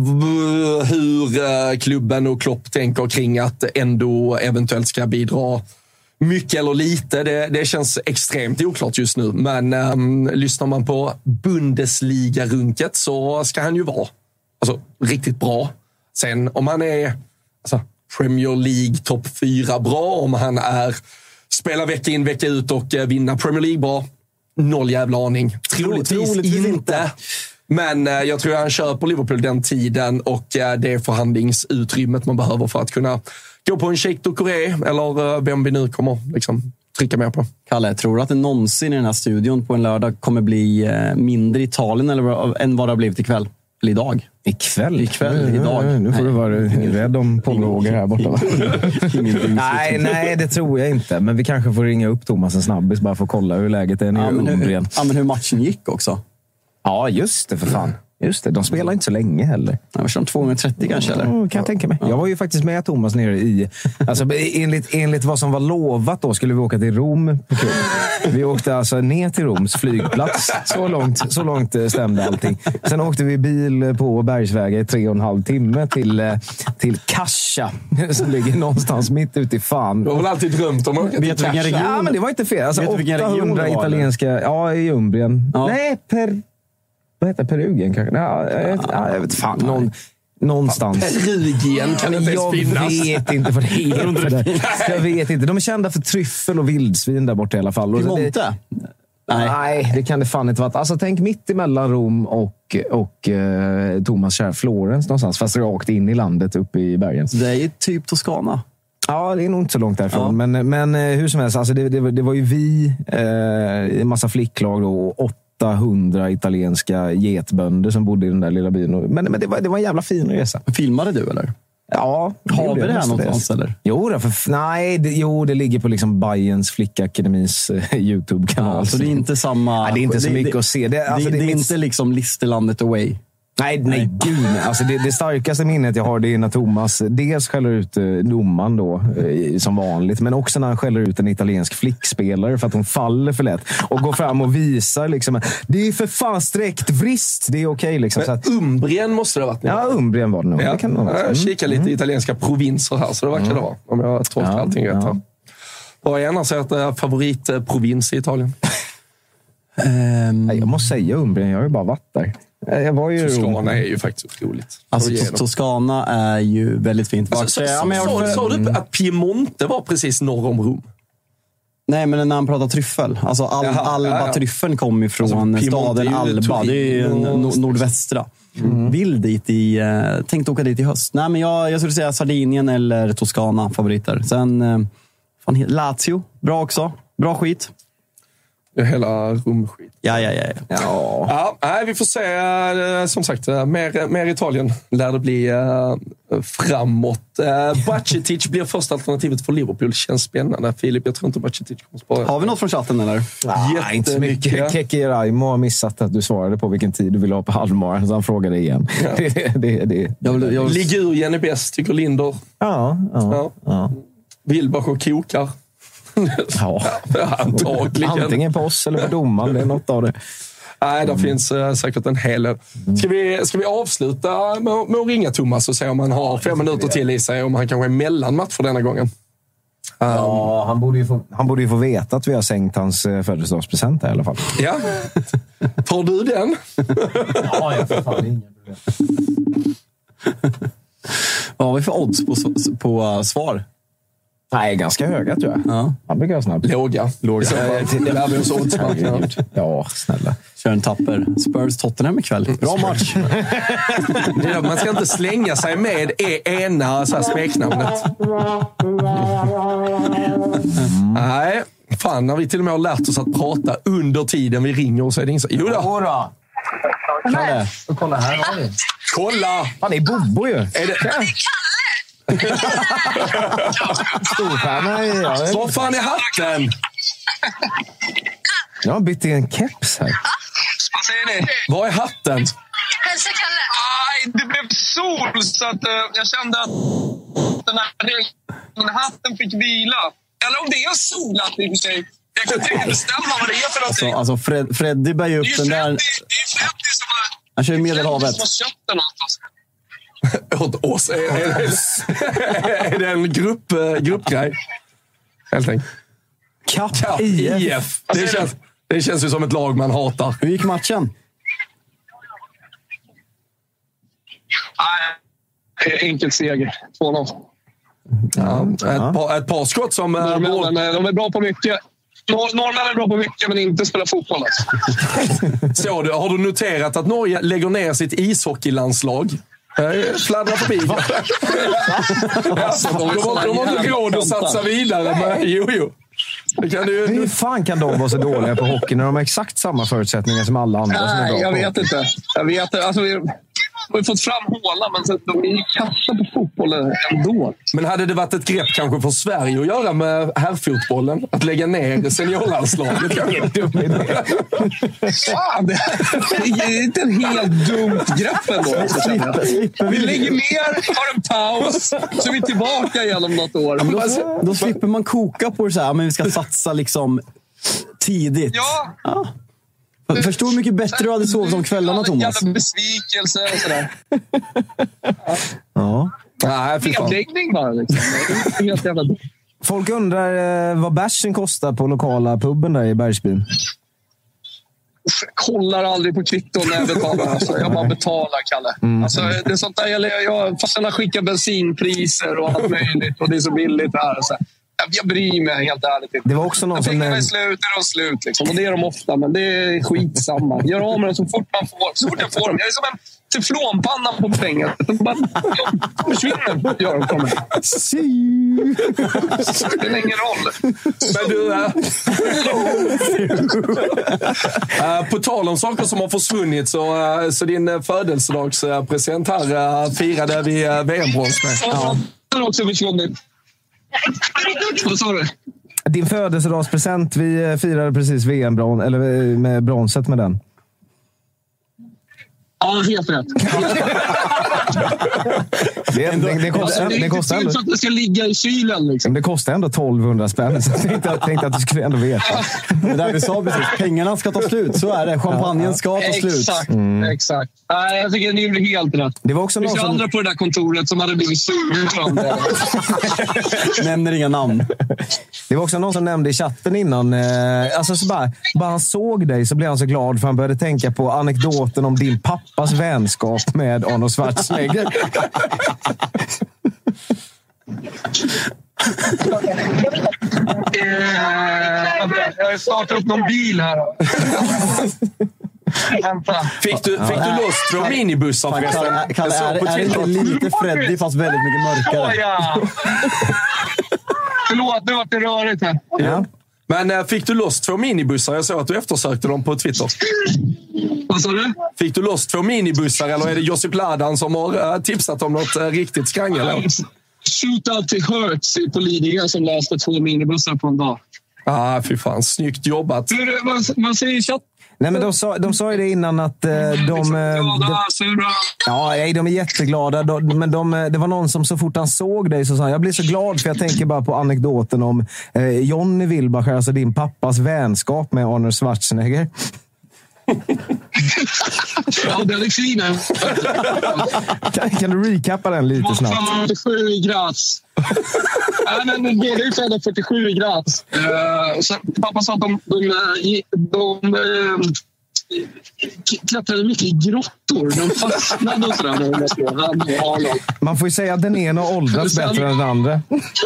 hur eh, klubben och Klopp tänker kring att ändå eventuellt ska bidra mycket eller lite, det, det känns extremt oklart just nu. Men eh, lyssnar man på Bundesliga-runket så ska han ju vara alltså, riktigt bra. Sen om han är alltså, Premier League topp fyra bra, om han är spelar vecka in vecka ut och eh, vinna Premier League bra, noll jävla aning. Troligtvis, Troligtvis inte. Men eh, jag tror han köper Liverpool den tiden och eh, det förhandlingsutrymmet man behöver för att kunna gå på en Sheikh Doucouré eller eh, vem vi nu kommer liksom, trycka mer på. Kalle, tror du att det någonsin i den här studion på en lördag kommer bli eh, mindre Italien eller, än vad det har blivit ikväll? Eller idag? Ikväll? Ikväll, mm, idag. Nu, nu får du vara rädd om Paul-Roger här borta. Va? nej, nej, det tror jag inte. Men vi kanske får ringa upp Thomas en snabbis bara för att kolla hur läget är nere ja, i Umbrien. Ja, men hur matchen gick också. Ja, just det, för fan. Just det, de spelar inte så länge heller. Ja, var tvåhundratrettio kanske, eller? Mm, kan jag tänka mig. Ja. Jag var ju faktiskt med Thomas nere i... Alltså, enligt, enligt vad som var lovat då skulle vi åka till Rom på klubb. Vi åkte alltså ner till Roms flygplats. Så långt, så långt stämde allting. Sen åkte vi bil på Bergsvägar i tre och en halv timme till, till Kasha, som ligger någonstans mitt ute i fan. Du har väl alltid drömt om att åka till Kasha? Region? Ja, men det var inte fel. Alltså, åttahundra italienska... Ja, i Umbrien. Ja. Nej, per... Vad heter Perugien kanske? Ja, jag, vet, ja, jag vet fan. Någon, någonstans. Perugien kan inte ens finnas. Jag vet inte vad det heter. Jag vet inte. De är kända för tryffel och vildsvin där borta i alla fall. Piemonte? Nej. Nej, det kan det fan inte vara. Alltså tänk mitt emellan Rom och, och eh, Thomas kär Florens någonstans. Fast rakt in i landet uppe i bergen. Det är ju typ Toscana. Ja, det är nog inte så långt därifrån. Ja. Men, men hur som helst, alltså det, det, det var ju vi, eh, en massa flicklag då, och åttahundra italienska getbönder som bodde i den där lilla byn. Men, men det, var, det var en jävla fin resa. Filmade du eller? Ja. Har vi det här någonstans eller? Jo, då, för, nej, det, jo, det ligger på liksom Bayerns Flickakademis uh, YouTube-kanal. Ja, så det är inte samma... Nej, det är inte så det, mycket det, att se. Det, alltså, det, det, det är minst... inte liksom Listerlandet away. Nej, nej, nej. Gud. Alltså det, det starkaste minnet jag har det är när Thomas dels skäller ut eh, domaren då, eh, som vanligt. Men också när han skäller ut en italiensk flickspelare för att hon faller för lätt. Och går fram och visar liksom, det är för fan sträckt vrist. Det är okej okay, liksom. Men så att, Umbrien måste det ha varit. Ja, Umbrien var det nog. Ja, det kan nog jag kikar lite mm. italienska provinser här, så det verkar mm. det vara. Om jag tolkar ja, allting rätt här. Vad är annars ert favoritprovins i Italien? um, jag måste säga Umbrien, jag har ju bara varit där. Jag var ju Toscana är ju faktiskt roligt. Alltså, Toscana är ju väldigt fint. Alltså, så, så, ja, så, så, så du att Piemonte var precis norr om Rom? Nej, men när han pratar tryffel. Alltså Al- Jaha, Alba-tryffeln kommer ju från alltså, staden är Alba. Det är ju nord- nordvästra. Mm. Vill dit i... Eh, tänkte åka dit i höst. Nej, men jag, jag skulle säga Sardinien eller Toscana favoriter. Sen eh, fan, Lazio, bra också. Bra skit. Hela rumskit. Ja, ja, ja. ja. ja. ja vi får se. Som sagt, mer, mer Italien lär det bli uh, framåt. Uh, Baccetic blir första alternativet för Liverpool. Känns spännande. Filip, jag tror inte Baccetic kommer spara. Har vi något från chatten eller? Nej, inte så mycket. Keke Raimo har missat att du svarade på vilken tid du vill ha på halvmaran, så han frågade igen. Ja. det, det, det. Jag vill, jag vill... Ligurien är bäst, tycker Linder. Ja, ja, ja. ja. Wilbach och kokar. Ja, antagligen. Antingen på oss eller på domaren. Det är något av det. Nej, det mm. finns uh, säkert en hel del. Ska vi, ska vi avsluta med, med att ringa Thomas och se om han har fem minuter till i sig, om han kanske är mellanmatch för denna gången? Um, ja, han borde, ju få, han borde ju få veta att vi har sänkt hans uh, födelsedagspresent här, i alla fall. Ja. Tar du den? Ja, jag får fan ingen. Vad har vi för odds på, på uh, svar? Nej, ganska höga tror jag. Ja. Han brukar vara snabb. Låga. Låga. Det lär vi oss oddsmarknaden. Ja, snälla. Kör en tapper. Spurs Tottenham ikväll. Bra match. Man ska inte slänga sig med ena så här smeknamnet. Mm. Nej, fan, när vi till och med har lärt oss att prata under tiden vi ringer och så är det inget. Jo då. Jodå. Kalle, kolla här har vi. Kolla! Fan, det är Bobo ju. Är det... Storstjärna. Ja. Vad fan är hatten? Jag har bytt i en keps här. Vad säger ni? Vad är hatten? Hälsa Kalle. Aj, det blev sol så att uh, jag kände att den här, den här hatten fick vila. Eller om det är en solhatt i och för sig. Jag kan inte bestämma vad det är för någonting. Alltså, alltså Fred, Freddy bär ju upp den där... Det är Freddy som har... Han kör ju Medelhavet. som har köpt den åt oss. Åt oss? Är, är, är det en grupp, gruppgrej? Helt enkelt. Kapp, Kapp I F. Det känns, det känns ju som ett lag man hatar. Hur gick matchen? Nej, enkel seger. två noll. Ja, ett, par, ett par skott som... Norrmännen, äh, de är bra på mycket. Nor- Norrmännen är bra på mycket, men inte spelar fotboll. Alltså. Så, du, har du noterat att Norge lägger ner sitt ishockeylandslag? Fladdrar förbi. Alltså, de har de har inte råd att satsa vidare. Men, jo, jo. Det kan du... Hur fan kan de vara så dåliga på hockey när de har exakt samma förutsättningar som alla andra? Nej, som är bra jag på. vet inte. Jag vet alltså, vi har fått fram håla, men så, de är ju kassa på fotbollen ändå. Men hade det varit ett grepp kanske för Sverige att göra med herrfotbollen? Att lägga ner seniorlandslaget kanske? Fan, det, det är inte en helt dumt grepp ändå. Vi lägger ner, har en paus, så är vi tillbaka igen om något år. Då, då slipper man koka på det så här, men vi ska satsa liksom tidigt. Ja. ja. Förstår hur mycket bättre du hade sovit om kvällarna, Thomas. Jävla besvikelse och sådär. Ja. Nej, nedläggning bara liksom. Det är helt jävla... Folk undrar eh, vad bärsen kostar på lokala puben där i Bergsbyn. Jag kollar aldrig på kvitton när jag betalar. Alltså. Jag bara betalar, Kalle. Mm. Alltså, det är sånt där, jag, jag, fast jag skickar bensinpriser och allt möjligt. Och det är så billigt här. Alltså. Jag, jag bryr mig helt ärligt inte. Det var också någon som pengarna är slut, är de slut. Liksom. Och det är de ofta, men det är skitsamma. Gör av med dem så fort man får. Så fort jag får dem. Jag är som en teflonpanna på pengar. De bara de försvinner. Gör de på mig. Det spelar ingen roll. Men du... Äh, uh, på tal om saker som har försvunnit så, uh, så din födelsedagspresent här uh, firade vi uh, V M-brons med. Ja. Det har också försvunnit. Vad sa du? Din födelsedagspresent, vi firade precis V M-brons, eller med bronset med den. Ja, helt rätt. det, det, det kostar, alltså, det det kostar ändå, så att det ska ligga i kylen. Liksom. Det kostar ändå tolvhundra spänn, så jag tänkte, jag tänkte att du skulle ändå veta. Det där vi sa precis, pengarna ska ta slut, så är det. Champagnen ska ta slut. Exakt, mm. exakt. Nej, jag tycker att ni blir helt rätt. Det var också det någon finns som... andra på det där kontoret som hade blivit sura. Nämner inga namn. Det var också någon som nämnde i chatten innan, eh, alltså så bara, bara han såg dig så blev han så glad för han började tänka på anekdoten om din pappas vänskap med Arnold Schwarzenegger. Jag startar upp någon bil här. Fick du, fick du loss två minibussar förresten? Kalle, Kalle, är, är det inte lite Freddy fast väldigt mycket mörkare? Oh, ja. Förlåt, nu vart det rörigt här. Ja. Men äh, fick du loss två minibussar? Jag såg att du eftersökte dem på Twitter. Vad sa du? Fick du loss två minibussar eller är det Josip Ladan som har äh, tipsat om något äh, riktigt skrangel? Shootout till Hertz på Lidingö som läste två minibussar på en dag. Ah, fy fan. Snyggt jobbat. Man säger chatt. Nej, men de sa, de sa ju det innan att eh, de... Eh, de ja, nej, de är jätteglada. De, men de, det var någon som så fort han såg dig så sa jag blir så glad för jag tänker bara på anekdoten om eh, Johnny Wilbacher, alltså din pappas vänskap med Arnold Schwarzenegger. Ja, den är fin. kan, kan du recappa den lite snabbt? fyrtiosju i Graz. Ja, men det är ju födda fyrtiosju i Graz. Uh, så pappa sa att de, de, de, de uh, klättrade mycket i grottor. De fastnade och sådär. Man får ju säga att den ena åldras bättre än den andra.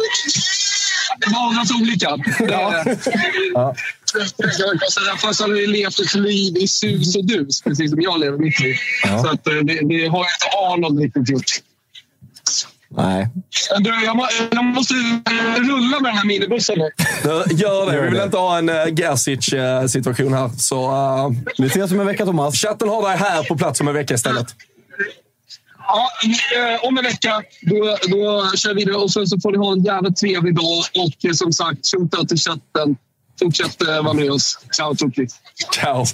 Många olika. Ja. Ja. Först har vi levt ett liv i sus och dus, precis som jag lever mitt liv. Ja. Så att, det, det har inte Arnold riktigt gjort. Nej. Du, jag, må, jag måste rulla med den här minibussen nu. Gör det. Vi vill inte ha en uh, Gerzic-situation här. Så, uh, vi ses om en vecka, Thomas. Chatten har dig här på plats om en vecka istället. Ja, om en vecka då, då kör vi det och sen så får ni ha en jävligt trevlig dag och som sagt, shootout till chatten. Fortsätt vara med oss. Ciao, Toki. Ciao.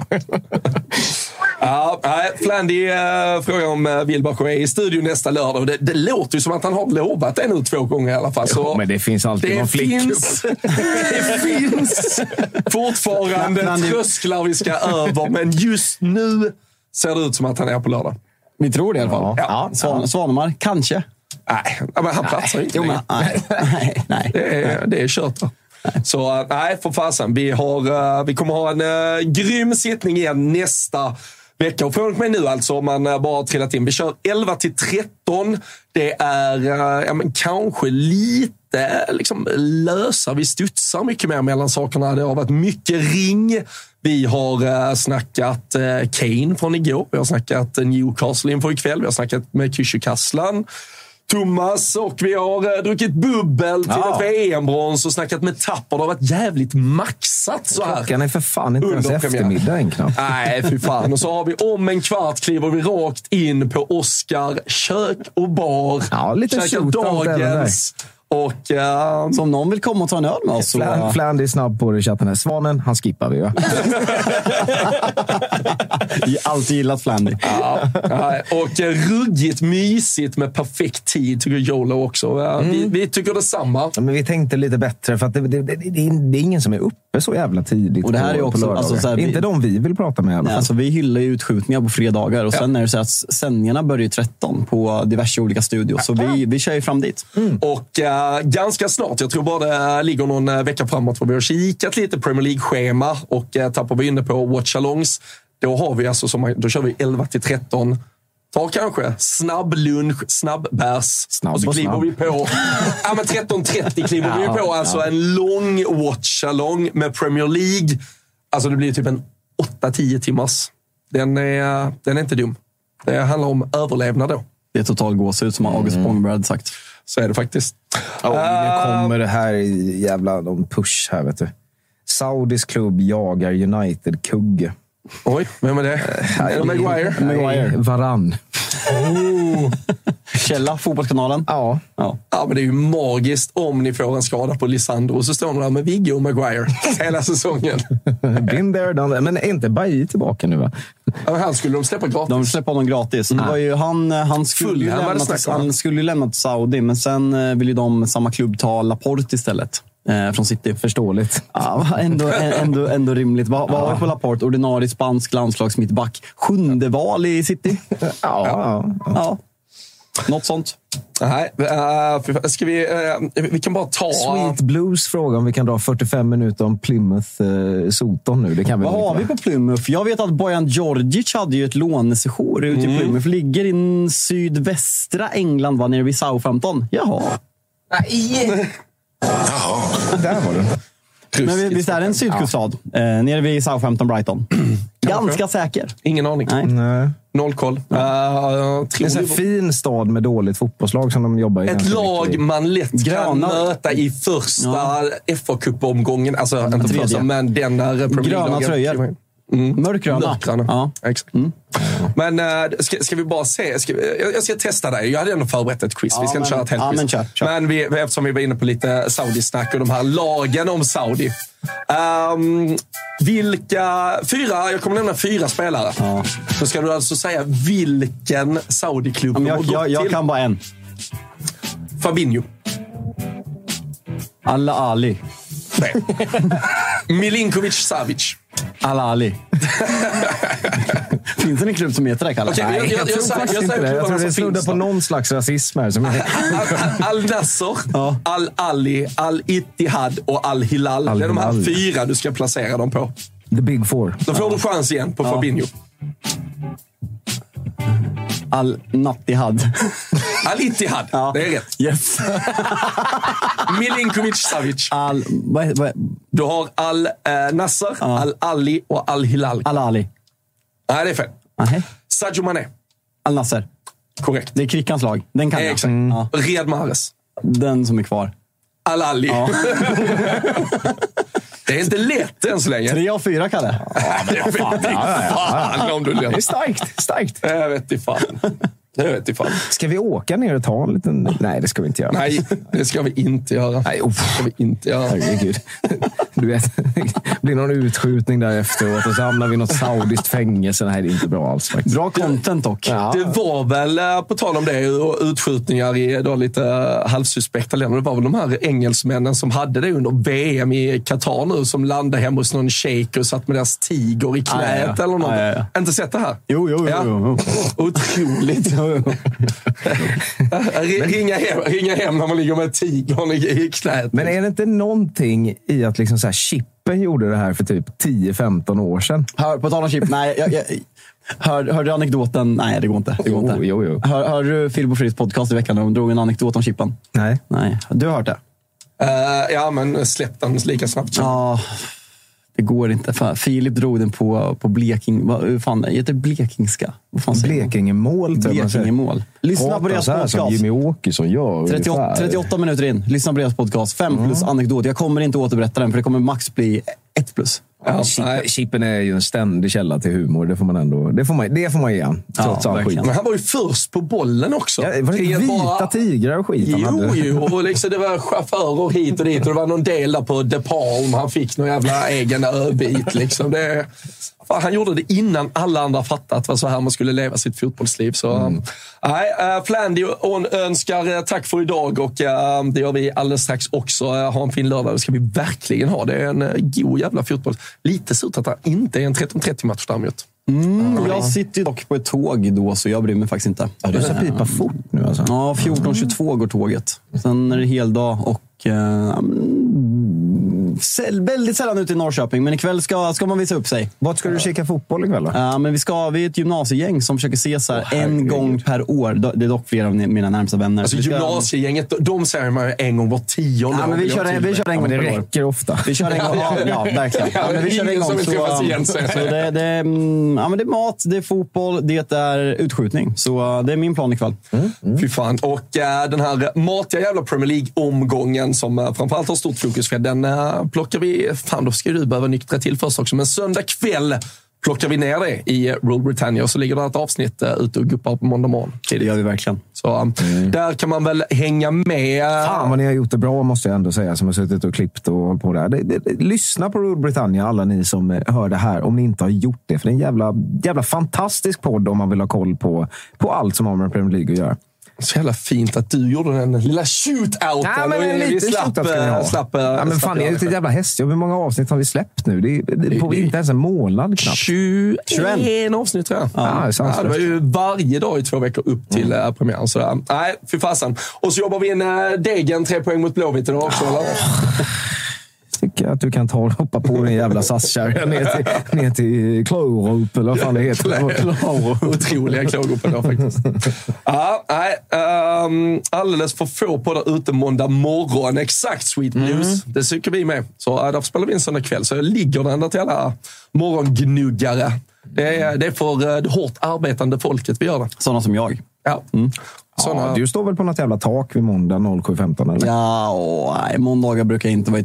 Ja, Flandy äh, frågar om äh, Wilbacher är i studion nästa lördag och det, det låter ju som att han har lovat det nu två gånger i alla fall. Så jo, men det finns alltid det någon finns, det finns fortfarande trösklar vi ska över, men just nu ser det ut som att han är på lördag. Vi tror det i alla fall. Ja. Ja. Svan, Svanemar, kanske. Nej, men han platsar inte. Jo, men, nej, nej, nej. Det är, det är kört. Så nej, för fasen. Vi, har, vi kommer ha en uh, grym sittning igen nästa vecka. Och från mig nu alltså, om man uh, bara trillat in. Vi kör elva till tretton. Det är uh, ja, men kanske lite liksom, lösa. Vi studsar mycket mer mellan sakerna. Det har varit mycket ring. Vi har uh, snackat uh, Kane från igår. Vi har snackat uh, Newcastle inför ikväll. Vi har snackat med Kyshukaslan. Thomas och vi har uh, druckit bubbel till ja. ett V M-brons och snackat med Tapper. Det har varit jävligt maxat så här. Klockan är för fan inte ens eftermiddag än knappt. Nej, för fan. Och så har vi om en kvart kliver vi rakt in på Oscar kök och bar. Ja, lite dagens. Och uh, så om någon vill komma och ta en öl med oss så... Flan, Flan, det är snabb på det i chatten här. Svanen, han skippar vi, va? Jag har alltid gillat Flandy. Ja, ja, och ruggigt mysigt med perfekt tid, tycker Jolo också. Mm. Vi, vi tycker detsamma. Ja, men vi tänkte lite bättre, för att det, det, det, det, det är ingen som är uppe så jävla tidigt. Och det här på, är också, alltså, så här, inte vi, de vi vill prata med. Nej, alltså, vi hyllar ju utskjutningar på fredagar och ja. sen är det så att sändningarna börjar ju tretton på diverse olika studios. Så vi, vi kör ju fram dit. Mm. Och uh, ganska snart, jag tror bara det ligger någon uh, vecka framåt, för vi har kikat lite Premier League-schema och uh, tappar vi inne på watch-alongs. Då har vi alltså, som, då kör vi elva till tretton. Ta kanske snabb lunch, snabb bärs. Snabb och så kliver snabb. vi på. Ja, men tretton trettio kliver ja, vi på. Alltså ja. en lång watch-along med Premier League. Alltså det blir typ en åtta tio timmars. Den är, den är inte dum. Det handlar om överlevnad då. Det är total gåshud som August mm. Spångberg sagt. Så är det faktiskt. Ja, nu kommer det här jävla de push här, vet du. Saudis klubb jagar United-kugge. Oj, vem är det? Är det Maguire? Maguire. Varann. Oh. Källa, Fotbollskanalen. Ja. ja. Ja, men det är ju magiskt om ni får en skada på Lisandro och så står de där med Viggo och Maguire hela säsongen. Been there, done that. Men är inte Bailly tillbaka nu, va? Ja, han skulle de släppa gratis. De släppa honom gratis. Mm. Det var ju, han, han, skulle ju lämna till, han skulle ju lämna till Saudi, men sen vill ju de samma klubb ta Laporte istället. Eh, från City. Förståeligt. Ja, ändå, ändå, ändå rimligt. Vad var det på Laporte? Ordinarie spansk landslagsmittback. Sjunde val i City. Ja, ja, ja. ja. Något sånt. Nej, uh, ska vi, uh, vi kan bara ta... Sweet Blues fråga om vi kan dra fyrtiofem minuter om Plymouth uh, Soton nu. Det kan vi. Vad har vi på Plymouth? Jag vet att Bojan Djordjic hade ju ett lånesession ute mm. i Plymouth. Ligger i sydvästra England, var nere vid Southampton. Jaha. Nej. Jaha. Där var det. Men visst är det en sydkuststad? Ja. Eh, nere vid Southampton, Brighton. Ganska säker. Ingen aning. Nej. Nej. Noll koll. Ja. Uh, det är en fin stad med dåligt fotbollslag som de jobbar i. Ett lag mycket. Man lätt Gröna. kan möta i första ja. F A-cupomgången. Alltså mm, inte första, men den där... Gröna tröjor. Mm. Mörkgröna. Mörkgröna. Ja. Exakt. Mm. Men äh, ska, ska vi bara se? Ska vi, jag, jag ska testa dig. Jag hade ändå förberett ett quiz. Ja, vi ska men, inte köra ett helt ja, quiz. Men, kör, kör. men vi, eftersom vi var inne på lite Saudi-snack och de här lagen om Saudi. Um, vilka... Fyra, jag kommer nämna fyra spelare. Ja. Så ska du alltså säga vilken Saudi-klubb de har gått jag, jag till. Kan bara en. Fabinho. Al-Ali. Nej. Milinkovic Savic. Al-Ali. Finns det en klubb som heter det, Kalle? Okay, Nej, jag, jag, jag, jag, jag, jag, jag, jag, jag tror det snuddar på någon slags rasism här. Som är... Al-Nasser, ja. Al-Ali, Al-Ittihad och Al-Hilal. Al-Hilal. Det är de här fyra du ska placera dem på. The Big Four. Då får ja. du chans igen på ja. Fabinho. Al-Nattihad. Al-Ittihad, ja. Det är rätt. Yes. Milinkovic Savic. Al... Vad, vad? Du har Al-Nasser, ja. Al-Ali och Al-Hilal. Al-Ali. Nej, det är fel. Uh-huh. Sadio Mané. Al-Nasser. Korrekt. Det är Krickans lag. Den kan jag. Exakt. Mm. Ja. Riyad Mahrez. Den som är kvar. Al-Ali. Ja. Det är inte lätt än så länge. Tre av fyra, Kalle. Ja, men det vet inte fan om du lätt. Det är starkt. starkt. Jag vet inte fan. Jag vet inte fan. Ska vi åka ner och ta en liten... Nej, det ska vi inte göra. Nej, det ska vi inte göra. Nej, oh. Det ska vi inte göra. Herregud. Du vet, det blir någon utskjutning där efteråt och så hamnar vi i något saudiskt fängelse. Nej, det är inte bra alls faktiskt. Bra content dock. Ja. Det var väl, på tal om det, och utskjutningar i då lite halvsuspekta länder. Det var väl de här engelsmännen som hade det under V M i Qatar nu, som landade hemma hos någon shejk och satt med deras tiger i knät ah, ja, ja. eller något. Ah, ja, ja. Inte sett det här? Jo, jo, jo. Ja. jo, jo. Otroligt. ringa, hem, ringa hem när man ligger med tigern i, i knät. Men är det inte någonting i att liksom så här, Chippen gjorde det här för typ tio femton år sedan? Hör, på tal om Chip, nej, jag, jag, hör, hörde du anekdoten? Nej, det går inte. Det går jo, inte. Jo, jo. Hör, hörde du Filip och Fredriks podcast i veckan när de drog en anekdot om Chippen? Nej. Nej. Du har hört det? Uh, ja, men släpp den lika snabbt. Ja, det går inte. Fan, Filip drog den på, på Bleking... Vad fan, det heter blekingska. Vad fan Blekingemål. Blekingemål. Lyssna Prata på deras podcast. Som Jimmy Åkesson gör. trettioåtta, trettioåtta minuter in. Lyssna på deras podcast. Fem mm. plus anekdot. Jag kommer inte återberätta den, för det kommer max bli ett plus. Ja, Chippen, Chippen är ju en ständig källa till humor. Det får man ändå... Det får man, det får man ge han. Ja, men han var ju först på bollen också. Ja, det var det vita bara... tigrar och skit han jo, hade. Jo, och liksom det var chaufförer hit och dit. Och det var någon del där på De Palm. Han fick någon jävla egen öbit. Liksom. Det... Fan, han gjorde det innan alla andra fattat att var så här man skulle leva sitt fotbollsliv. Så, mm. nej, uh, Flandy önskar uh, tack för idag, och uh, det gör vi alldeles strax också. Uh, ha en fin lördag, det ska vi verkligen ha. Det är en uh, god jävla fotboll. Lite surt att det inte är en tretton trettio-match däremot. Mm, mm. Jag sitter dock på ett tåg då, så jag bryr mig faktiskt inte. Ja, du ska pipa fort nu alltså. Ja, fjorton tjugotvå går tåget. Sen är det heldag och uh, väldigt sällan ute i Norrköping, men ikväll ska, ska man visa upp sig. Vad ska du kika fotboll ikväll då? Ja, men vi ska vi är ett gymnasiegäng som försöker ses här oh, en gång per år. Det är dock flera av mina närmsta vänner. Alltså ska... gymnasiegänget, de säger man en gång var tionde. Ja, men vi kör en, vi kör en gång per år. Det räcker ofta. Vi kör en gång, ja, ja verkligen. Ja, men vi kör en gång så, så det, det, ja, men det är mat, det är fotboll, det är utskjutning. Så det är min plan ikväll. Mm. Mm. Fy fan. Och äh, den här matiga jävla Premier League-omgången som äh, framförallt har stort fokus för, den äh, plockar vi... Fan, då ska du behöva nyktra till först också. Men söndag kväll plockar vi ner det i Rule Britannia, och så ligger det ett avsnitt uh, ute och guppar på måndag morgon. Det gör vi verkligen. Så um, mm. där kan man väl hänga med. Fan vad ni har gjort det bra, måste jag ändå säga, som har suttit och klippt och hållit på där. Det, det, det, lyssna på Rule Britannia, alla ni som uh, hör det här, om ni inte har gjort det. För det är en jävla, jävla fantastisk podd om man vill ha koll på, på allt som har med Premier League att göra. Så jävla fint att du gjorde den lilla shootouten. Ja, men en liten slapp, shootout ska ni ha. Slapp, ja, men fan, det är ett jävla hästjobb. Hur många avsnitt har vi släppt nu? Det är, det är på inte ens en månad knappt. tjugoett avsnitt tror jag. Ja, det, ja, det var ju varje dag i två veckor upp till mm. premiären. Så, nej, fy fasen. Och så jobbar vi in äh, Degen, tre poäng mot Blåvitt idag också. Eller? Tycker att du kan ta och hoppa på den jävla SAS-kärran ner till, ner till Klorup, eller vad fan det heter. Otroliga Klorupen då faktiskt. Ja, nej, um, alldeles för få på där ute måndag morgon. Exakt, Sweet News. Mm. Det tycker vi med. Så äh, därför spelar vi in söndag kväll. Så jag ligger den där till alla morgongnuggare. Det är, det är för det hårt arbetande folket vi gör det. Sådana som jag. Ja. Mm. Såna... Ja, du står väl på något jävla tak vid måndag noll sju femton eller? Ja, åh, nej, måndagar brukar inte vara i tid.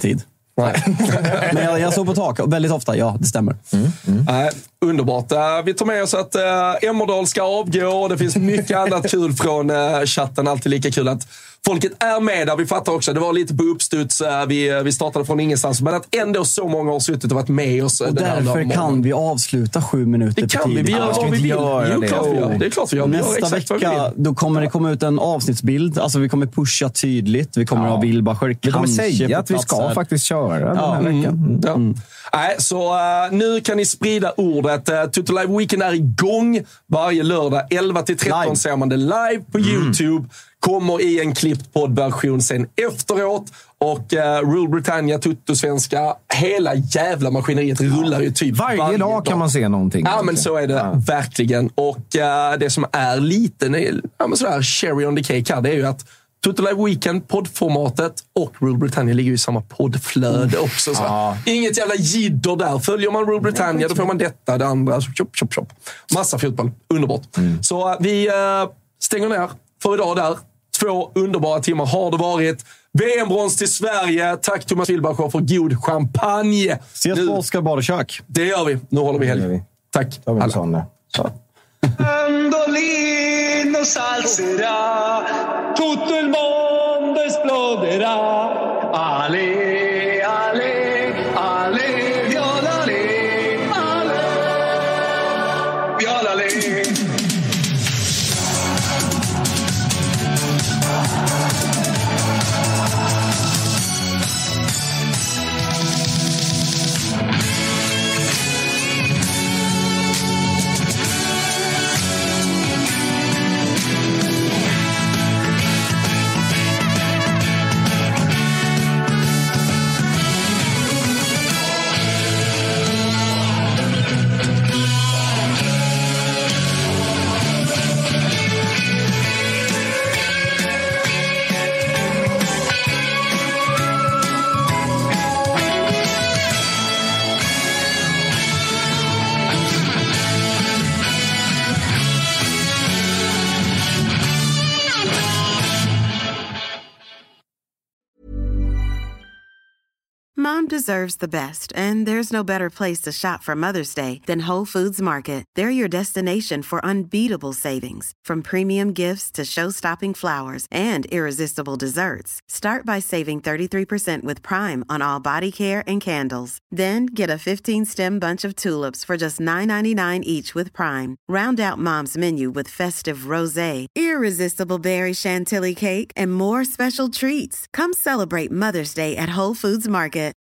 Men jag, jag såg på tak väldigt ofta, ja det stämmer. Mm. Mm. Äh, underbart. Äh, vi tar med oss att äh, Emmerdal ska avgå och det finns mycket annat kul från äh, chatten. Alltid lika kul att folket är med där. Vi fattar också, det var lite på uppstuds. Äh, vi, vi startade från ingenstans. Men att ändå så många har suttit och varit med oss. Och därför kan vi avsluta sju minuter det kan vi, vi gör vad vi vill. Jo, det. Klart vi gör. Det är klart vi gör. Nästa vi gör vecka då kommer det komma ut en avsnittsbild. Alltså vi kommer pusha tydligt. Vi kommer ja. ha Wilbacher. Vi kommer säga att vi ska här. faktiskt köra ja. den här veckan. Mm. Ja. Mm. Nej, så uh, nu kan ni sprida ordet. Uh, Tutto Live Weekend är igång varje lördag. elva till tretton live. Ser man det live på mm. YouTube. Kommer i en klippt poddversion sen efteråt. Och uh, Rule Britannia, Tutto-svenska, hela jävla maskineriet rullar ju typ varje, varje dag. Varje dag kan man se någonting. Ja, men så är det ja. verkligen. Och uh, det som är lite ja, men sådär cherry on the cake här, det är ju att Tutto Live Weekend, poddformatet och Rule Britannia ligger i samma poddflöde också. Så ja. Inget jävla jidder där. Följer man Rule Britannia då får man detta, det andra. Så chop, chop, chop. Massa fotboll. Underbart. Mm. Så uh, vi uh, stänger ner för idag där. Två underbara timmar har det varit. V M-brons till Sverige. Tack Thomas Wilbacher för god champagne. Ses nu. På Oskar Badekök. Det gör vi. Nu håller vi helg. Tack. Alla. Mandolino salserà, tutto il mondo esploderà. Ale, ale, ale, viola le, ale, viola le. Mom deserves the best, and there's no better place to shop for Mother's Day than Whole Foods Market. They're your destination for unbeatable savings, from premium gifts to show-stopping flowers and irresistible desserts. Start by saving thirty-three percent with Prime on all body care and candles. Then get a fifteen-stem bunch of tulips for just nine ninety-nine each with Prime. Round out Mom's menu with festive rosé, irresistible berry chantilly cake, and more special treats. Come celebrate Mother's Day at Whole Foods Market.